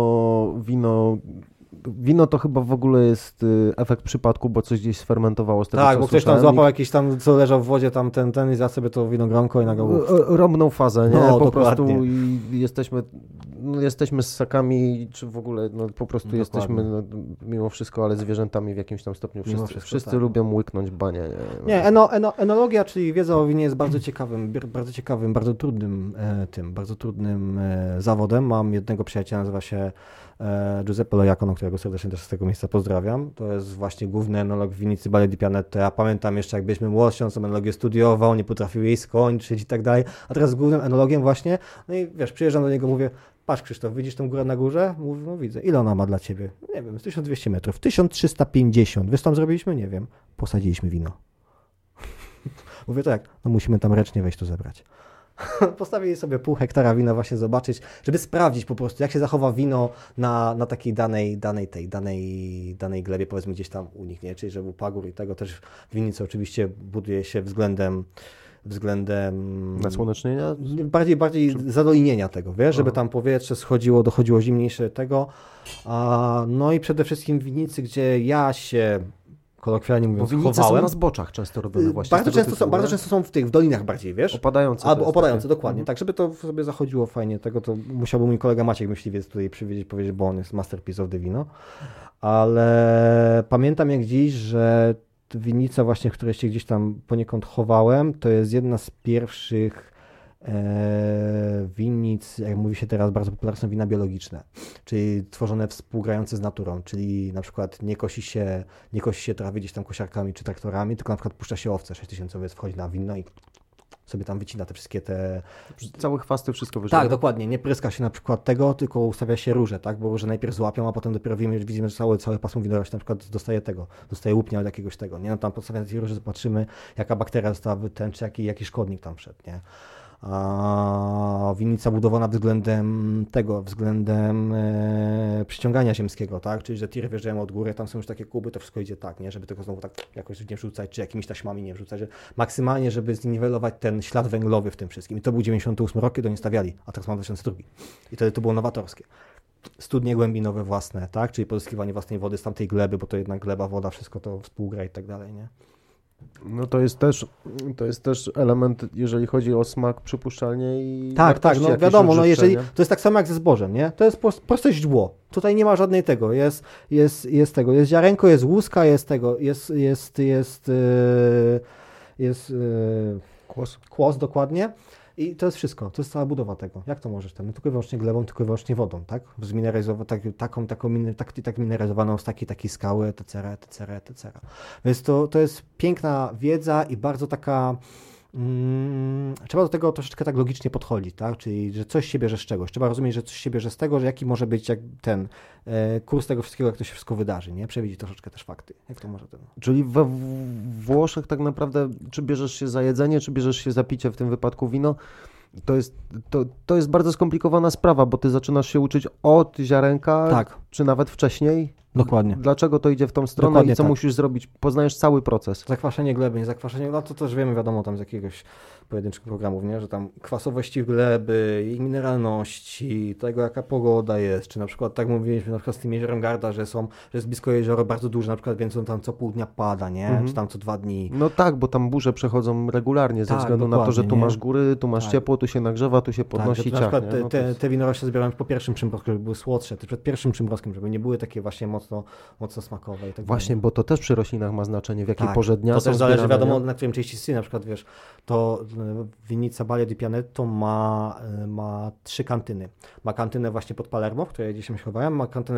wino to chyba w ogóle jest efekt przypadku, bo coś gdzieś sfermentowało z tego, tak, bo ktoś tam złapał jakiś tam, co leżał w wodzie, tam ten i za sobie to winogronko i nagle... Rąbną fazę, nie? No, po dokładnie. prostu jesteśmy ssakami, czy w ogóle po prostu jesteśmy mimo wszystko, ale zwierzętami w jakimś tam stopniu. Wszyscy tak lubią łyknąć banie. Nie, enologia, czyli wiedza o winie jest bardzo ciekawym, bardzo trudnym zawodem. Mam jednego przyjaciela, nazywa się Giuseppe Lojacono, którego serdecznie też z tego miejsca pozdrawiam. To jest właśnie główny enolog w winnicy Valle di Pianette. Ja pamiętam jeszcze, jak byliśmy młodsi, on sobie enologię studiował, nie potrafił jej skończyć i tak dalej. A teraz z głównym enologiem właśnie, no i wiesz, przyjeżdżam do niego, mówię: patrz Krzysztof, widzisz tę górę na górze? Mówi: no widzę. Ile ona ma dla ciebie? Nie wiem, z 1200 metrów. 1350. Wiesz, tam zrobiliśmy? Nie wiem. Posadziliśmy wino. Mówię: tak, no musimy tam ręcznie wejść to zebrać. Postawili sobie pół hektara wina właśnie zobaczyć, żeby sprawdzić po prostu, jak się zachowa wino na takiej danej glebie, powiedzmy gdzieś tam u nich, nie? Czyli żeby u pagór i tego też w winnicy oczywiście buduje się względem nasłonecznienia? Bardziej zadojnienia tego, wiesz, żeby tam powietrze schodziło, dochodziło zimniejsze tego. No i przede wszystkim w winnicy, gdzie ja się kolokwialnie mówiąc winnice chowałem. są na zboczach często robione właśnie. Bardzo często są w dolinach bardziej, wiesz? Opadające. Albo opadające, dokładnie. Tak, żeby to sobie zachodziło fajnie tego, to musiałby mój kolega Maciek Myśliwiec tutaj powiedzieć, bo on jest masterpiece of the wino. Ale pamiętam jak dziś, że winnica właśnie, w której się gdzieś tam poniekąd chowałem, to jest jedna z pierwszych winnic, jak mówi się teraz, bardzo popularne są wina biologiczne, czyli tworzone współgrające z naturą, czyli na przykład nie kosi się trawy gdzieś tam kosiarkami czy traktorami, tylko na przykład puszcza się owce 6000 owiec, wchodzi na winno i sobie tam wycina te wszystkie całe chwasty, wszystko wyżywa. Tak, dokładnie. Nie pryska się na przykład tego, tylko ustawia się róże, tak? Bo róże najpierw złapią, a potem dopiero widzimy, że całe pasmo winorośli na przykład dostaje łupnia od jakiegoś tego, nie? No tam podstawiając tej róży zobaczymy, jaka bakteria została wytęczy, jaki szkodnik tam wszedł, nie? A winnica budowana względem przyciągania ziemskiego, tak? Czyli, że tiry wjeżdżają od góry, tam są już takie kuby, to wszystko idzie tak, nie? Żeby tego znowu tak jakoś nie wrzucać, czy jakimiś taśmami nie wrzucać, że maksymalnie, żeby zniwelować ten ślad węglowy w tym wszystkim. I to był 98 rok, kiedy oni stawiali, a teraz mamy 2002. I wtedy to było nowatorskie. Studnie głębinowe własne, tak? Czyli pozyskiwanie własnej wody z tamtej gleby, bo to jednak gleba, woda, wszystko to współgra i tak dalej, nie? No to jest też element, jeżeli chodzi o smak przypuszczalnie i tak, no wiadomo, no jeżeli, nie? to jest tak samo jak ze zbożem, nie? To jest proste źdźbło. Tutaj nie ma żadnej tego, jest tego, jest ziarenko, jest łuska, jest tego, jest kłos dokładnie. I to jest wszystko, to jest cała budowa tego. Jak to możesz tam? No, tylko i wyłącznie glebą, tylko i wyłącznie wodą, tak? Tak mineralizowaną z takiej skały, etc. Więc to jest piękna wiedza i bardzo taka... trzeba do tego troszeczkę tak logicznie podchodzić, tak? Czyli, że coś się bierze z czegoś. Trzeba rozumieć, że coś się bierze z tego, że jaki może być ten kurs tego wszystkiego, jak to się wszystko wydarzy, nie? Przewidzieć troszeczkę też fakty. Jak to może ten... Czyli we Włoszech tak naprawdę, czy bierzesz się za jedzenie, czy bierzesz się za picie, w tym wypadku wino, to jest bardzo skomplikowana sprawa, bo ty zaczynasz się uczyć od ziarenka, tak. Czy nawet wcześniej. Dokładnie. Dlaczego to idzie w tą stronę Dokładnie i co tak. musisz zrobić? Poznajesz cały proces. Zakwaszenie gleby, nie zakwaszenie, no to też wiemy, wiadomo, tam z jakiegoś pojedynczych programów, nie? Że tam kwasowości gleby, jej mineralności, tego jaka pogoda jest, czy na przykład tak mówiliśmy na przykład z tym jeziorem Garda, że jest blisko jezioro bardzo duże, na przykład, więc on tam co pół dnia pada, nie? Czy tam co 2 dni. No tak, bo tam burze przechodzą regularnie ze względu na to, że tu masz góry, tu masz ciepło, tu się nagrzewa, tu się podnosi ciach. Na przykład te winorośle zbierałem po pierwszym przymrozku, żeby były słodsze, przed pierwszym przymrozkiem, żeby nie były takie właśnie mocno smakowe i tak właśnie, bo to też przy roślinach ma znaczenie, w jakiej tak, porze dnia to są też zależy, zbierane, wiadomo, na którym części sceny, na przykład, wiesz, to winnica Balia di Pianetto ma 3 kantyny. Ma kantynę właśnie pod Palermo, w której gdzieś się chowałem, ma kantynę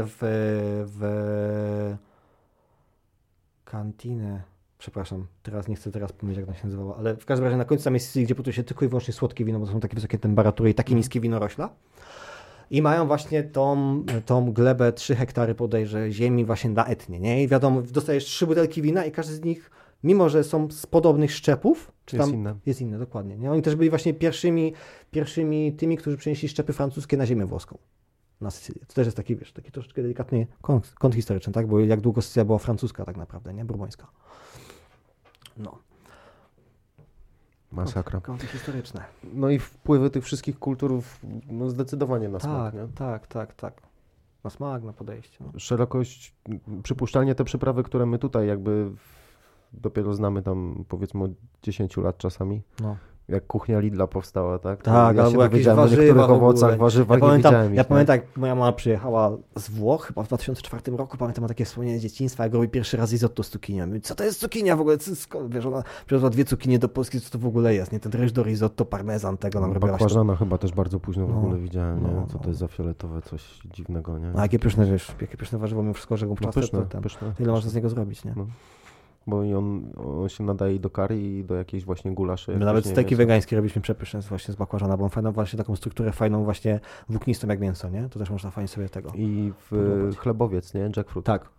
przepraszam, nie chcę pomyśleć, jak ona się nazywała, ale w każdym razie na końcu samej Sycylii, gdzie produkuje się tylko i wyłącznie słodkie wino, bo to są takie wysokie temperatury i takie niskie winorośla. I mają właśnie tą glebę 3 hektary podejrzewam ziemi właśnie na Etnie, nie? I wiadomo, dostajesz 3 butelki wina i każdy z nich, mimo że są z podobnych szczepów, czy tam jest inne, dokładnie. Nie? Oni też byli właśnie pierwszymi tymi, którzy przynieśli szczepy francuskie na ziemię włoską, na Sycylię. To też jest taki, wiesz, taki troszeczkę delikatny kąt historyczny, tak? Bo jak długo Sycylia była francuska tak naprawdę, nie? Bourbońska. No. Masakra. Kąty historyczne. No i wpływy tych wszystkich kultur zdecydowanie na smak, nie? Tak. Na smak, na podejście. No. Szerokość, przypuszczalnie te przyprawy, które my tutaj jakby dopiero znamy tam powiedzmy od 10 lat czasami. No. Jak kuchnia Lidla powstała, tak? Tak, ja się dowiedziałem o niektórych owocach, warzywach nie wiedziałem. Ja pamiętam, jak moja mama przyjechała z Włoch, chyba w 2004 roku, pamiętam takie wspomnienie z dzieciństwa, jak robi pierwszy raz risotto z cukinią. Co to jest cukinia w ogóle? Wiesz, ona przywiozła 2 cukinie do Polski, co to w ogóle jest, nie? Ten ryż do risotto, parmezan, tego nam robiła. Bakłażana chyba też bardzo późno w ogóle widziałem, nie? Co to jest za fioletowe, coś dziwnego, nie? A jakie pyszne, wiesz, jakie pyszne warzywo, mimo wszystko, że go pyszne. Ile można z niego zrobić, nie? No. Bo on się nadaje do curry i do jakiejś właśnie gulaszy. Nawet steki wegańskie robiliśmy przepyszne właśnie z bakłażana, bo on fajną właśnie taką strukturę fajną właśnie włóknistą jak mięso, nie? To też można fajnie sobie tego. I chlebowiec, nie? Jackfruit. Tak.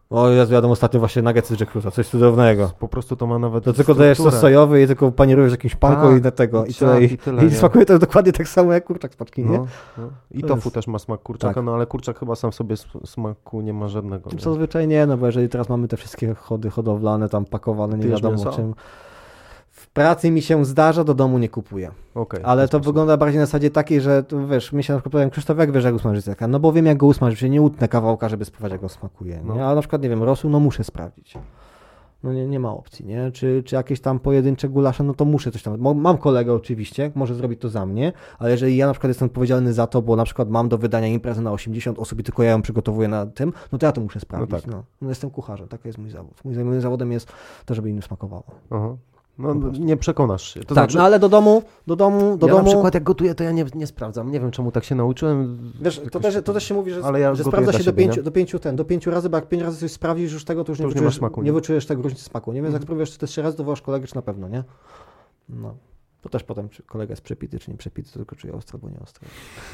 O Jezu, jadłem ostatnio właśnie nuggetsy z jackfruita, coś cudownego. Po prostu to ma nawet To tylko dajesz sos sojowy i tylko panierujesz jakimś panko i na tego. I tyle. I smakuje to dokładnie tak samo jak kurczak z paczki, nie? No. I tofu też ma smak kurczaka, tak. No ale kurczak chyba sam sobie smaku nie ma żadnego. Nie? Zazwyczaj nie, no bo jeżeli teraz mamy te wszystkie hodowlane, tam pakowane, nie wiadomo czym. W pracy mi się zdarza, do domu nie kupuję. Okay, ale to wygląda bardziej na zasadzie takiej, że wiesz, mi się na przykład powiem, Krzysztof, jak wiesz, jak usmażyć zeka? No bo wiem, jak go usmażyć, się nie utnę kawałka, żeby spróbować, jak go smakuje. Nie? Ale na przykład, nie wiem, rosół, no muszę sprawdzić. No nie ma opcji, nie? Czy jakieś tam pojedyncze gulasze, no to muszę coś tam. Mam kolegę oczywiście, może zrobić to za mnie, ale jeżeli ja na przykład jestem odpowiedzialny za to, bo na przykład mam do wydania imprezę na 80 osób i tylko ja ją przygotowuję na tym, no to ja to muszę sprawdzić. No tak. No jestem kucharzem, taki jest mój zawód. Moim zawodem jest to, żeby innym smakowało. Aha. No nie przekonasz się. To tak, znaczy, no ale do domu. Na przykład jak gotuję, to ja nie sprawdzam. Nie wiem, czemu tak się nauczyłem. Wiesz, to też się mówi, że sprawdza się do 5 razy, bo jak 5 razy coś sprawdzisz już tego, to już nie masz smaku. Nie wyczujesz tego różnicy smaku. Nie wiem, jak spróbujesz to 3 razy, to wołasz kolegę, czy na pewno, nie? No. To też potem, czy kolega jest przepity, czy nie przepity, to tylko czuje ostro, albo nie ostro.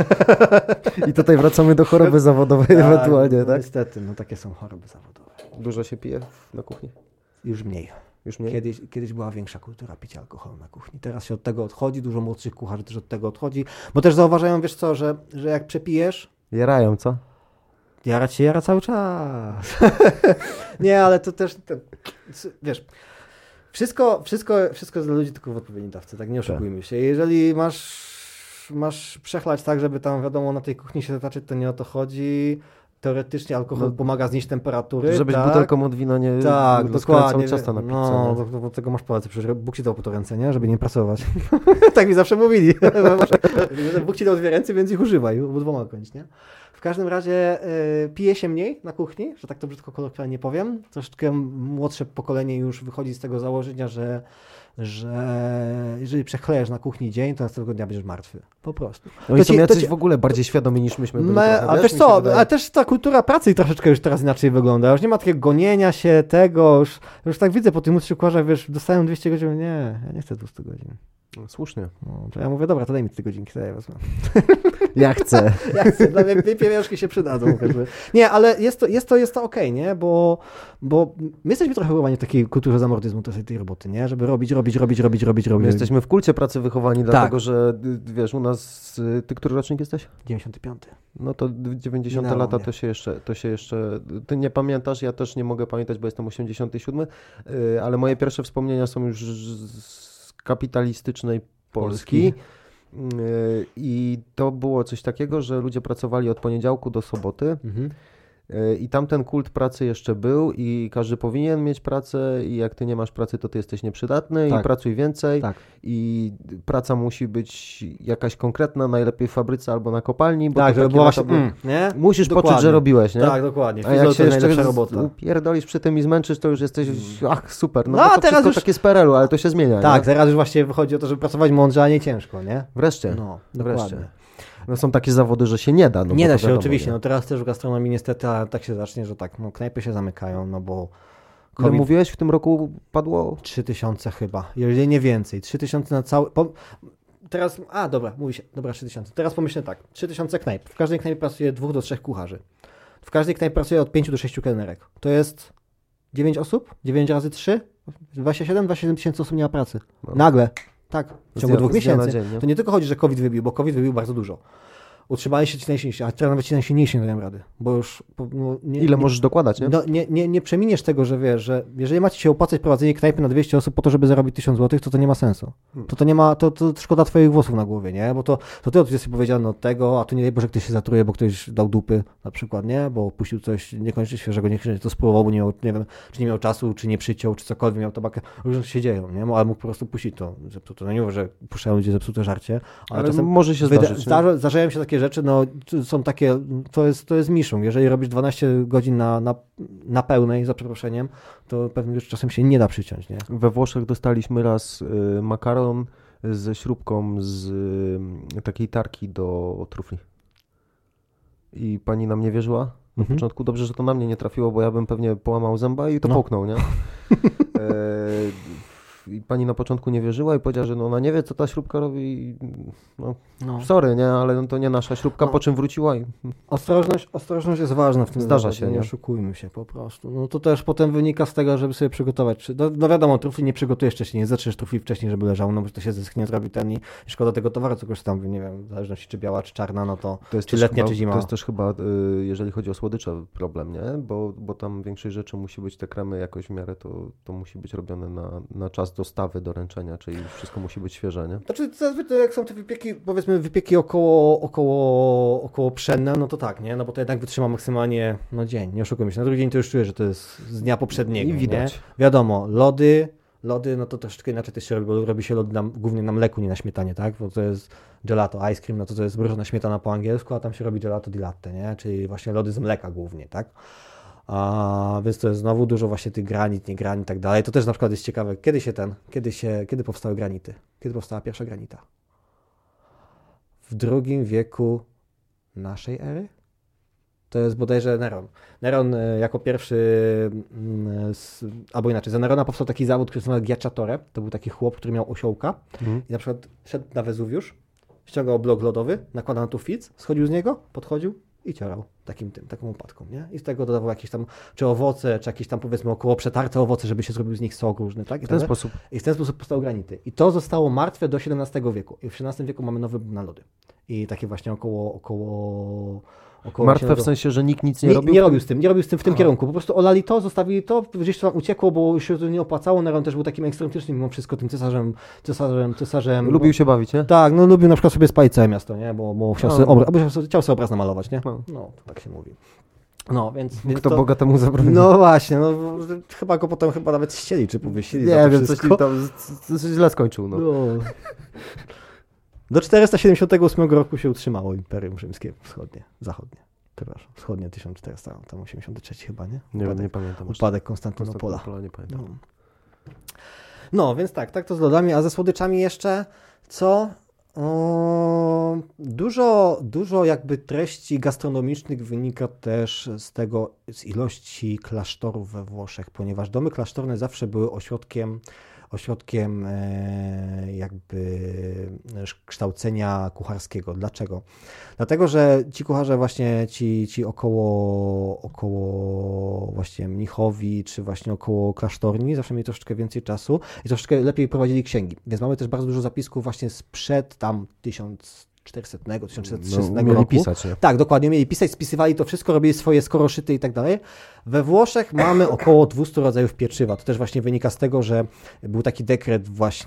I tutaj wracamy do choroby zawodowej ewentualnie, no, tak? Niestety, no takie są choroby zawodowe. Dużo się pije na kuchni? Już mniej. Kiedyś była większa kultura picia alkoholu na kuchni. Teraz się od tego odchodzi, dużo młodszych kucharzy też od tego odchodzi, bo też zauważają, wiesz co, że jak przepijesz... Jarają, co? Jarać się jara cały czas. Nie, ale to też, wiesz, wszystko jest dla ludzi tylko w odpowiedniej dawce, tak nie oszukujmy się. Jeżeli masz przechlać tak, żeby tam wiadomo na tej kuchni się zataczyć, to nie o to chodzi. Teoretycznie alkohol pomaga znieść temperatury. Żebyś butelką od wina nie dokładnie ciasta na pizzę. No, do tego masz palce, przecież Bóg ci dał po to ręce, nie? Żeby nie pracować. Tak mi zawsze mówili. Bóg ci dał 2 ręce, więc ich używaj, bo 2 kończ, nie? W każdym razie pije się mniej na kuchni, że tak to brzydko kolokwialnie powiem. Troszeczkę młodsze pokolenie już wychodzi z tego założenia, że jeżeli przechlejesz na kuchni dzień, to następnego dnia będziesz martwy. Po prostu. Oni są jacyś w ogóle bardziej świadomi niż myśmy byli. A wiesz co, a też ta kultura pracy troszeczkę już teraz inaczej wygląda. Już nie ma takiego gonienia się tego, już tak widzę po tych młodszych kucharzach, wiesz, dostają 200 godzin, nie, ja nie chcę 200 godzin. No, słusznie. No, to ja mówię, dobra, to daj mi te godzinki, to ja wezmę. Ja chcę. Dla mnie pieniążki się przydadzą. Nie, ale jest to okej, nie? Bo my jesteśmy trochę wychowani w takiej kulturze zamordyzmu tej roboty, nie? Żeby robić. My jesteśmy w kulcie pracy wychowani, dlatego że wiesz, u nas, ty który rocznik jesteś? 95. No to 90 lata to się jeszcze, ty nie pamiętasz, ja też nie mogę pamiętać, bo jestem 87, ale moje pierwsze wspomnienia są już z kapitalistycznej Polski. I to było coś takiego, że ludzie pracowali od poniedziałku do soboty i tam ten kult pracy jeszcze był i każdy powinien mieć pracę i jak ty nie masz pracy, to ty jesteś nieprzydatny i pracuj więcej i praca musi być jakaś konkretna, najlepiej w fabryce albo na kopalni, bo żeby była właśnie, nie? Musisz poczuć, że robiłeś, nie? Tak, dokładnie. A jak się jeszcze upierdolisz przy tym i zmęczysz, to już jesteś, super, no to teraz już takie z PRL-u, ale to się zmienia. Tak, teraz już właśnie wychodzi o to, żeby pracować mądrze, a nie ciężko, nie? Wreszcie. No, dokładnie. No są takie zawody, że się nie da. Nie da się, wiadomo, oczywiście. No teraz też w gastronomii niestety, ale tak się zacznie, że tak, no knajpy się zamykają, no bo... Ile mówiłeś, w tym roku padło? 3000 chyba, jeżeli nie więcej. 3000 na cały... Teraz, mówi się, 3000. Teraz pomyślę tak, 3000 knajp. W każdej knajpie pracuje 2 do 3 kucharzy. W każdej knajpie pracuje od 5 do 6 kelnerek. To jest 9 osób, 9 razy 3, 27 tysięcy osób nie ma pracy. No. Nagle. Tak, w ciągu 2 miesięcy. Dzień, to nie tylko chodzi, że COVID wybił, bo COVID wybił bardzo dużo. Utrzymali się ci najsilniejsi, a teraz nawet ci najsilniejsi nie dają rady, bo już... Ile możesz dokładać, nie? No, nie przeminiesz tego, że wiesz, że jeżeli macie się opłacać prowadzenie knajpy na 200 osób po to, żeby zarobić 1000 zł, to nie ma sensu. To nie ma, to szkoda twoich włosów na głowie, nie? Bo to ty jesteś powiedziane od tego, a tu nie daj Boże, ktoś się zatruje, bo ktoś dał dupy na przykład, nie? Bo puścił coś niekoniecznie świeżego, niekoniecznie to spróbował, bo nie miał, nie wiem, czy nie miał czasu, czy nie przyciął, czy cokolwiek, miał tabakę. Różne się dzieją, nie? Ale mógł po prostu puścić to zepsute. No nie mówię, że puszczają ludzie zepsute żarcie, ale czasem może się zdarzyć. Zdarzają się takie rzeczy, no są takie, to jest miszą. Jeżeli robisz 12 godzin na pełnej, za przeproszeniem, to pewnie już czasem się nie da przyciąć, nie? We Włoszech dostaliśmy raz makaron ze śrubką z takiej tarki do trufli. I pani nam nie wierzyła na początku. Dobrze, że to na mnie nie trafiło, bo ja bym pewnie połamał zęba i to połknął, nie? i pani na początku nie wierzyła i powiedziała, że no ona nie wie, co ta śrubka robi. Sorry, nie, ale no to nie nasza śrubka, po czym wróciła i... Ostrożność jest ważna w tym Zdarza zawodzie, się, nie nie? oszukujmy się po prostu. No to też potem wynika z tego, żeby sobie przygotować. No wiadomo, trufli nie przygotujesz wcześniej, nie zaczniesz trufli wcześniej, żeby leżało, no bo to się zeschnie, zrobi ten i szkoda tego towaru, co koszta tam, nie wiem, w zależności czy biała, czy czarna, no to jest czy też letnia, chyba, czy zima. To jest też chyba, jeżeli chodzi o słodycze, problem, nie? Bo tam większość rzeczy musi być, te kremy jakoś w miarę, to musi być robione na czas dostawy, doręczenia, czyli wszystko musi być świeże, nie? Znaczy zazwyczaj jak są te wypieki, powiedzmy wypieki około pszenne, no to tak, nie? No bo to jednak wytrzyma maksymalnie dzień, nie oszukujmy się. Na drugi dzień to już czuję, że to jest z dnia poprzedniego, I widać. Nie? Wiadomo, lody, no to troszeczkę inaczej też się robi, bo robi się lody głównie na mleku, nie na śmietanie, tak? Bo to jest gelato, ice cream, no to jest mrożona śmietana po angielsku, a tam się robi gelato di latte, nie? Czyli właśnie lody z mleka głównie, tak? Więc to jest znowu dużo właśnie tych granit, nie granit i tak dalej. To też na przykład jest ciekawe, kiedy powstały granity? Kiedy powstała pierwsza granita? W II wieku naszej ery? To jest bodajże Neron. Neron jako pierwszy, albo inaczej, za Nerona powstał taki zawód, który się nazywa Ghiacciatore. To był taki chłop, który miał osiołka i na przykład szedł na Wezuwiusz, ściągał blok lodowy, nakładał na tu filc, schodził z niego, podchodził i ciorał taką łopatką, nie? I z tego dodawał jakieś tam, czy owoce, czy jakieś tam powiedzmy około przetarte owoce, żeby się zrobił z nich sok różny, tak? I w ten sposób powstały granity. I to zostało martwe do XVII wieku. I w XVII wieku mamy nowy boom na lody. I takie właśnie około martwe w sensie, że nikt nic nie robił? Nie robił z tym w tym kierunku. Po prostu olali to, zostawili to, gdzieś to tam uciekło, bo się to nie opłacało. Neron też był takim ekscentrycznym mimo wszystko tym cesarzem. Lubił się bawić, nie? Tak, no lubił na przykład sobie spalić całe miasto, nie? Bo chciał sobie obraz namalować, nie? No, to tak się mówi. No, więc kto to... bogatemu zabronił? No właśnie, chyba go potem nawet ścieli, czy powiesili. Nie wiem, coś tam źle skończył, no. Do 478 roku się utrzymało Imperium Rzymskie wschodnie 1483 chyba, nie? Nie pamiętam. Upadek Konstantynopola. Nie pamiętam. No, więc tak to z lodami, a ze słodyczami jeszcze co? Dużo jakby treści gastronomicznych wynika też z ilości klasztorów we Włoszech, ponieważ domy klasztorne zawsze były ośrodkiem jakby kształcenia kucharskiego. Dlaczego? Dlatego, że ci kucharze właśnie, ci około właśnie mnichowi, czy właśnie około klasztorni, zawsze mieli troszeczkę więcej czasu i troszeczkę lepiej prowadzili księgi. Więc mamy też bardzo dużo zapisków właśnie sprzed tam 1400-1300 roku. Mieli pisać, nie? Tak, dokładnie, mieli pisać, spisywali to wszystko, robili swoje skoroszyty i tak dalej. We Włoszech mamy około 200 rodzajów pieczywa. To też właśnie wynika z tego, że był taki dekret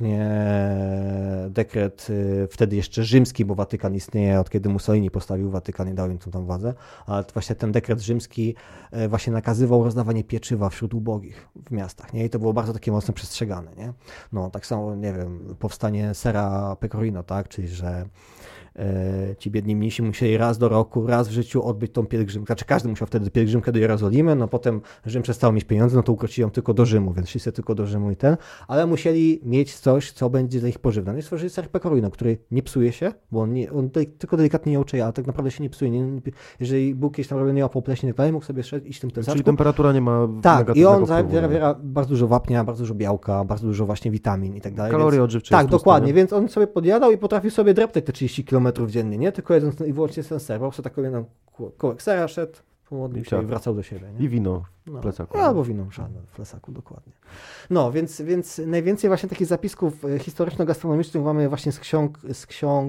wtedy jeszcze rzymski, bo Watykan istnieje od kiedy Mussolini postawił Watykan i dał im tą władzę, ale właśnie ten dekret rzymski właśnie nakazywał rozdawanie pieczywa wśród ubogich w miastach, nie? I to było bardzo takie mocno przestrzegane, nie? No, tak samo, nie wiem, powstanie sera pecorino, tak? Czyli, że ci biedni mnisi musieli raz do roku, raz w życiu odbyć tą pielgrzymkę. Znaczy każdy musiał wtedy pielgrzymkę do Jerozolimy, no potem Rzym przestał mieć pieniądze, no to ukrócili ją tylko do Rzymu, więc szli sobie tylko do Rzymu ale musieli mieć coś, co będzie dla nich pożywne. No i stworzyli ser pecorino, który nie psuje się, bo on tylko delikatnie nie oczyja, ale tak naprawdę się nie psuje. Jeżeli był kiedyś tam robiony opał pleśni i tak dalej, mógł sobie iść tym plecaczku. Czyli temperatura nie ma tak, i on zawiera bardzo dużo wapnia, bardzo dużo białka, bardzo dużo właśnie witamin i tak dalej. Kalorie odżywcze. Tak, dokładnie, więc on sobie podjadał i potrafił sobie dreptać te 30 km dziennie, nie? Tylko jedząc i wyłącznie ten ser, po prostu taką jedną kołek sera szedł, pomodlił się i wracał do siebie. Nie? I wino w plecaku. Albo wino żadne w plecaku, dokładnie. No, więc najwięcej właśnie takich zapisków historyczno-gastronomicznych mamy właśnie z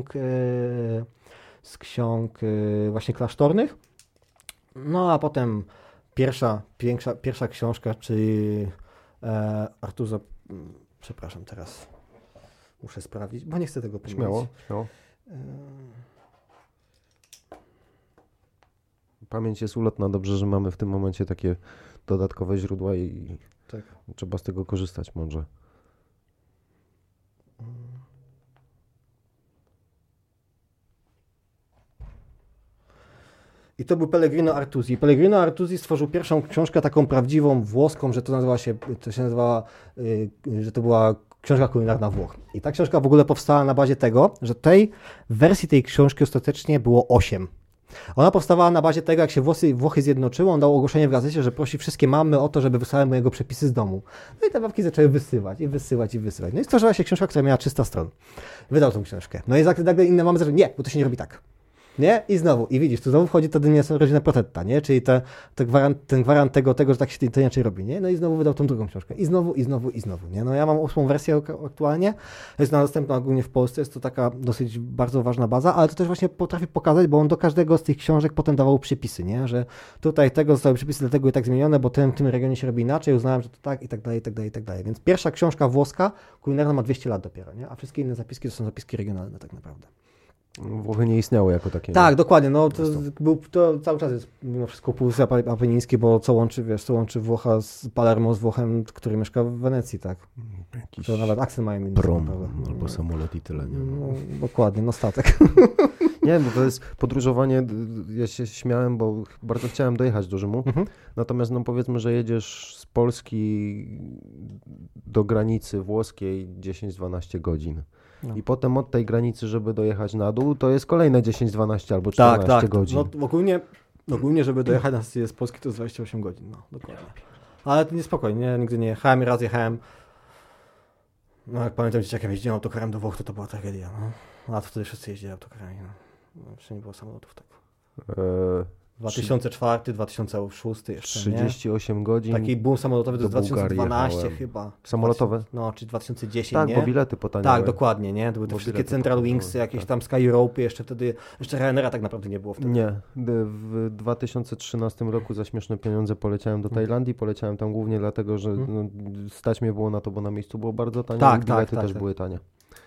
ksiąg właśnie klasztornych. No, a potem pierwsza książka, czyli Artuzo, przepraszam, teraz muszę sprawdzić, bo nie chcę tego pomylić. Śmiało. Pamięć jest ulotna, dobrze, że mamy w tym momencie takie dodatkowe źródła i tak. Trzeba z tego korzystać mądrze. I to był Pellegrino Artusi. Pellegrino Artusi stworzył pierwszą książkę taką prawdziwą włoską, że że to była książka kulinarna Włoch. I ta książka w ogóle powstała na bazie tego, że w wersji tej książki ostatecznie było 8. Ona powstawała na bazie tego, jak się Włochy zjednoczyły, on dał ogłoszenie w gazecie, że prosi wszystkie mamy o to, żeby wysyłały mu jego przepisy z domu. No i te babki zaczęły wysyłać. No i stworzyła się książka, która miała 300 stron. Wydał tą książkę. No i nagle inne mamy zaczęły, nie, bo to się nie robi tak. Nie? I znowu. I widzisz, tu znowu wchodzi ta rodzina protetta, nie? Czyli ten gwarant tego, że tak się to inaczej robi, nie? No i znowu wydał tą drugą książkę. I znowu, nie? No ja mam 8. wersję aktualnie. Jest ona dostępna ogólnie w Polsce. Jest to taka dosyć bardzo ważna baza, ale to też właśnie potrafi pokazać, bo on do każdego z tych książek potem dawał przypisy, nie? Że tutaj tego zostały przypisy, dlatego i tak zmienione, bo w tym regionie się robi inaczej. Uznałem, że to tak i tak dalej. Więc pierwsza książka włoska kulinarna ma 200 lat dopiero, nie? A wszystkie inne zapiski to są zapiski regionalne tak naprawdę. Włochy nie istniały jako takie. Tak, dokładnie. No, to cały czas jest mimo wszystko Półwysep Apeniński, bo co łączy Włocha z Palermo z Włochem, który mieszka w Wenecji, tak? Jakiś to nawet akcent mają inny. prom albo samolot i tyle, nie? No, dokładnie, no statek. Nie, bo to jest podróżowanie, ja się śmiałem, bo bardzo chciałem dojechać do Rzymu, natomiast no powiedzmy, że jedziesz z Polski do granicy włoskiej 10-12 godzin. No. I potem od tej granicy, żeby dojechać na dół, to jest kolejne 10-12 albo 14 godzin. No, ogólnie, żeby dojechać z Polski, to jest 28 godzin. No, dokładnie. Ale to niespokojnie, nigdy nie jechałem, raz jechałem. No, jak pamiętam, dzieciakiem jeździłem autokarem do Włoch, to była tragedia. No. A to wtedy wszyscy jeździli autokarami. No. Jeszcze nie było samolotów, tak. 2004, 2006 jeszcze, 38 godzin. Taki boom samolotowy to jest 2012 chyba. Samolotowe? No, czy 2010, tak, nie? bo bilety potaniały. Tak, dokładnie, nie? To były te wszystkie Central Wingsy, jakieś tam Sky Europe, jeszcze Ryanaira tak naprawdę nie było wtedy. Nie. W 2013 roku za śmieszne pieniądze poleciałem do Tajlandii. Poleciałem tam głównie dlatego, że stać mnie było na to, bo na miejscu było bardzo tanie i bilety też były tanie.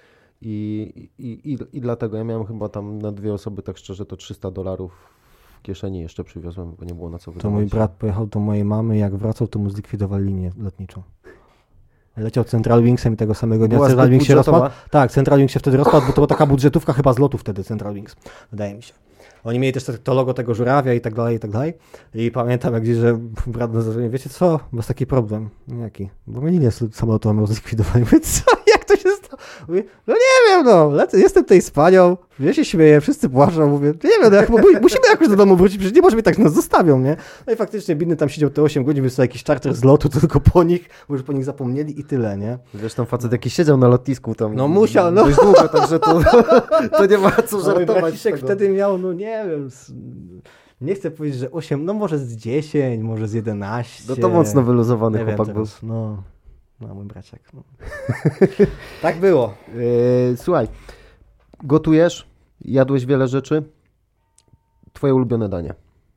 I dlatego ja miałem chyba tam na 2 osoby, tak szczerze, to $300 w kieszeni jeszcze przywiozłem, bo nie było na co wydawać. To mój brat pojechał do mojej mamy, jak wracał, to mu zlikwidowali linię lotniczą. Leciał Central Wingsem i tego samego dnia Central Wings się rozpadł. Tak, Central Wings się wtedy rozpadł, bo to była taka budżetówka chyba z lotu wtedy Central Wings, wydaje mi się. Oni mieli też to logo tego żurawia i tak dalej. I pamiętam jak gdzieś, że brat na zażenie, wiecie co, bo jest taki problem. Jaki? Bo mnie linię samolotową zlikwidowali. Mówię, co? Jak to się stało? Mówię, no nie wiem, no, jestem tutaj z panią, ja się śmieję, wszyscy płaczą, mówię, nie wiem, no, musimy jakoś do domu wrócić, przecież nie może mi tak nas zostawią, nie? No i faktycznie Bidny tam siedział te 8 godzin, wysłał jakiś charter z lotu, to tylko po nich, bo już po nich zapomnieli i tyle, nie? Wiesz, tam facet jakiś siedział na lotnisku tam. No musiał, no. Dość długo, także to nie ma co żartować. Wtedy miał, no nie wiem, nie chcę powiedzieć, że 8, no może z 10, może z 11. No to mocno wyluzowany chłopak był. No, mój braciak. No. Tak było. Słuchaj, gotujesz, jadłeś wiele rzeczy. Twoje ulubione danie.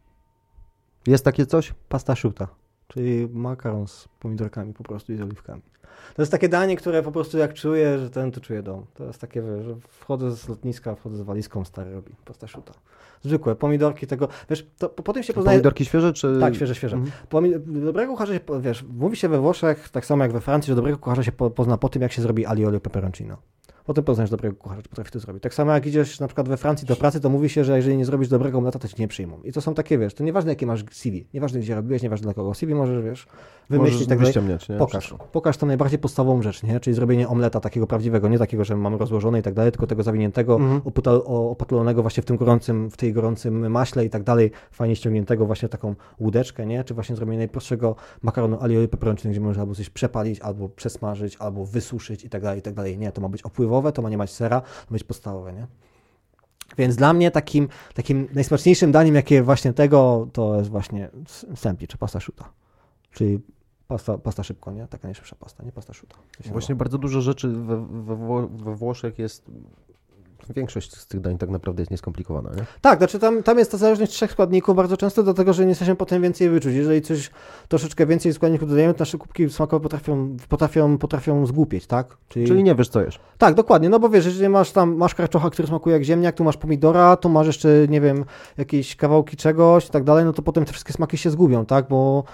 Jest takie coś? Pasta asciutta, czyli makaron z pomidorkami po prostu i z oliwkami. To jest takie danie, które po prostu jak czuję, że to czuję dom. To jest takie, że wchodzę z lotniska, wchodzę z walizką, stary robi pasta asciutta. Zwykłe, pomidorki tego, wiesz, to po tym się poznaje... Pomidorki świeże, czy... Tak, świeże. Dobrego kucharza się, wiesz, mówi się we Włoszech, tak samo jak we Francji, że dobrego kucharza się pozna po tym, jak się zrobi aglio olio peperoncino. Potem poznasz dobrego kucharza, czy potrafi to zrobić. Tak samo jak idziesz na przykład we Francji do pracy, to mówi się, że jeżeli nie zrobisz dobrego omleta, to cię nie przyjmą. I to są takie, wiesz, to nieważne jakie masz CV, nieważne gdzie robiłeś, nieważne dla kogo. CV możesz, wiesz, wymyślić tak dalej. Pokaż tą najbardziej podstawową rzecz, nie? Czyli zrobienie omleta takiego prawdziwego, nie takiego, że mamy rozłożone i tak dalej, tylko tego zawiniętego, opatlonego właśnie w tej gorącym maśle i tak dalej, fajnie ściągniętego właśnie taką łódeczkę, nie? Czy właśnie zrobienie najprostszego makaronu aglio olio peperoncino, gdzie możesz albo coś przepalić, albo przesmażyć, albo wysuszyć i tak dalej. Nie, to ma być opływowe, to ma nie mać sera, to ma być podstawowe, nie? Więc dla mnie takim najsmaczniejszym daniem, jakie właśnie tego, to jest właśnie sempli, czy pasta asciutta. Czyli pasta szybko, nie? Taka najszybsza pasta, nie pasta asciutta. Właśnie bardzo dużo rzeczy we Włoszech jest... Większość z tych dań tak naprawdę jest nieskomplikowana, nie? Tak, znaczy tam jest ta zależność 3 składników bardzo często, dlatego że nie jesteśmy potem więcej wyczuć. Jeżeli coś troszeczkę więcej składników dodajemy, to nasze kubki smakowe potrafią zgłupieć, tak? Czyli nie wiesz, co jesz. Tak, dokładnie, no bo wiesz, jeżeli masz karczocha, który smakuje jak ziemniak, tu masz pomidora, tu masz jeszcze, nie wiem, jakieś kawałki czegoś i tak dalej, no to potem te wszystkie smaki się zgubią, tak? Bo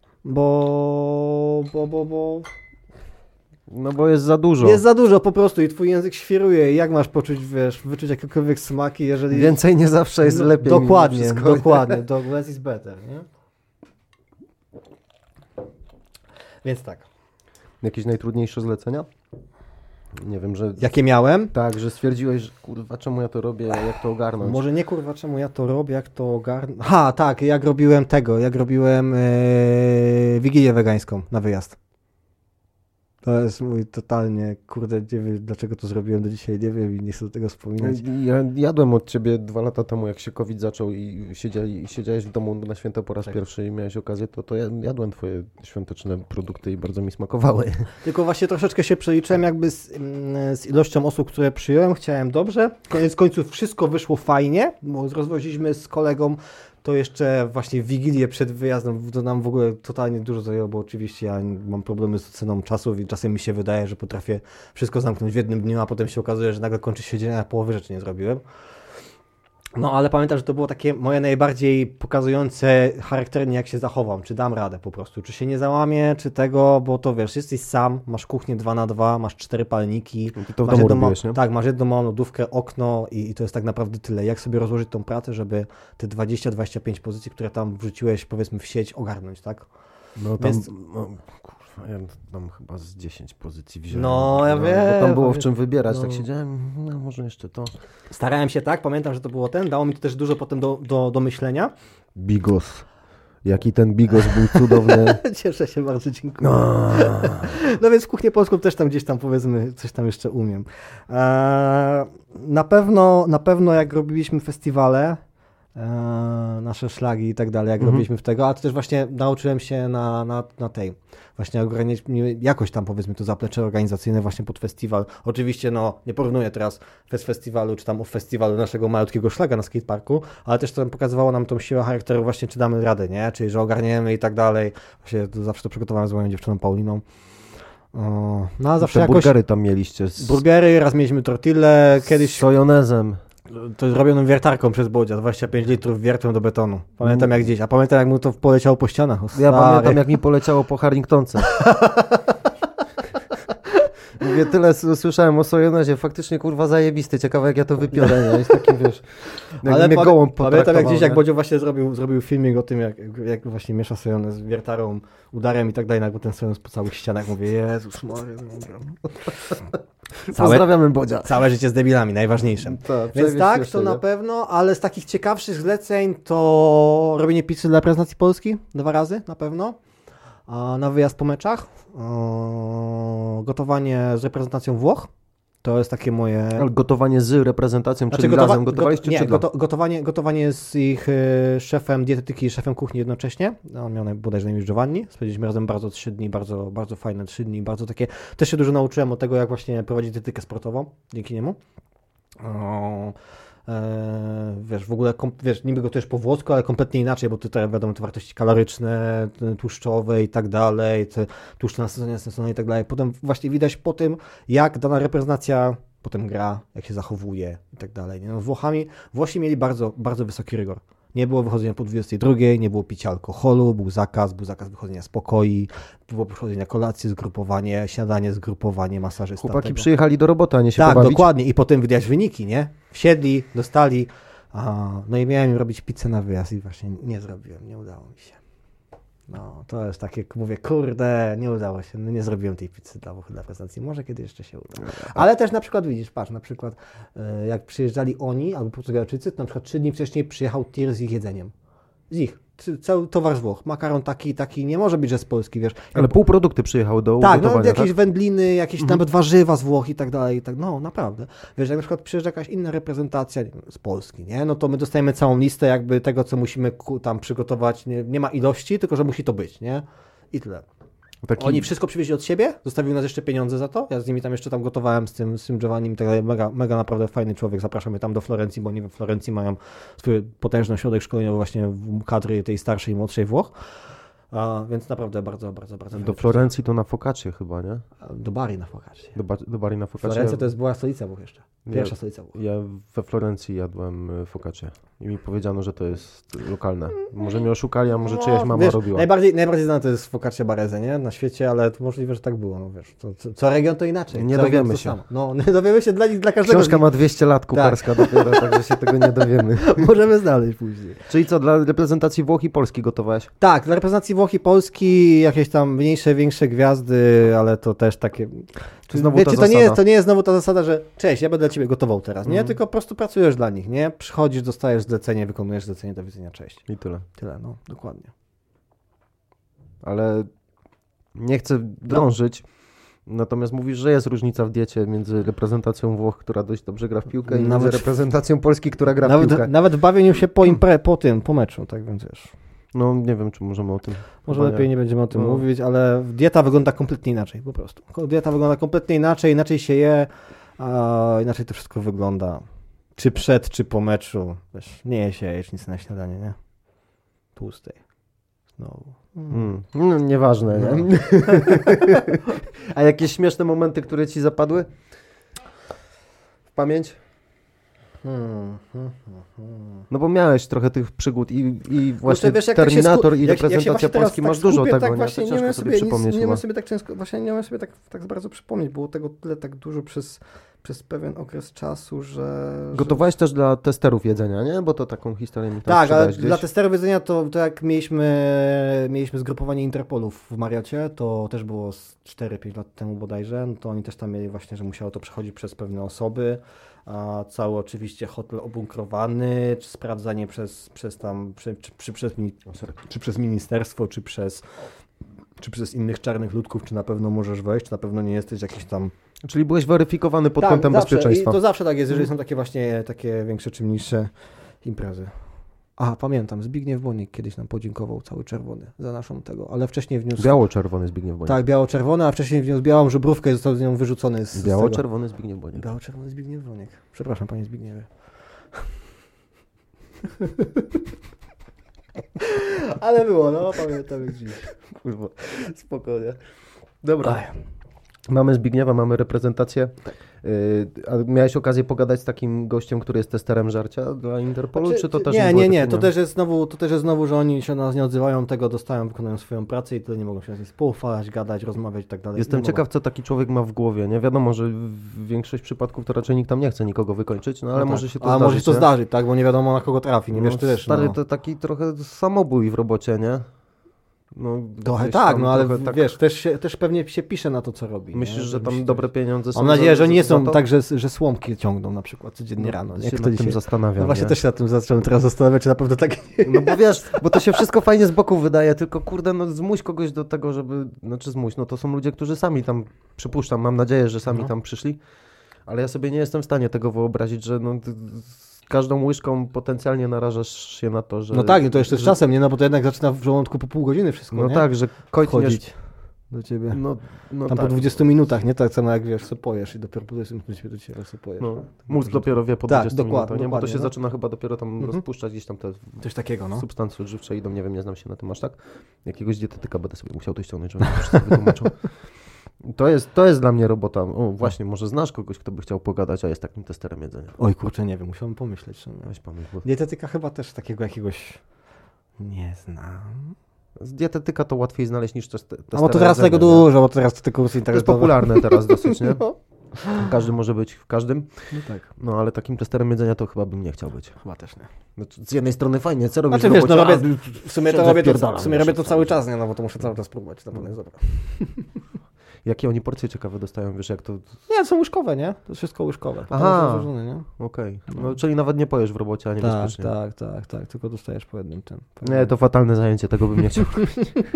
No bo jest za dużo. Jest za dużo po prostu i twój język świruje. Jak masz poczuć, wiesz, wyczuć jakiekolwiek smaki, jeżeli... Więcej nie zawsze jest lepiej. Dokładnie. Less is better, nie? Więc tak. Jakieś najtrudniejsze zlecenia? Nie wiem, że... Jakie miałem? Tak, że stwierdziłeś, że kurwa, czemu ja to robię, jak to ogarnąć? Może nie kurwa, czemu ja to robię, jak to ogarnę. Ha, tak, jak robiłem wigilię wegańską na wyjazd. To jest mój totalnie, kurde, nie wiem dlaczego to zrobiłem do dzisiaj, nie wiem i nie chcę do tego wspominać. Ja jadłem od ciebie 2 lata temu, jak się COVID zaczął i siedziałeś w domu na święta po raz pierwszy i miałeś okazję, to ja jadłem twoje świąteczne produkty i bardzo mi smakowały. Tylko właśnie troszeczkę się przeliczyłem jakby z ilością osób, które przyjąłem, chciałem dobrze. Koniec końców wszystko wyszło fajnie, bo rozwoziliśmy z kolegą to jeszcze właśnie w Wigilię przed wyjazdem, to nam w ogóle totalnie dużo zajęło, bo oczywiście ja mam problemy z ceną czasów i czasem mi się wydaje, że potrafię wszystko zamknąć w jednym dniu, a potem się okazuje, że nagle kończy się dzień, a połowy rzeczy nie zrobiłem. No ale pamiętam, że to było takie moje najbardziej pokazujące charakternie, jak się zachowam, czy dam radę po prostu, czy się nie załamię, czy tego, bo to wiesz, jesteś sam, masz kuchnię 2x2, masz 4 palniki. To w domu robiłeś, nie? Tak, masz jedną małą lodówkę, okno i to jest tak naprawdę tyle. Jak sobie rozłożyć tą pracę, żeby te 20-25 pozycji, które tam wrzuciłeś, powiedzmy w sieć, ogarnąć, tak? No tam, Więc... ja tam chyba z 10 pozycji wziąłem. No, ja wiem. Bo tam było w czym wybierać, tak siedziałem, no może jeszcze to. Starałem się tak, pamiętam, że to było dało mi to też dużo potem do myślenia. Bigos. Jaki ten bigos był cudowny. Cieszę się bardzo, dziękuję. No więc kuchnię polską też tam gdzieś tam powiedzmy, coś tam jeszcze umiem. Na pewno jak robiliśmy festiwale, nasze szlagi i tak dalej, jak robiliśmy w tego, a to też właśnie nauczyłem się na tej, właśnie jakoś tam powiedzmy to zaplecze organizacyjne właśnie pod festiwal. Oczywiście nie porównuję teraz festiwalu, czy tam festiwalu naszego malutkiego szlaga na skateparku, ale też to pokazywało nam tą siłę charakteru właśnie, czy damy radę, nie? Czyli, że ogarniemy i tak dalej. Właśnie zawsze to przygotowałem z moją dziewczyną Pauliną. No a zawsze jakoś... burgery tam mieliście. Burgery, raz mieliśmy tortille, kiedyś... Z sojonezem. To zrobioną wiertarką przez Bodzia, 25 litrów wiertłem do betonu. Pamiętam jak gdzieś, a pamiętam jak mu to poleciało po ścianach. Ja pamiętam jak mi poleciało po Harringtonce. Mówię, tyle słyszałem o sojonezie, faktycznie kurwa zajebisty, ciekawe jak ja to wypiorę, nie? Jest taki, wiesz, ale mnie gołąb pamiętam jak gdzieś, jak Bodzio właśnie zrobił filmik o tym, jak właśnie miesza sojonez z wiertarą, udarem i tak dalej, jakby ten sojonez po całych ścianach. Mówię, Jezus Maria. Pozdrawiamy Bodzia. Całe życie z debilami, najważniejszym. Więc tak, to na pewno, ale z takich ciekawszych zleceń to robienie pizzy dla reprezentacji Polski 2 razy na pewno. Na wyjazd po meczach, gotowanie z reprezentacją Włoch, to jest takie moje... Ale gotowanie z reprezentacją, czyli razem gotowaliście, czy gotowanie z ich szefem dietetyki i szefem kuchni jednocześnie, on miał bodajże na imię Giovanni, spędziliśmy razem bardzo 3 dni, bardzo, bardzo fajne 3 dni, bardzo takie, też się dużo nauczyłem od tego, jak właśnie prowadzić dietetykę sportową, dzięki niemu. Wiesz, w ogóle, niby gotujesz po włosku, ale kompletnie inaczej, bo tutaj wiadomo, te wartości kaloryczne, tłuszczowe i tak dalej, te tłuszcze nasycone i tak dalej. Potem właśnie widać po tym, jak dana reprezentacja potem gra, jak się zachowuje i tak dalej. No, Włosi mieli bardzo, bardzo wysoki rygor. Nie było wychodzenia po 22, nie było picia alkoholu, był zakaz wychodzenia z pokoi, było wychodzenia kolacji, zgrupowanie, śniadanie, zgrupowanie, masażysta. Chłopaki przyjechali do roboty, a nie się pobawić. Tak, dokładnie. I potem widać wyniki, nie? Wsiedli, dostali. No i miałem im robić pizzę na wyjazd i właśnie nie zrobiłem, nie udało mi się. No, to jest takie, mówię, kurde, nie udało się, nie zrobiłem tej pizzy dla prezentacji, może kiedy jeszcze się uda. Ale też na przykład widzisz, patrz, na przykład jak przyjeżdżali oni, albo Portugalczycy, to na przykład 3 dni wcześniej przyjechał tir z ich jedzeniem. Z ich. Cały towar z Włoch. Makaron taki, nie może być, że z Polski, wiesz. Ale półprodukty przyjechały do ugotowania, ugotowania, jakieś tak? Wędliny, jakieś nawet warzywa z Włoch i tak dalej. No, naprawdę. Wiesz, jak na przykład przyjeżdża jakaś inna reprezentacja z Polski, nie? No to my dostajemy całą listę jakby tego, co musimy tam przygotować. Nie ma ilości, tylko że musi to być, nie? I tyle. Oni wszystko przywieźli od siebie, zostawił nas jeszcze pieniądze za to. Ja z nimi tam jeszcze gotowałem z tym Giovannim i tak dalej. Mega naprawdę fajny człowiek. Zapraszam mnie tam do Florencji, bo oni we Florencji mają swój potężny ośrodek szkoleniowy właśnie w kadry tej starszej i młodszej Włoch. Więc naprawdę bardzo, bardzo, bardzo. Do Florencji to na Focaccie chyba, nie? Do Bari na Focaccie. Do Bari na Focaccie. Florencja to była stolica Włoch jeszcze. Pierwsza stolica Włoch. Ja we Florencji jadłem Focaccie i mi powiedziano, że to jest lokalne. Może mnie oszukali, a może czyjaś mama robiła. Najbardziej znane to jest Focaccia Barese, nie? Na świecie, ale to możliwe, że tak było. No wiesz, co region to inaczej. Nie dowiemy się. No, nie dowiemy się dla każdego. Książka ma 200 lat kucharska dopiero, także się tego nie dowiemy. Możemy znaleźć później. Czyli co, dla reprezentacji Włoch i Polski gotowałeś? Tak, dla reprezentacji Włoch i Polski jakieś tam mniejsze, większe gwiazdy, ale to też takie... znowu wiecie, ta to zasada. nie jest znowu ta zasada, że cześć, ja będę dla ciebie gotował teraz, nie? Mhm. Tylko po prostu pracujesz dla nich, nie? Przychodzisz, dostajesz zlecenie, wykonujesz zlecenie, do widzenia, cześć. I tyle. Tyle, no, dokładnie. Ale nie chcę drążyć. Natomiast mówisz, że jest różnica w diecie między reprezentacją Włoch, która dość dobrze gra w piłkę, i między reprezentacją Polski, która gra w piłkę. Nawet w bawieniu się po meczu, tak więc wiesz. No nie wiem, czy możemy o tym. Może lepiej nie będziemy o tym mówić, ale dieta wygląda kompletnie inaczej, po prostu. Dieta wygląda kompletnie inaczej się je, a inaczej to wszystko wygląda. Czy przed, czy po meczu. Wiesz, nie je się jajecznicy na śniadanie, nie? Tłustej. Znowu. No, nieważne, nie? A jakieś śmieszne momenty, które ci zapadły w pamięć? No bo miałeś trochę tych przygód i właśnie wiesz, Terminator i jak się reprezentacja właśnie teraz Polski, masz dużo skupię, tego, tak nie? Właśnie To ciężko sobie przypomnieć. Nie umiem sobie tak ciężko, właśnie nie umiem sobie tak bardzo przypomnieć, było tego tyle tak dużo przez pewien okres czasu, że... Gotowałeś też dla testerów jedzenia, nie? Bo to taką historię mi tam Tak, ale gdzieś. dla testerów jedzenia to jak mieliśmy zgrupowanie Interpolów w Marriocie, to też było z 4-5 lat temu bodajże, no to oni też tam mieli właśnie, że musiało to przechodzić przez pewne osoby, a cały oczywiście hotel obunkrowany, czy sprawdzanie przez ministerstwo, czy przez innych czarnych ludków, czy na pewno możesz wejść, czy na pewno nie jesteś jakiś tam... Czyli byłeś weryfikowany pod Tak, kątem zawsze. bezpieczeństwa. I to zawsze tak jest, jeżeli są takie właśnie takie większe czy mniejsze imprezy. A, pamiętam, Zbigniew Bonik kiedyś nam podziękował, cały czerwony, za naszą tego, ale wcześniej wniósł... Biało-czerwony Zbigniew Bonik. Tak, biało-czerwony, a wcześniej wniósł białą żubrówkę i został z nią wyrzucony z Biało-czerwony Zbigniew Bonik. Biało-czerwony Zbigniew Bonik. Przepraszam, panie Zbigniewie. Ale było, no, pamiętam jak dziś. Kurwa, spokojnie. Dobra. Mamy Zbigniewa, mamy reprezentację. A miałeś okazję pogadać z takim gościem, który jest testerem żarcia dla Interpolu, czy to też nie. To też jest znowu, że oni się na nas nie odzywają, tego dostają, wykonują swoją pracę i tyle nie mogą się z poufalać, gadać, rozmawiać i tak dalej. Jestem ciekaw, co taki człowiek ma w głowie. Nie wiadomo, że w większość przypadków to raczej nikt tam nie chce nikogo wykończyć, no ale może się to zdarzyć. Może się to zdarzyć, tak, bo nie wiadomo na kogo trafi, nie wiesz ty też. Stary, to taki trochę samobój w robocie, nie? No, trochę tak, no ale tak... wiesz, też pewnie się pisze na to, co robi. Myślisz, że tam dobre pieniądze są? Mam nadzieję, że nie są tak, że słomki ciągną na przykład codziennie rano. Nie? Się nad tym zastanawiam. No właśnie też się nad tym zacząłem teraz zastanawiać, czy na pewno tak nie jest. No bo wiesz, bo to się wszystko fajnie z boku wydaje, tylko kurde, no zmuś kogoś do tego, żeby, no to są ludzie, którzy sami tam, przypuszczam, mam nadzieję, że sami tam przyszli, ale ja sobie nie jestem w stanie tego wyobrazić, że każdą łyżką potencjalnie narażasz się na to, że... No tak, to jeszcze z czasem, nie? No bo to jednak zaczyna w żołądku po pół godziny wszystko, no nie? Tak, że kończysz do ciebie. No tam tak. po 20 minutach, nie? Tak samo jak wiesz, co pojesz i dopiero po 20 minutach do ciebie co pojesz. No, mózg dopiero wie po 20 minutach, nie? Bo to się no. zaczyna chyba dopiero tam rozpuszczać gdzieś tam te coś takiego, no. substancje odżywcze idą, nie wiem, nie znam się na tym aż tak. Jakiegoś dietetyka będę sobie musiał to ściągnąć, żeby to wszystko wytłumaczył. To jest dla mnie robota. O, właśnie, może znasz kogoś, kto by chciał pogadać, a jest takim testerem jedzenia. Oj kurczę, nie wiem, musiałem pomyśleć. Weź pomyśl, bo... Dietetyka chyba też takiego jakiegoś nie znam. Z dietetyka to łatwiej znaleźć niż testera bo to teraz tego dużo, bo teraz te kursy internetowe. To jest popularne teraz dosyć, nie? No. Każdy może być w każdym. No tak. No ale takim testerem jedzenia to chyba bym nie chciał być. Chyba też nie. No, z jednej strony fajnie, co robisz znaczy, w robocie? W sumie robię to cały czas, nie? No bo to muszę cały czas próbować, to jest dobre. Jakie oni porcje ciekawe dostają, wiesz jak to... Nie, to są łyżkowe, nie? To jest wszystko łyżkowe. Aha, okej. No, czyli nawet nie pojesz w robocie, a niebezpiecznie. Tak, tylko dostajesz po jednym tym. Nie, to fatalne zajęcie, tego bym nie chciał robić.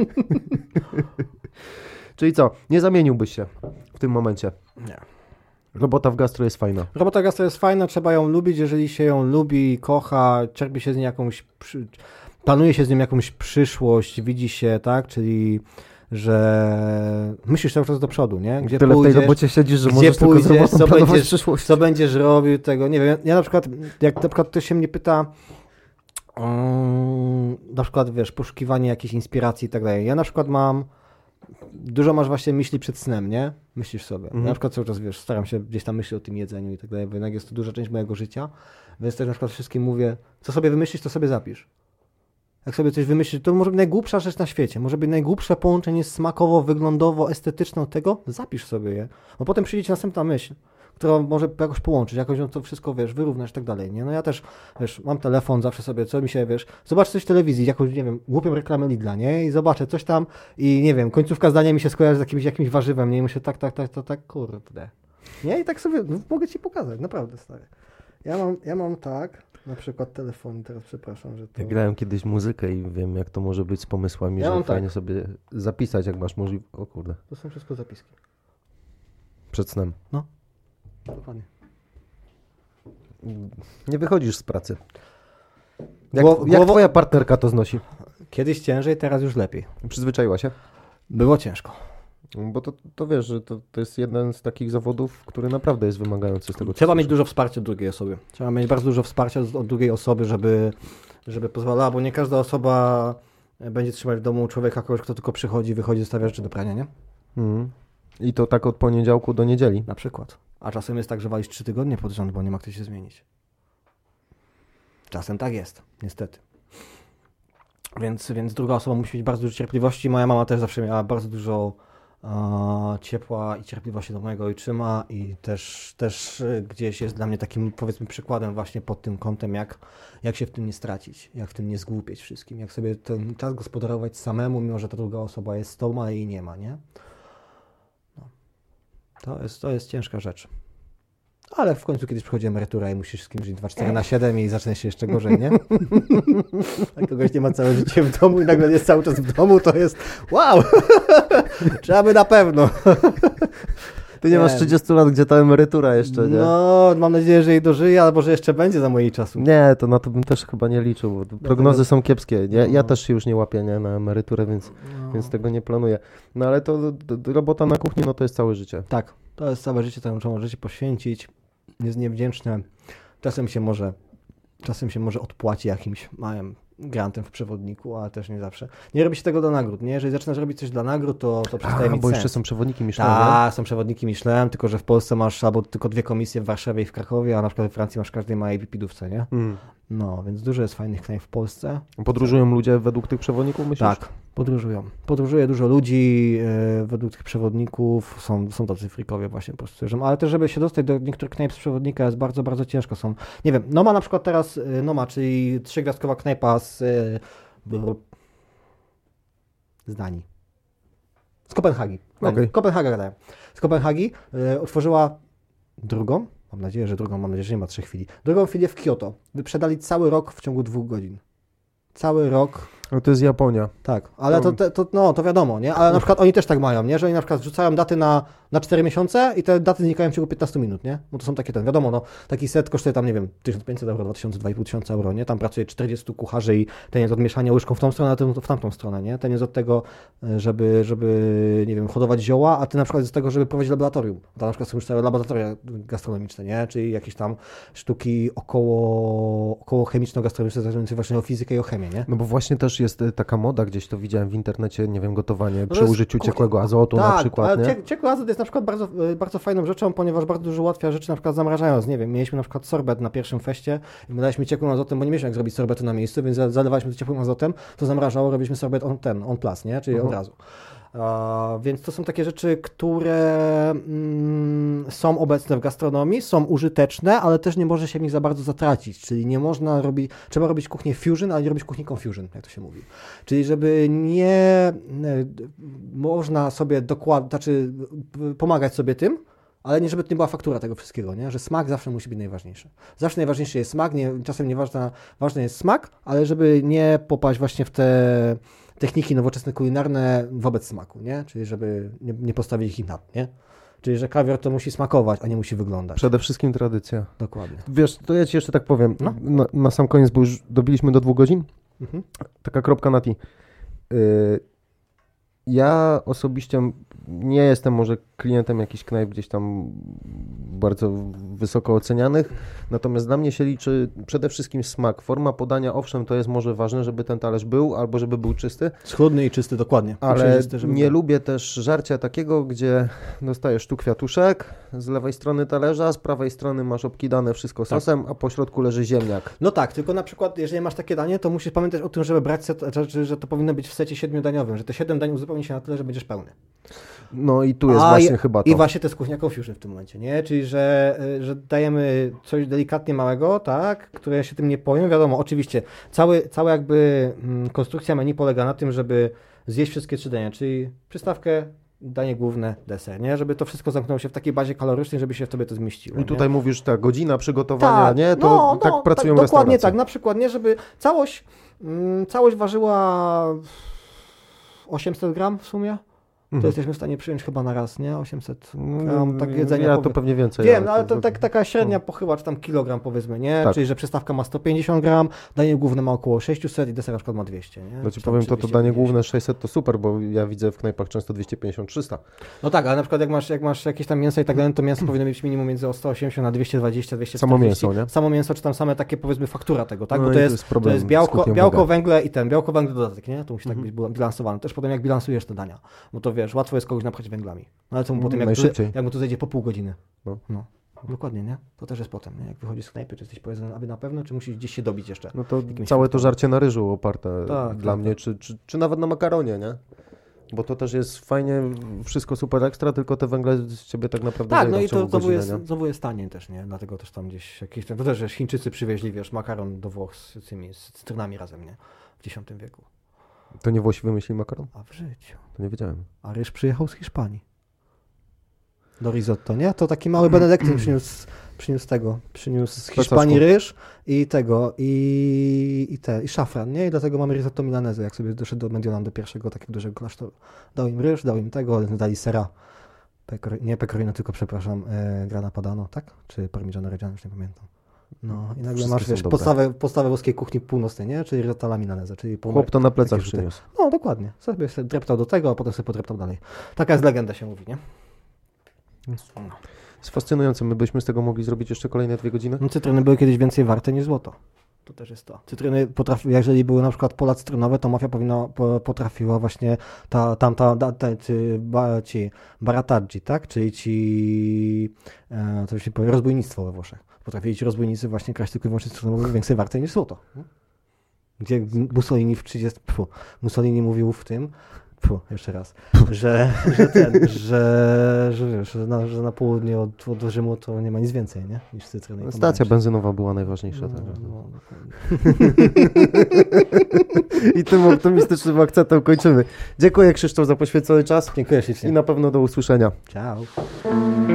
Czyli co, nie zamieniłbyś się w tym momencie? Nie. Robota w gastro jest fajna. Robota gastro jest fajna, trzeba ją lubić, jeżeli się ją lubi, kocha, czerpie się z niej planuje się z nią jakąś przyszłość, widzi się, tak, czyli że myślisz cały czas do przodu, nie? Gdzie tyle pójdziesz, w tej robocie siedzisz, że możesz pójdziesz, tylko co będziesz robił tego, nie wiem, ja na przykład, jak na przykład ktoś się mnie pyta, na przykład, wiesz, poszukiwanie jakiejś inspiracji i tak dalej, ja na przykład dużo masz właśnie myśli przed snem, nie? Myślisz sobie. Ja na przykład cały czas, wiesz, staram się gdzieś tam myśleć o tym jedzeniu i tak dalej, bo jednak jest to duża część mojego życia, więc też na przykład wszystkim mówię, co sobie wymyślisz, to sobie zapisz. Jak sobie coś wymyślisz, to może być najgłupsza rzecz na świecie, może być najgłupsze połączenie smakowo, wyglądowo, estetyczne od tego, zapisz sobie je. Bo potem przyjdzie ci następna myśl. którą może jakoś połączyć, jakoś to wszystko, wiesz, wyrównać i tak dalej, nie? No ja też, wiesz, mam telefon zawsze sobie, co mi się, wiesz, zobaczę coś w telewizji, jakąś, nie wiem, głupią reklamę Lidla, nie? I zobaczę coś tam i, nie wiem, końcówka zdania mi się skojarzy z jakimś warzywem, nie? I myślę, tak, kurde. Nie? I tak sobie, no, mogę ci pokazać, naprawdę, stary. Ja mam tak, na przykład telefon, teraz przepraszam, że to... Ja grałem kiedyś muzykę i wiem, jak to może być z pomysłami, Ja że mam fajnie tak. sobie zapisać, jak masz możliwość. O kurde, To są wszystko zapiski. przed snem. Dokładnie. Nie wychodzisz z pracy. Jak Głowo- twoja partnerka to znosi? Kiedyś ciężej, teraz już lepiej. Przyzwyczaiła się? Było ciężko. Bo to wiesz, że to jest jeden z takich zawodów, który naprawdę jest wymagający z tego, co Trzeba mieć słyszę. dużo wsparcia od drugiej osoby. Trzeba mieć bardzo dużo wsparcia od drugiej osoby, żeby pozwalała, bo nie każda osoba będzie trzymać w domu człowieka, kogoś, kto tylko przychodzi, wychodzi, zostawia rzeczy do prania, nie? Mhm. I to tak od poniedziałku do niedzieli. Na przykład. A czasem jest tak, że walisz 3 tygodnie pod rząd, bo nie ma kto się zmienić. Czasem tak jest, niestety. Więc druga osoba musi mieć bardzo dużo cierpliwości. Moja mama też zawsze miała bardzo dużo ciepła i cierpliwości do mojego ojczyma i też gdzieś jest dla mnie takim, powiedzmy, przykładem właśnie pod tym kątem, jak się w tym nie stracić, jak w tym nie zgłupieć wszystkim, jak sobie ten czas gospodarować samemu, mimo że ta druga osoba jest z tobą, a jej nie ma, nie? No. To jest ciężka rzecz. Ale w końcu kiedyś przychodzi emerytura i musisz z kimś żyć 24/7 i zaczyna się jeszcze gorzej, nie? Jak kogoś nie ma całe życie w domu i nagle jest cały czas w domu, to jest wow! Trzeba by na pewno. Ty nie masz 30 lat, gdzie ta emerytura jeszcze, nie? No, mam nadzieję, że jej dożyję, albo że jeszcze będzie za mojej czasu. Nie, to na to bym też chyba nie liczył, bo prognozy są kiepskie. Ja No. też się już nie łapię nie, na emeryturę, więc tego nie planuję. No ale to robota na kuchni, no to jest całe życie. Tak, to jest całe życie, temu trzeba życie poświęcić. Jest niewdzięczne. Czasem się może odpłaci jakimś małym grantem w przewodniku, ale też nie zawsze. Nie robi się tego dla nagród, nie? Jeżeli zaczynasz robić coś dla nagród, to przestaje mieć bo sens. jeszcze są przewodniki Michelin, nie? Tak, są przewodniki Michelin, tylko że w Polsce masz albo tylko 2 komisje w Warszawie i w Krakowie, a na przykład we Francji masz w każdej małej wypidówce, nie? No, więc dużo jest fajnych knajp w Polsce. Podróżują ludzie według tych przewodników, myślisz? Tak, podróżują. Podróżuje dużo ludzi według tych przewodników. Są tacy frikowie właśnie prostytują. Ale też, żeby się dostać do niektórych knajp z przewodnika jest bardzo, bardzo ciężko. Są, nie wiem, Noma na przykład teraz, Noma, czyli 3-gwiazdkowa knajpa z Danii. Z Kopenhagi. Okej. Kopenhaga gadają. Z Kopenhagi otworzyła drugą, mam nadzieję, że nie ma 3 chwili. Drugą filię w Kyoto. Wyprzedali cały rok w ciągu 2 godzin. Cały rok. No to jest Japonia. Tak, ale to wiadomo, nie? Ale na przykład oni też tak mają, nie? Że oni na przykład rzucają daty na 4 miesiące i te daty znikają w ciągu 15 minut, nie? Bo to są takie wiadomo, no, taki set kosztuje tam, nie wiem, 1500 euro, 2000, 2500 euro, nie? Tam pracuje 40 kucharzy i ten jest od mieszania łyżką w tą stronę, a ten w tamtą stronę, nie? Ten jest od tego, żeby nie wiem, hodować zioła, a ty na przykład jest z tego, żeby prowadzić laboratorium. Tam na przykład są już całe laboratoria gastronomiczne, nie? Czyli jakieś tam sztuki około chemiczno-gastronomiczne, zajmujące właśnie o fizykę i o chemię, nie? No bo właśnie też jest taka moda, gdzieś to widziałem w internecie, nie wiem, gotowanie przy jest użyciu ciekłego azotu na przykład, ale nie? ciekły azot jest na przykład bardzo, bardzo fajną rzeczą, ponieważ bardzo dużo ułatwia rzeczy, na przykład zamrażając, nie wiem, mieliśmy na przykład sorbet na pierwszym feście i daliśmy ciekłym azotem, bo nie mieliśmy jak zrobić sorbetu na miejscu, więc zalewaliśmy to ciepłym azotem, to zamrażało, robiliśmy sorbet on place, nie? Czyli od razu. Więc to są takie rzeczy, które są obecne w gastronomii, są użyteczne, ale też nie może się w nich za bardzo zatracić, czyli nie można robić, trzeba robić kuchnię fusion, ale nie robić kuchni confusion, jak to się mówi. Czyli żeby nie można sobie pomagać sobie tym, ale nie żeby to nie była faktura tego wszystkiego, nie? Że smak zawsze musi być najważniejszy. Zawsze najważniejszy jest smak, czasem ważny jest smak, ale żeby nie popaść właśnie w te techniki nowoczesne kulinarne wobec smaku, nie? Czyli żeby nie postawić ich nad, nie? Czyli, że kawior to musi smakować, a nie musi wyglądać. Przede wszystkim tradycja. Dokładnie. Wiesz, to ja ci jeszcze tak powiem, No. na sam koniec, bo już dobiliśmy do 2 godzin, taka kropka na i. Ja osobiście nie jestem może klientem jakichś knajp gdzieś tam bardzo wysoko ocenianych. Natomiast dla mnie się liczy przede wszystkim smak. Forma podania, owszem, to jest może ważne, żeby ten talerz był, albo żeby był czysty. Schludny i czysty, dokładnie. Ale nie lubię też żarcia takiego, gdzie dostajesz tu kwiatuszek z lewej strony talerza, z prawej strony masz obkidane wszystko sosem, a po środku leży ziemniak. No tak, tylko na przykład, jeżeli masz takie danie, to musisz pamiętać o tym, żeby brać set, że to powinno być w secie 7-daniowym, że te 7 dań uzupełni się na tyle, że będziesz pełny. No i tu jest właśnie chyba to. I właśnie to jest kuchnia confusion w tym momencie, nie? Czyli, że dajemy coś delikatnie małego, tak, które się tym nie poją. Wiadomo, oczywiście, cała jakby konstrukcja menu polega na tym, żeby zjeść wszystkie 3 dania, czyli przystawkę, danie główne, deser, nie? Żeby to wszystko zamknęło się w takiej bazie kalorycznej, żeby się w tobie to zmieściło. I tutaj mówisz, ta godzina przygotowania, tak, nie? To tak pracują restauracje. Dokładnie tak, na przykład, nie? Żeby całość ważyła 800 gram w sumie. To jesteśmy w stanie przyjąć chyba na raz, nie? 800 gram tak jedzenia. Ja to pewnie więcej. Wiem, ale to taka średnia pochyła, czy tam kilogram powiedzmy, nie? Tak. Czyli, że przystawka ma 150 gram, danie główne ma około 600 i deser na przykład ma 200, nie? No ci powiem, to danie główne 600 to super, bo ja widzę w knajpach często 250-300. No tak, ale na przykład jak masz jakieś tam mięso i tak dalej, to mięso powinno mieć minimum między 180 a 220, 240. Samo mięso, nie? Samo mięso, czy tam same takie powiedzmy faktura tego, tak? No Bo to jest białko, węgle i białko-węgle dodatek, nie? To musi tak być bilansowane. Też potem jak bilansujesz te dania, bo to wiesz, łatwo jest kogoś napchać węglami. No ale co mu potem, jak mu to zejdzie po pół godziny. No. Dokładnie, nie? To też jest potem, nie? Jak wychodzisz z knajpy, czy jesteś powiedzony, aby na pewno, czy musisz gdzieś się dobić jeszcze? No to całe to żarcie na ryżu oparte dla mnie, tak. Czy nawet na makaronie, nie? Bo to też jest fajnie, wszystko super ekstra, tylko te węgle z ciebie tak naprawdę tak, no i to znowu jest taniej też, nie? Dlatego też tam gdzieś jakieś, to też, że Chińczycy przywieźli, wiesz, makaron do Włoch z cytrynami razem, nie? W X wieku. To nie Włosi wymyślili makaron? A w życiu. To nie wiedziałem. A ryż przyjechał z Hiszpanii. Do risotto, nie? To taki mały benedyktyn przyniósł z Hiszpanii ryż i i szafran, nie? I dlatego mamy risotto milanese, jak sobie doszedł do Mediolan, do pierwszego takiego dużego klasztoru. Dał im ryż, dał im tego, dali sera, nie pecorino, tylko przepraszam, grana padano, tak? Czy parmigiano reggiano, już nie pamiętam. No i nagle masz, wiesz, podstawę włoskiej kuchni północnej, nie? Czyli risotto alla milanese, czyli chłop to na plecach przyniósł. No, dokładnie. Sobie dreptał do tego, a potem sobie podreptał dalej. Taka jest legenda, się mówi, nie? Jest fascynujące. My byśmy z tego mogli zrobić jeszcze kolejne 2 godziny? No, cytryny były kiedyś więcej warte niż złoto. To też jest to. Cytryny jeżeli były na przykład pola cytrynowe, to mafia potrafiła właśnie ci barataggi, tak? Czyli to się powie, rozbójnictwo we Włoszech. Potrafili ci rozbójnicy właśnie kraść tylko i wyłącznie cytryny więcej warte niż złoto. Gdzie Mussolini mówił w tym, jeszcze raz, że na południe od Rzymu to nie ma nic więcej, nie? Niż cytryny. Stacja benzynowa była najważniejsza. I tym optymistycznym akcentem kończymy. Dziękuję, Krzysztof, za poświęcony czas. Dziękuję ślicznie. I na pewno do usłyszenia. Ciao.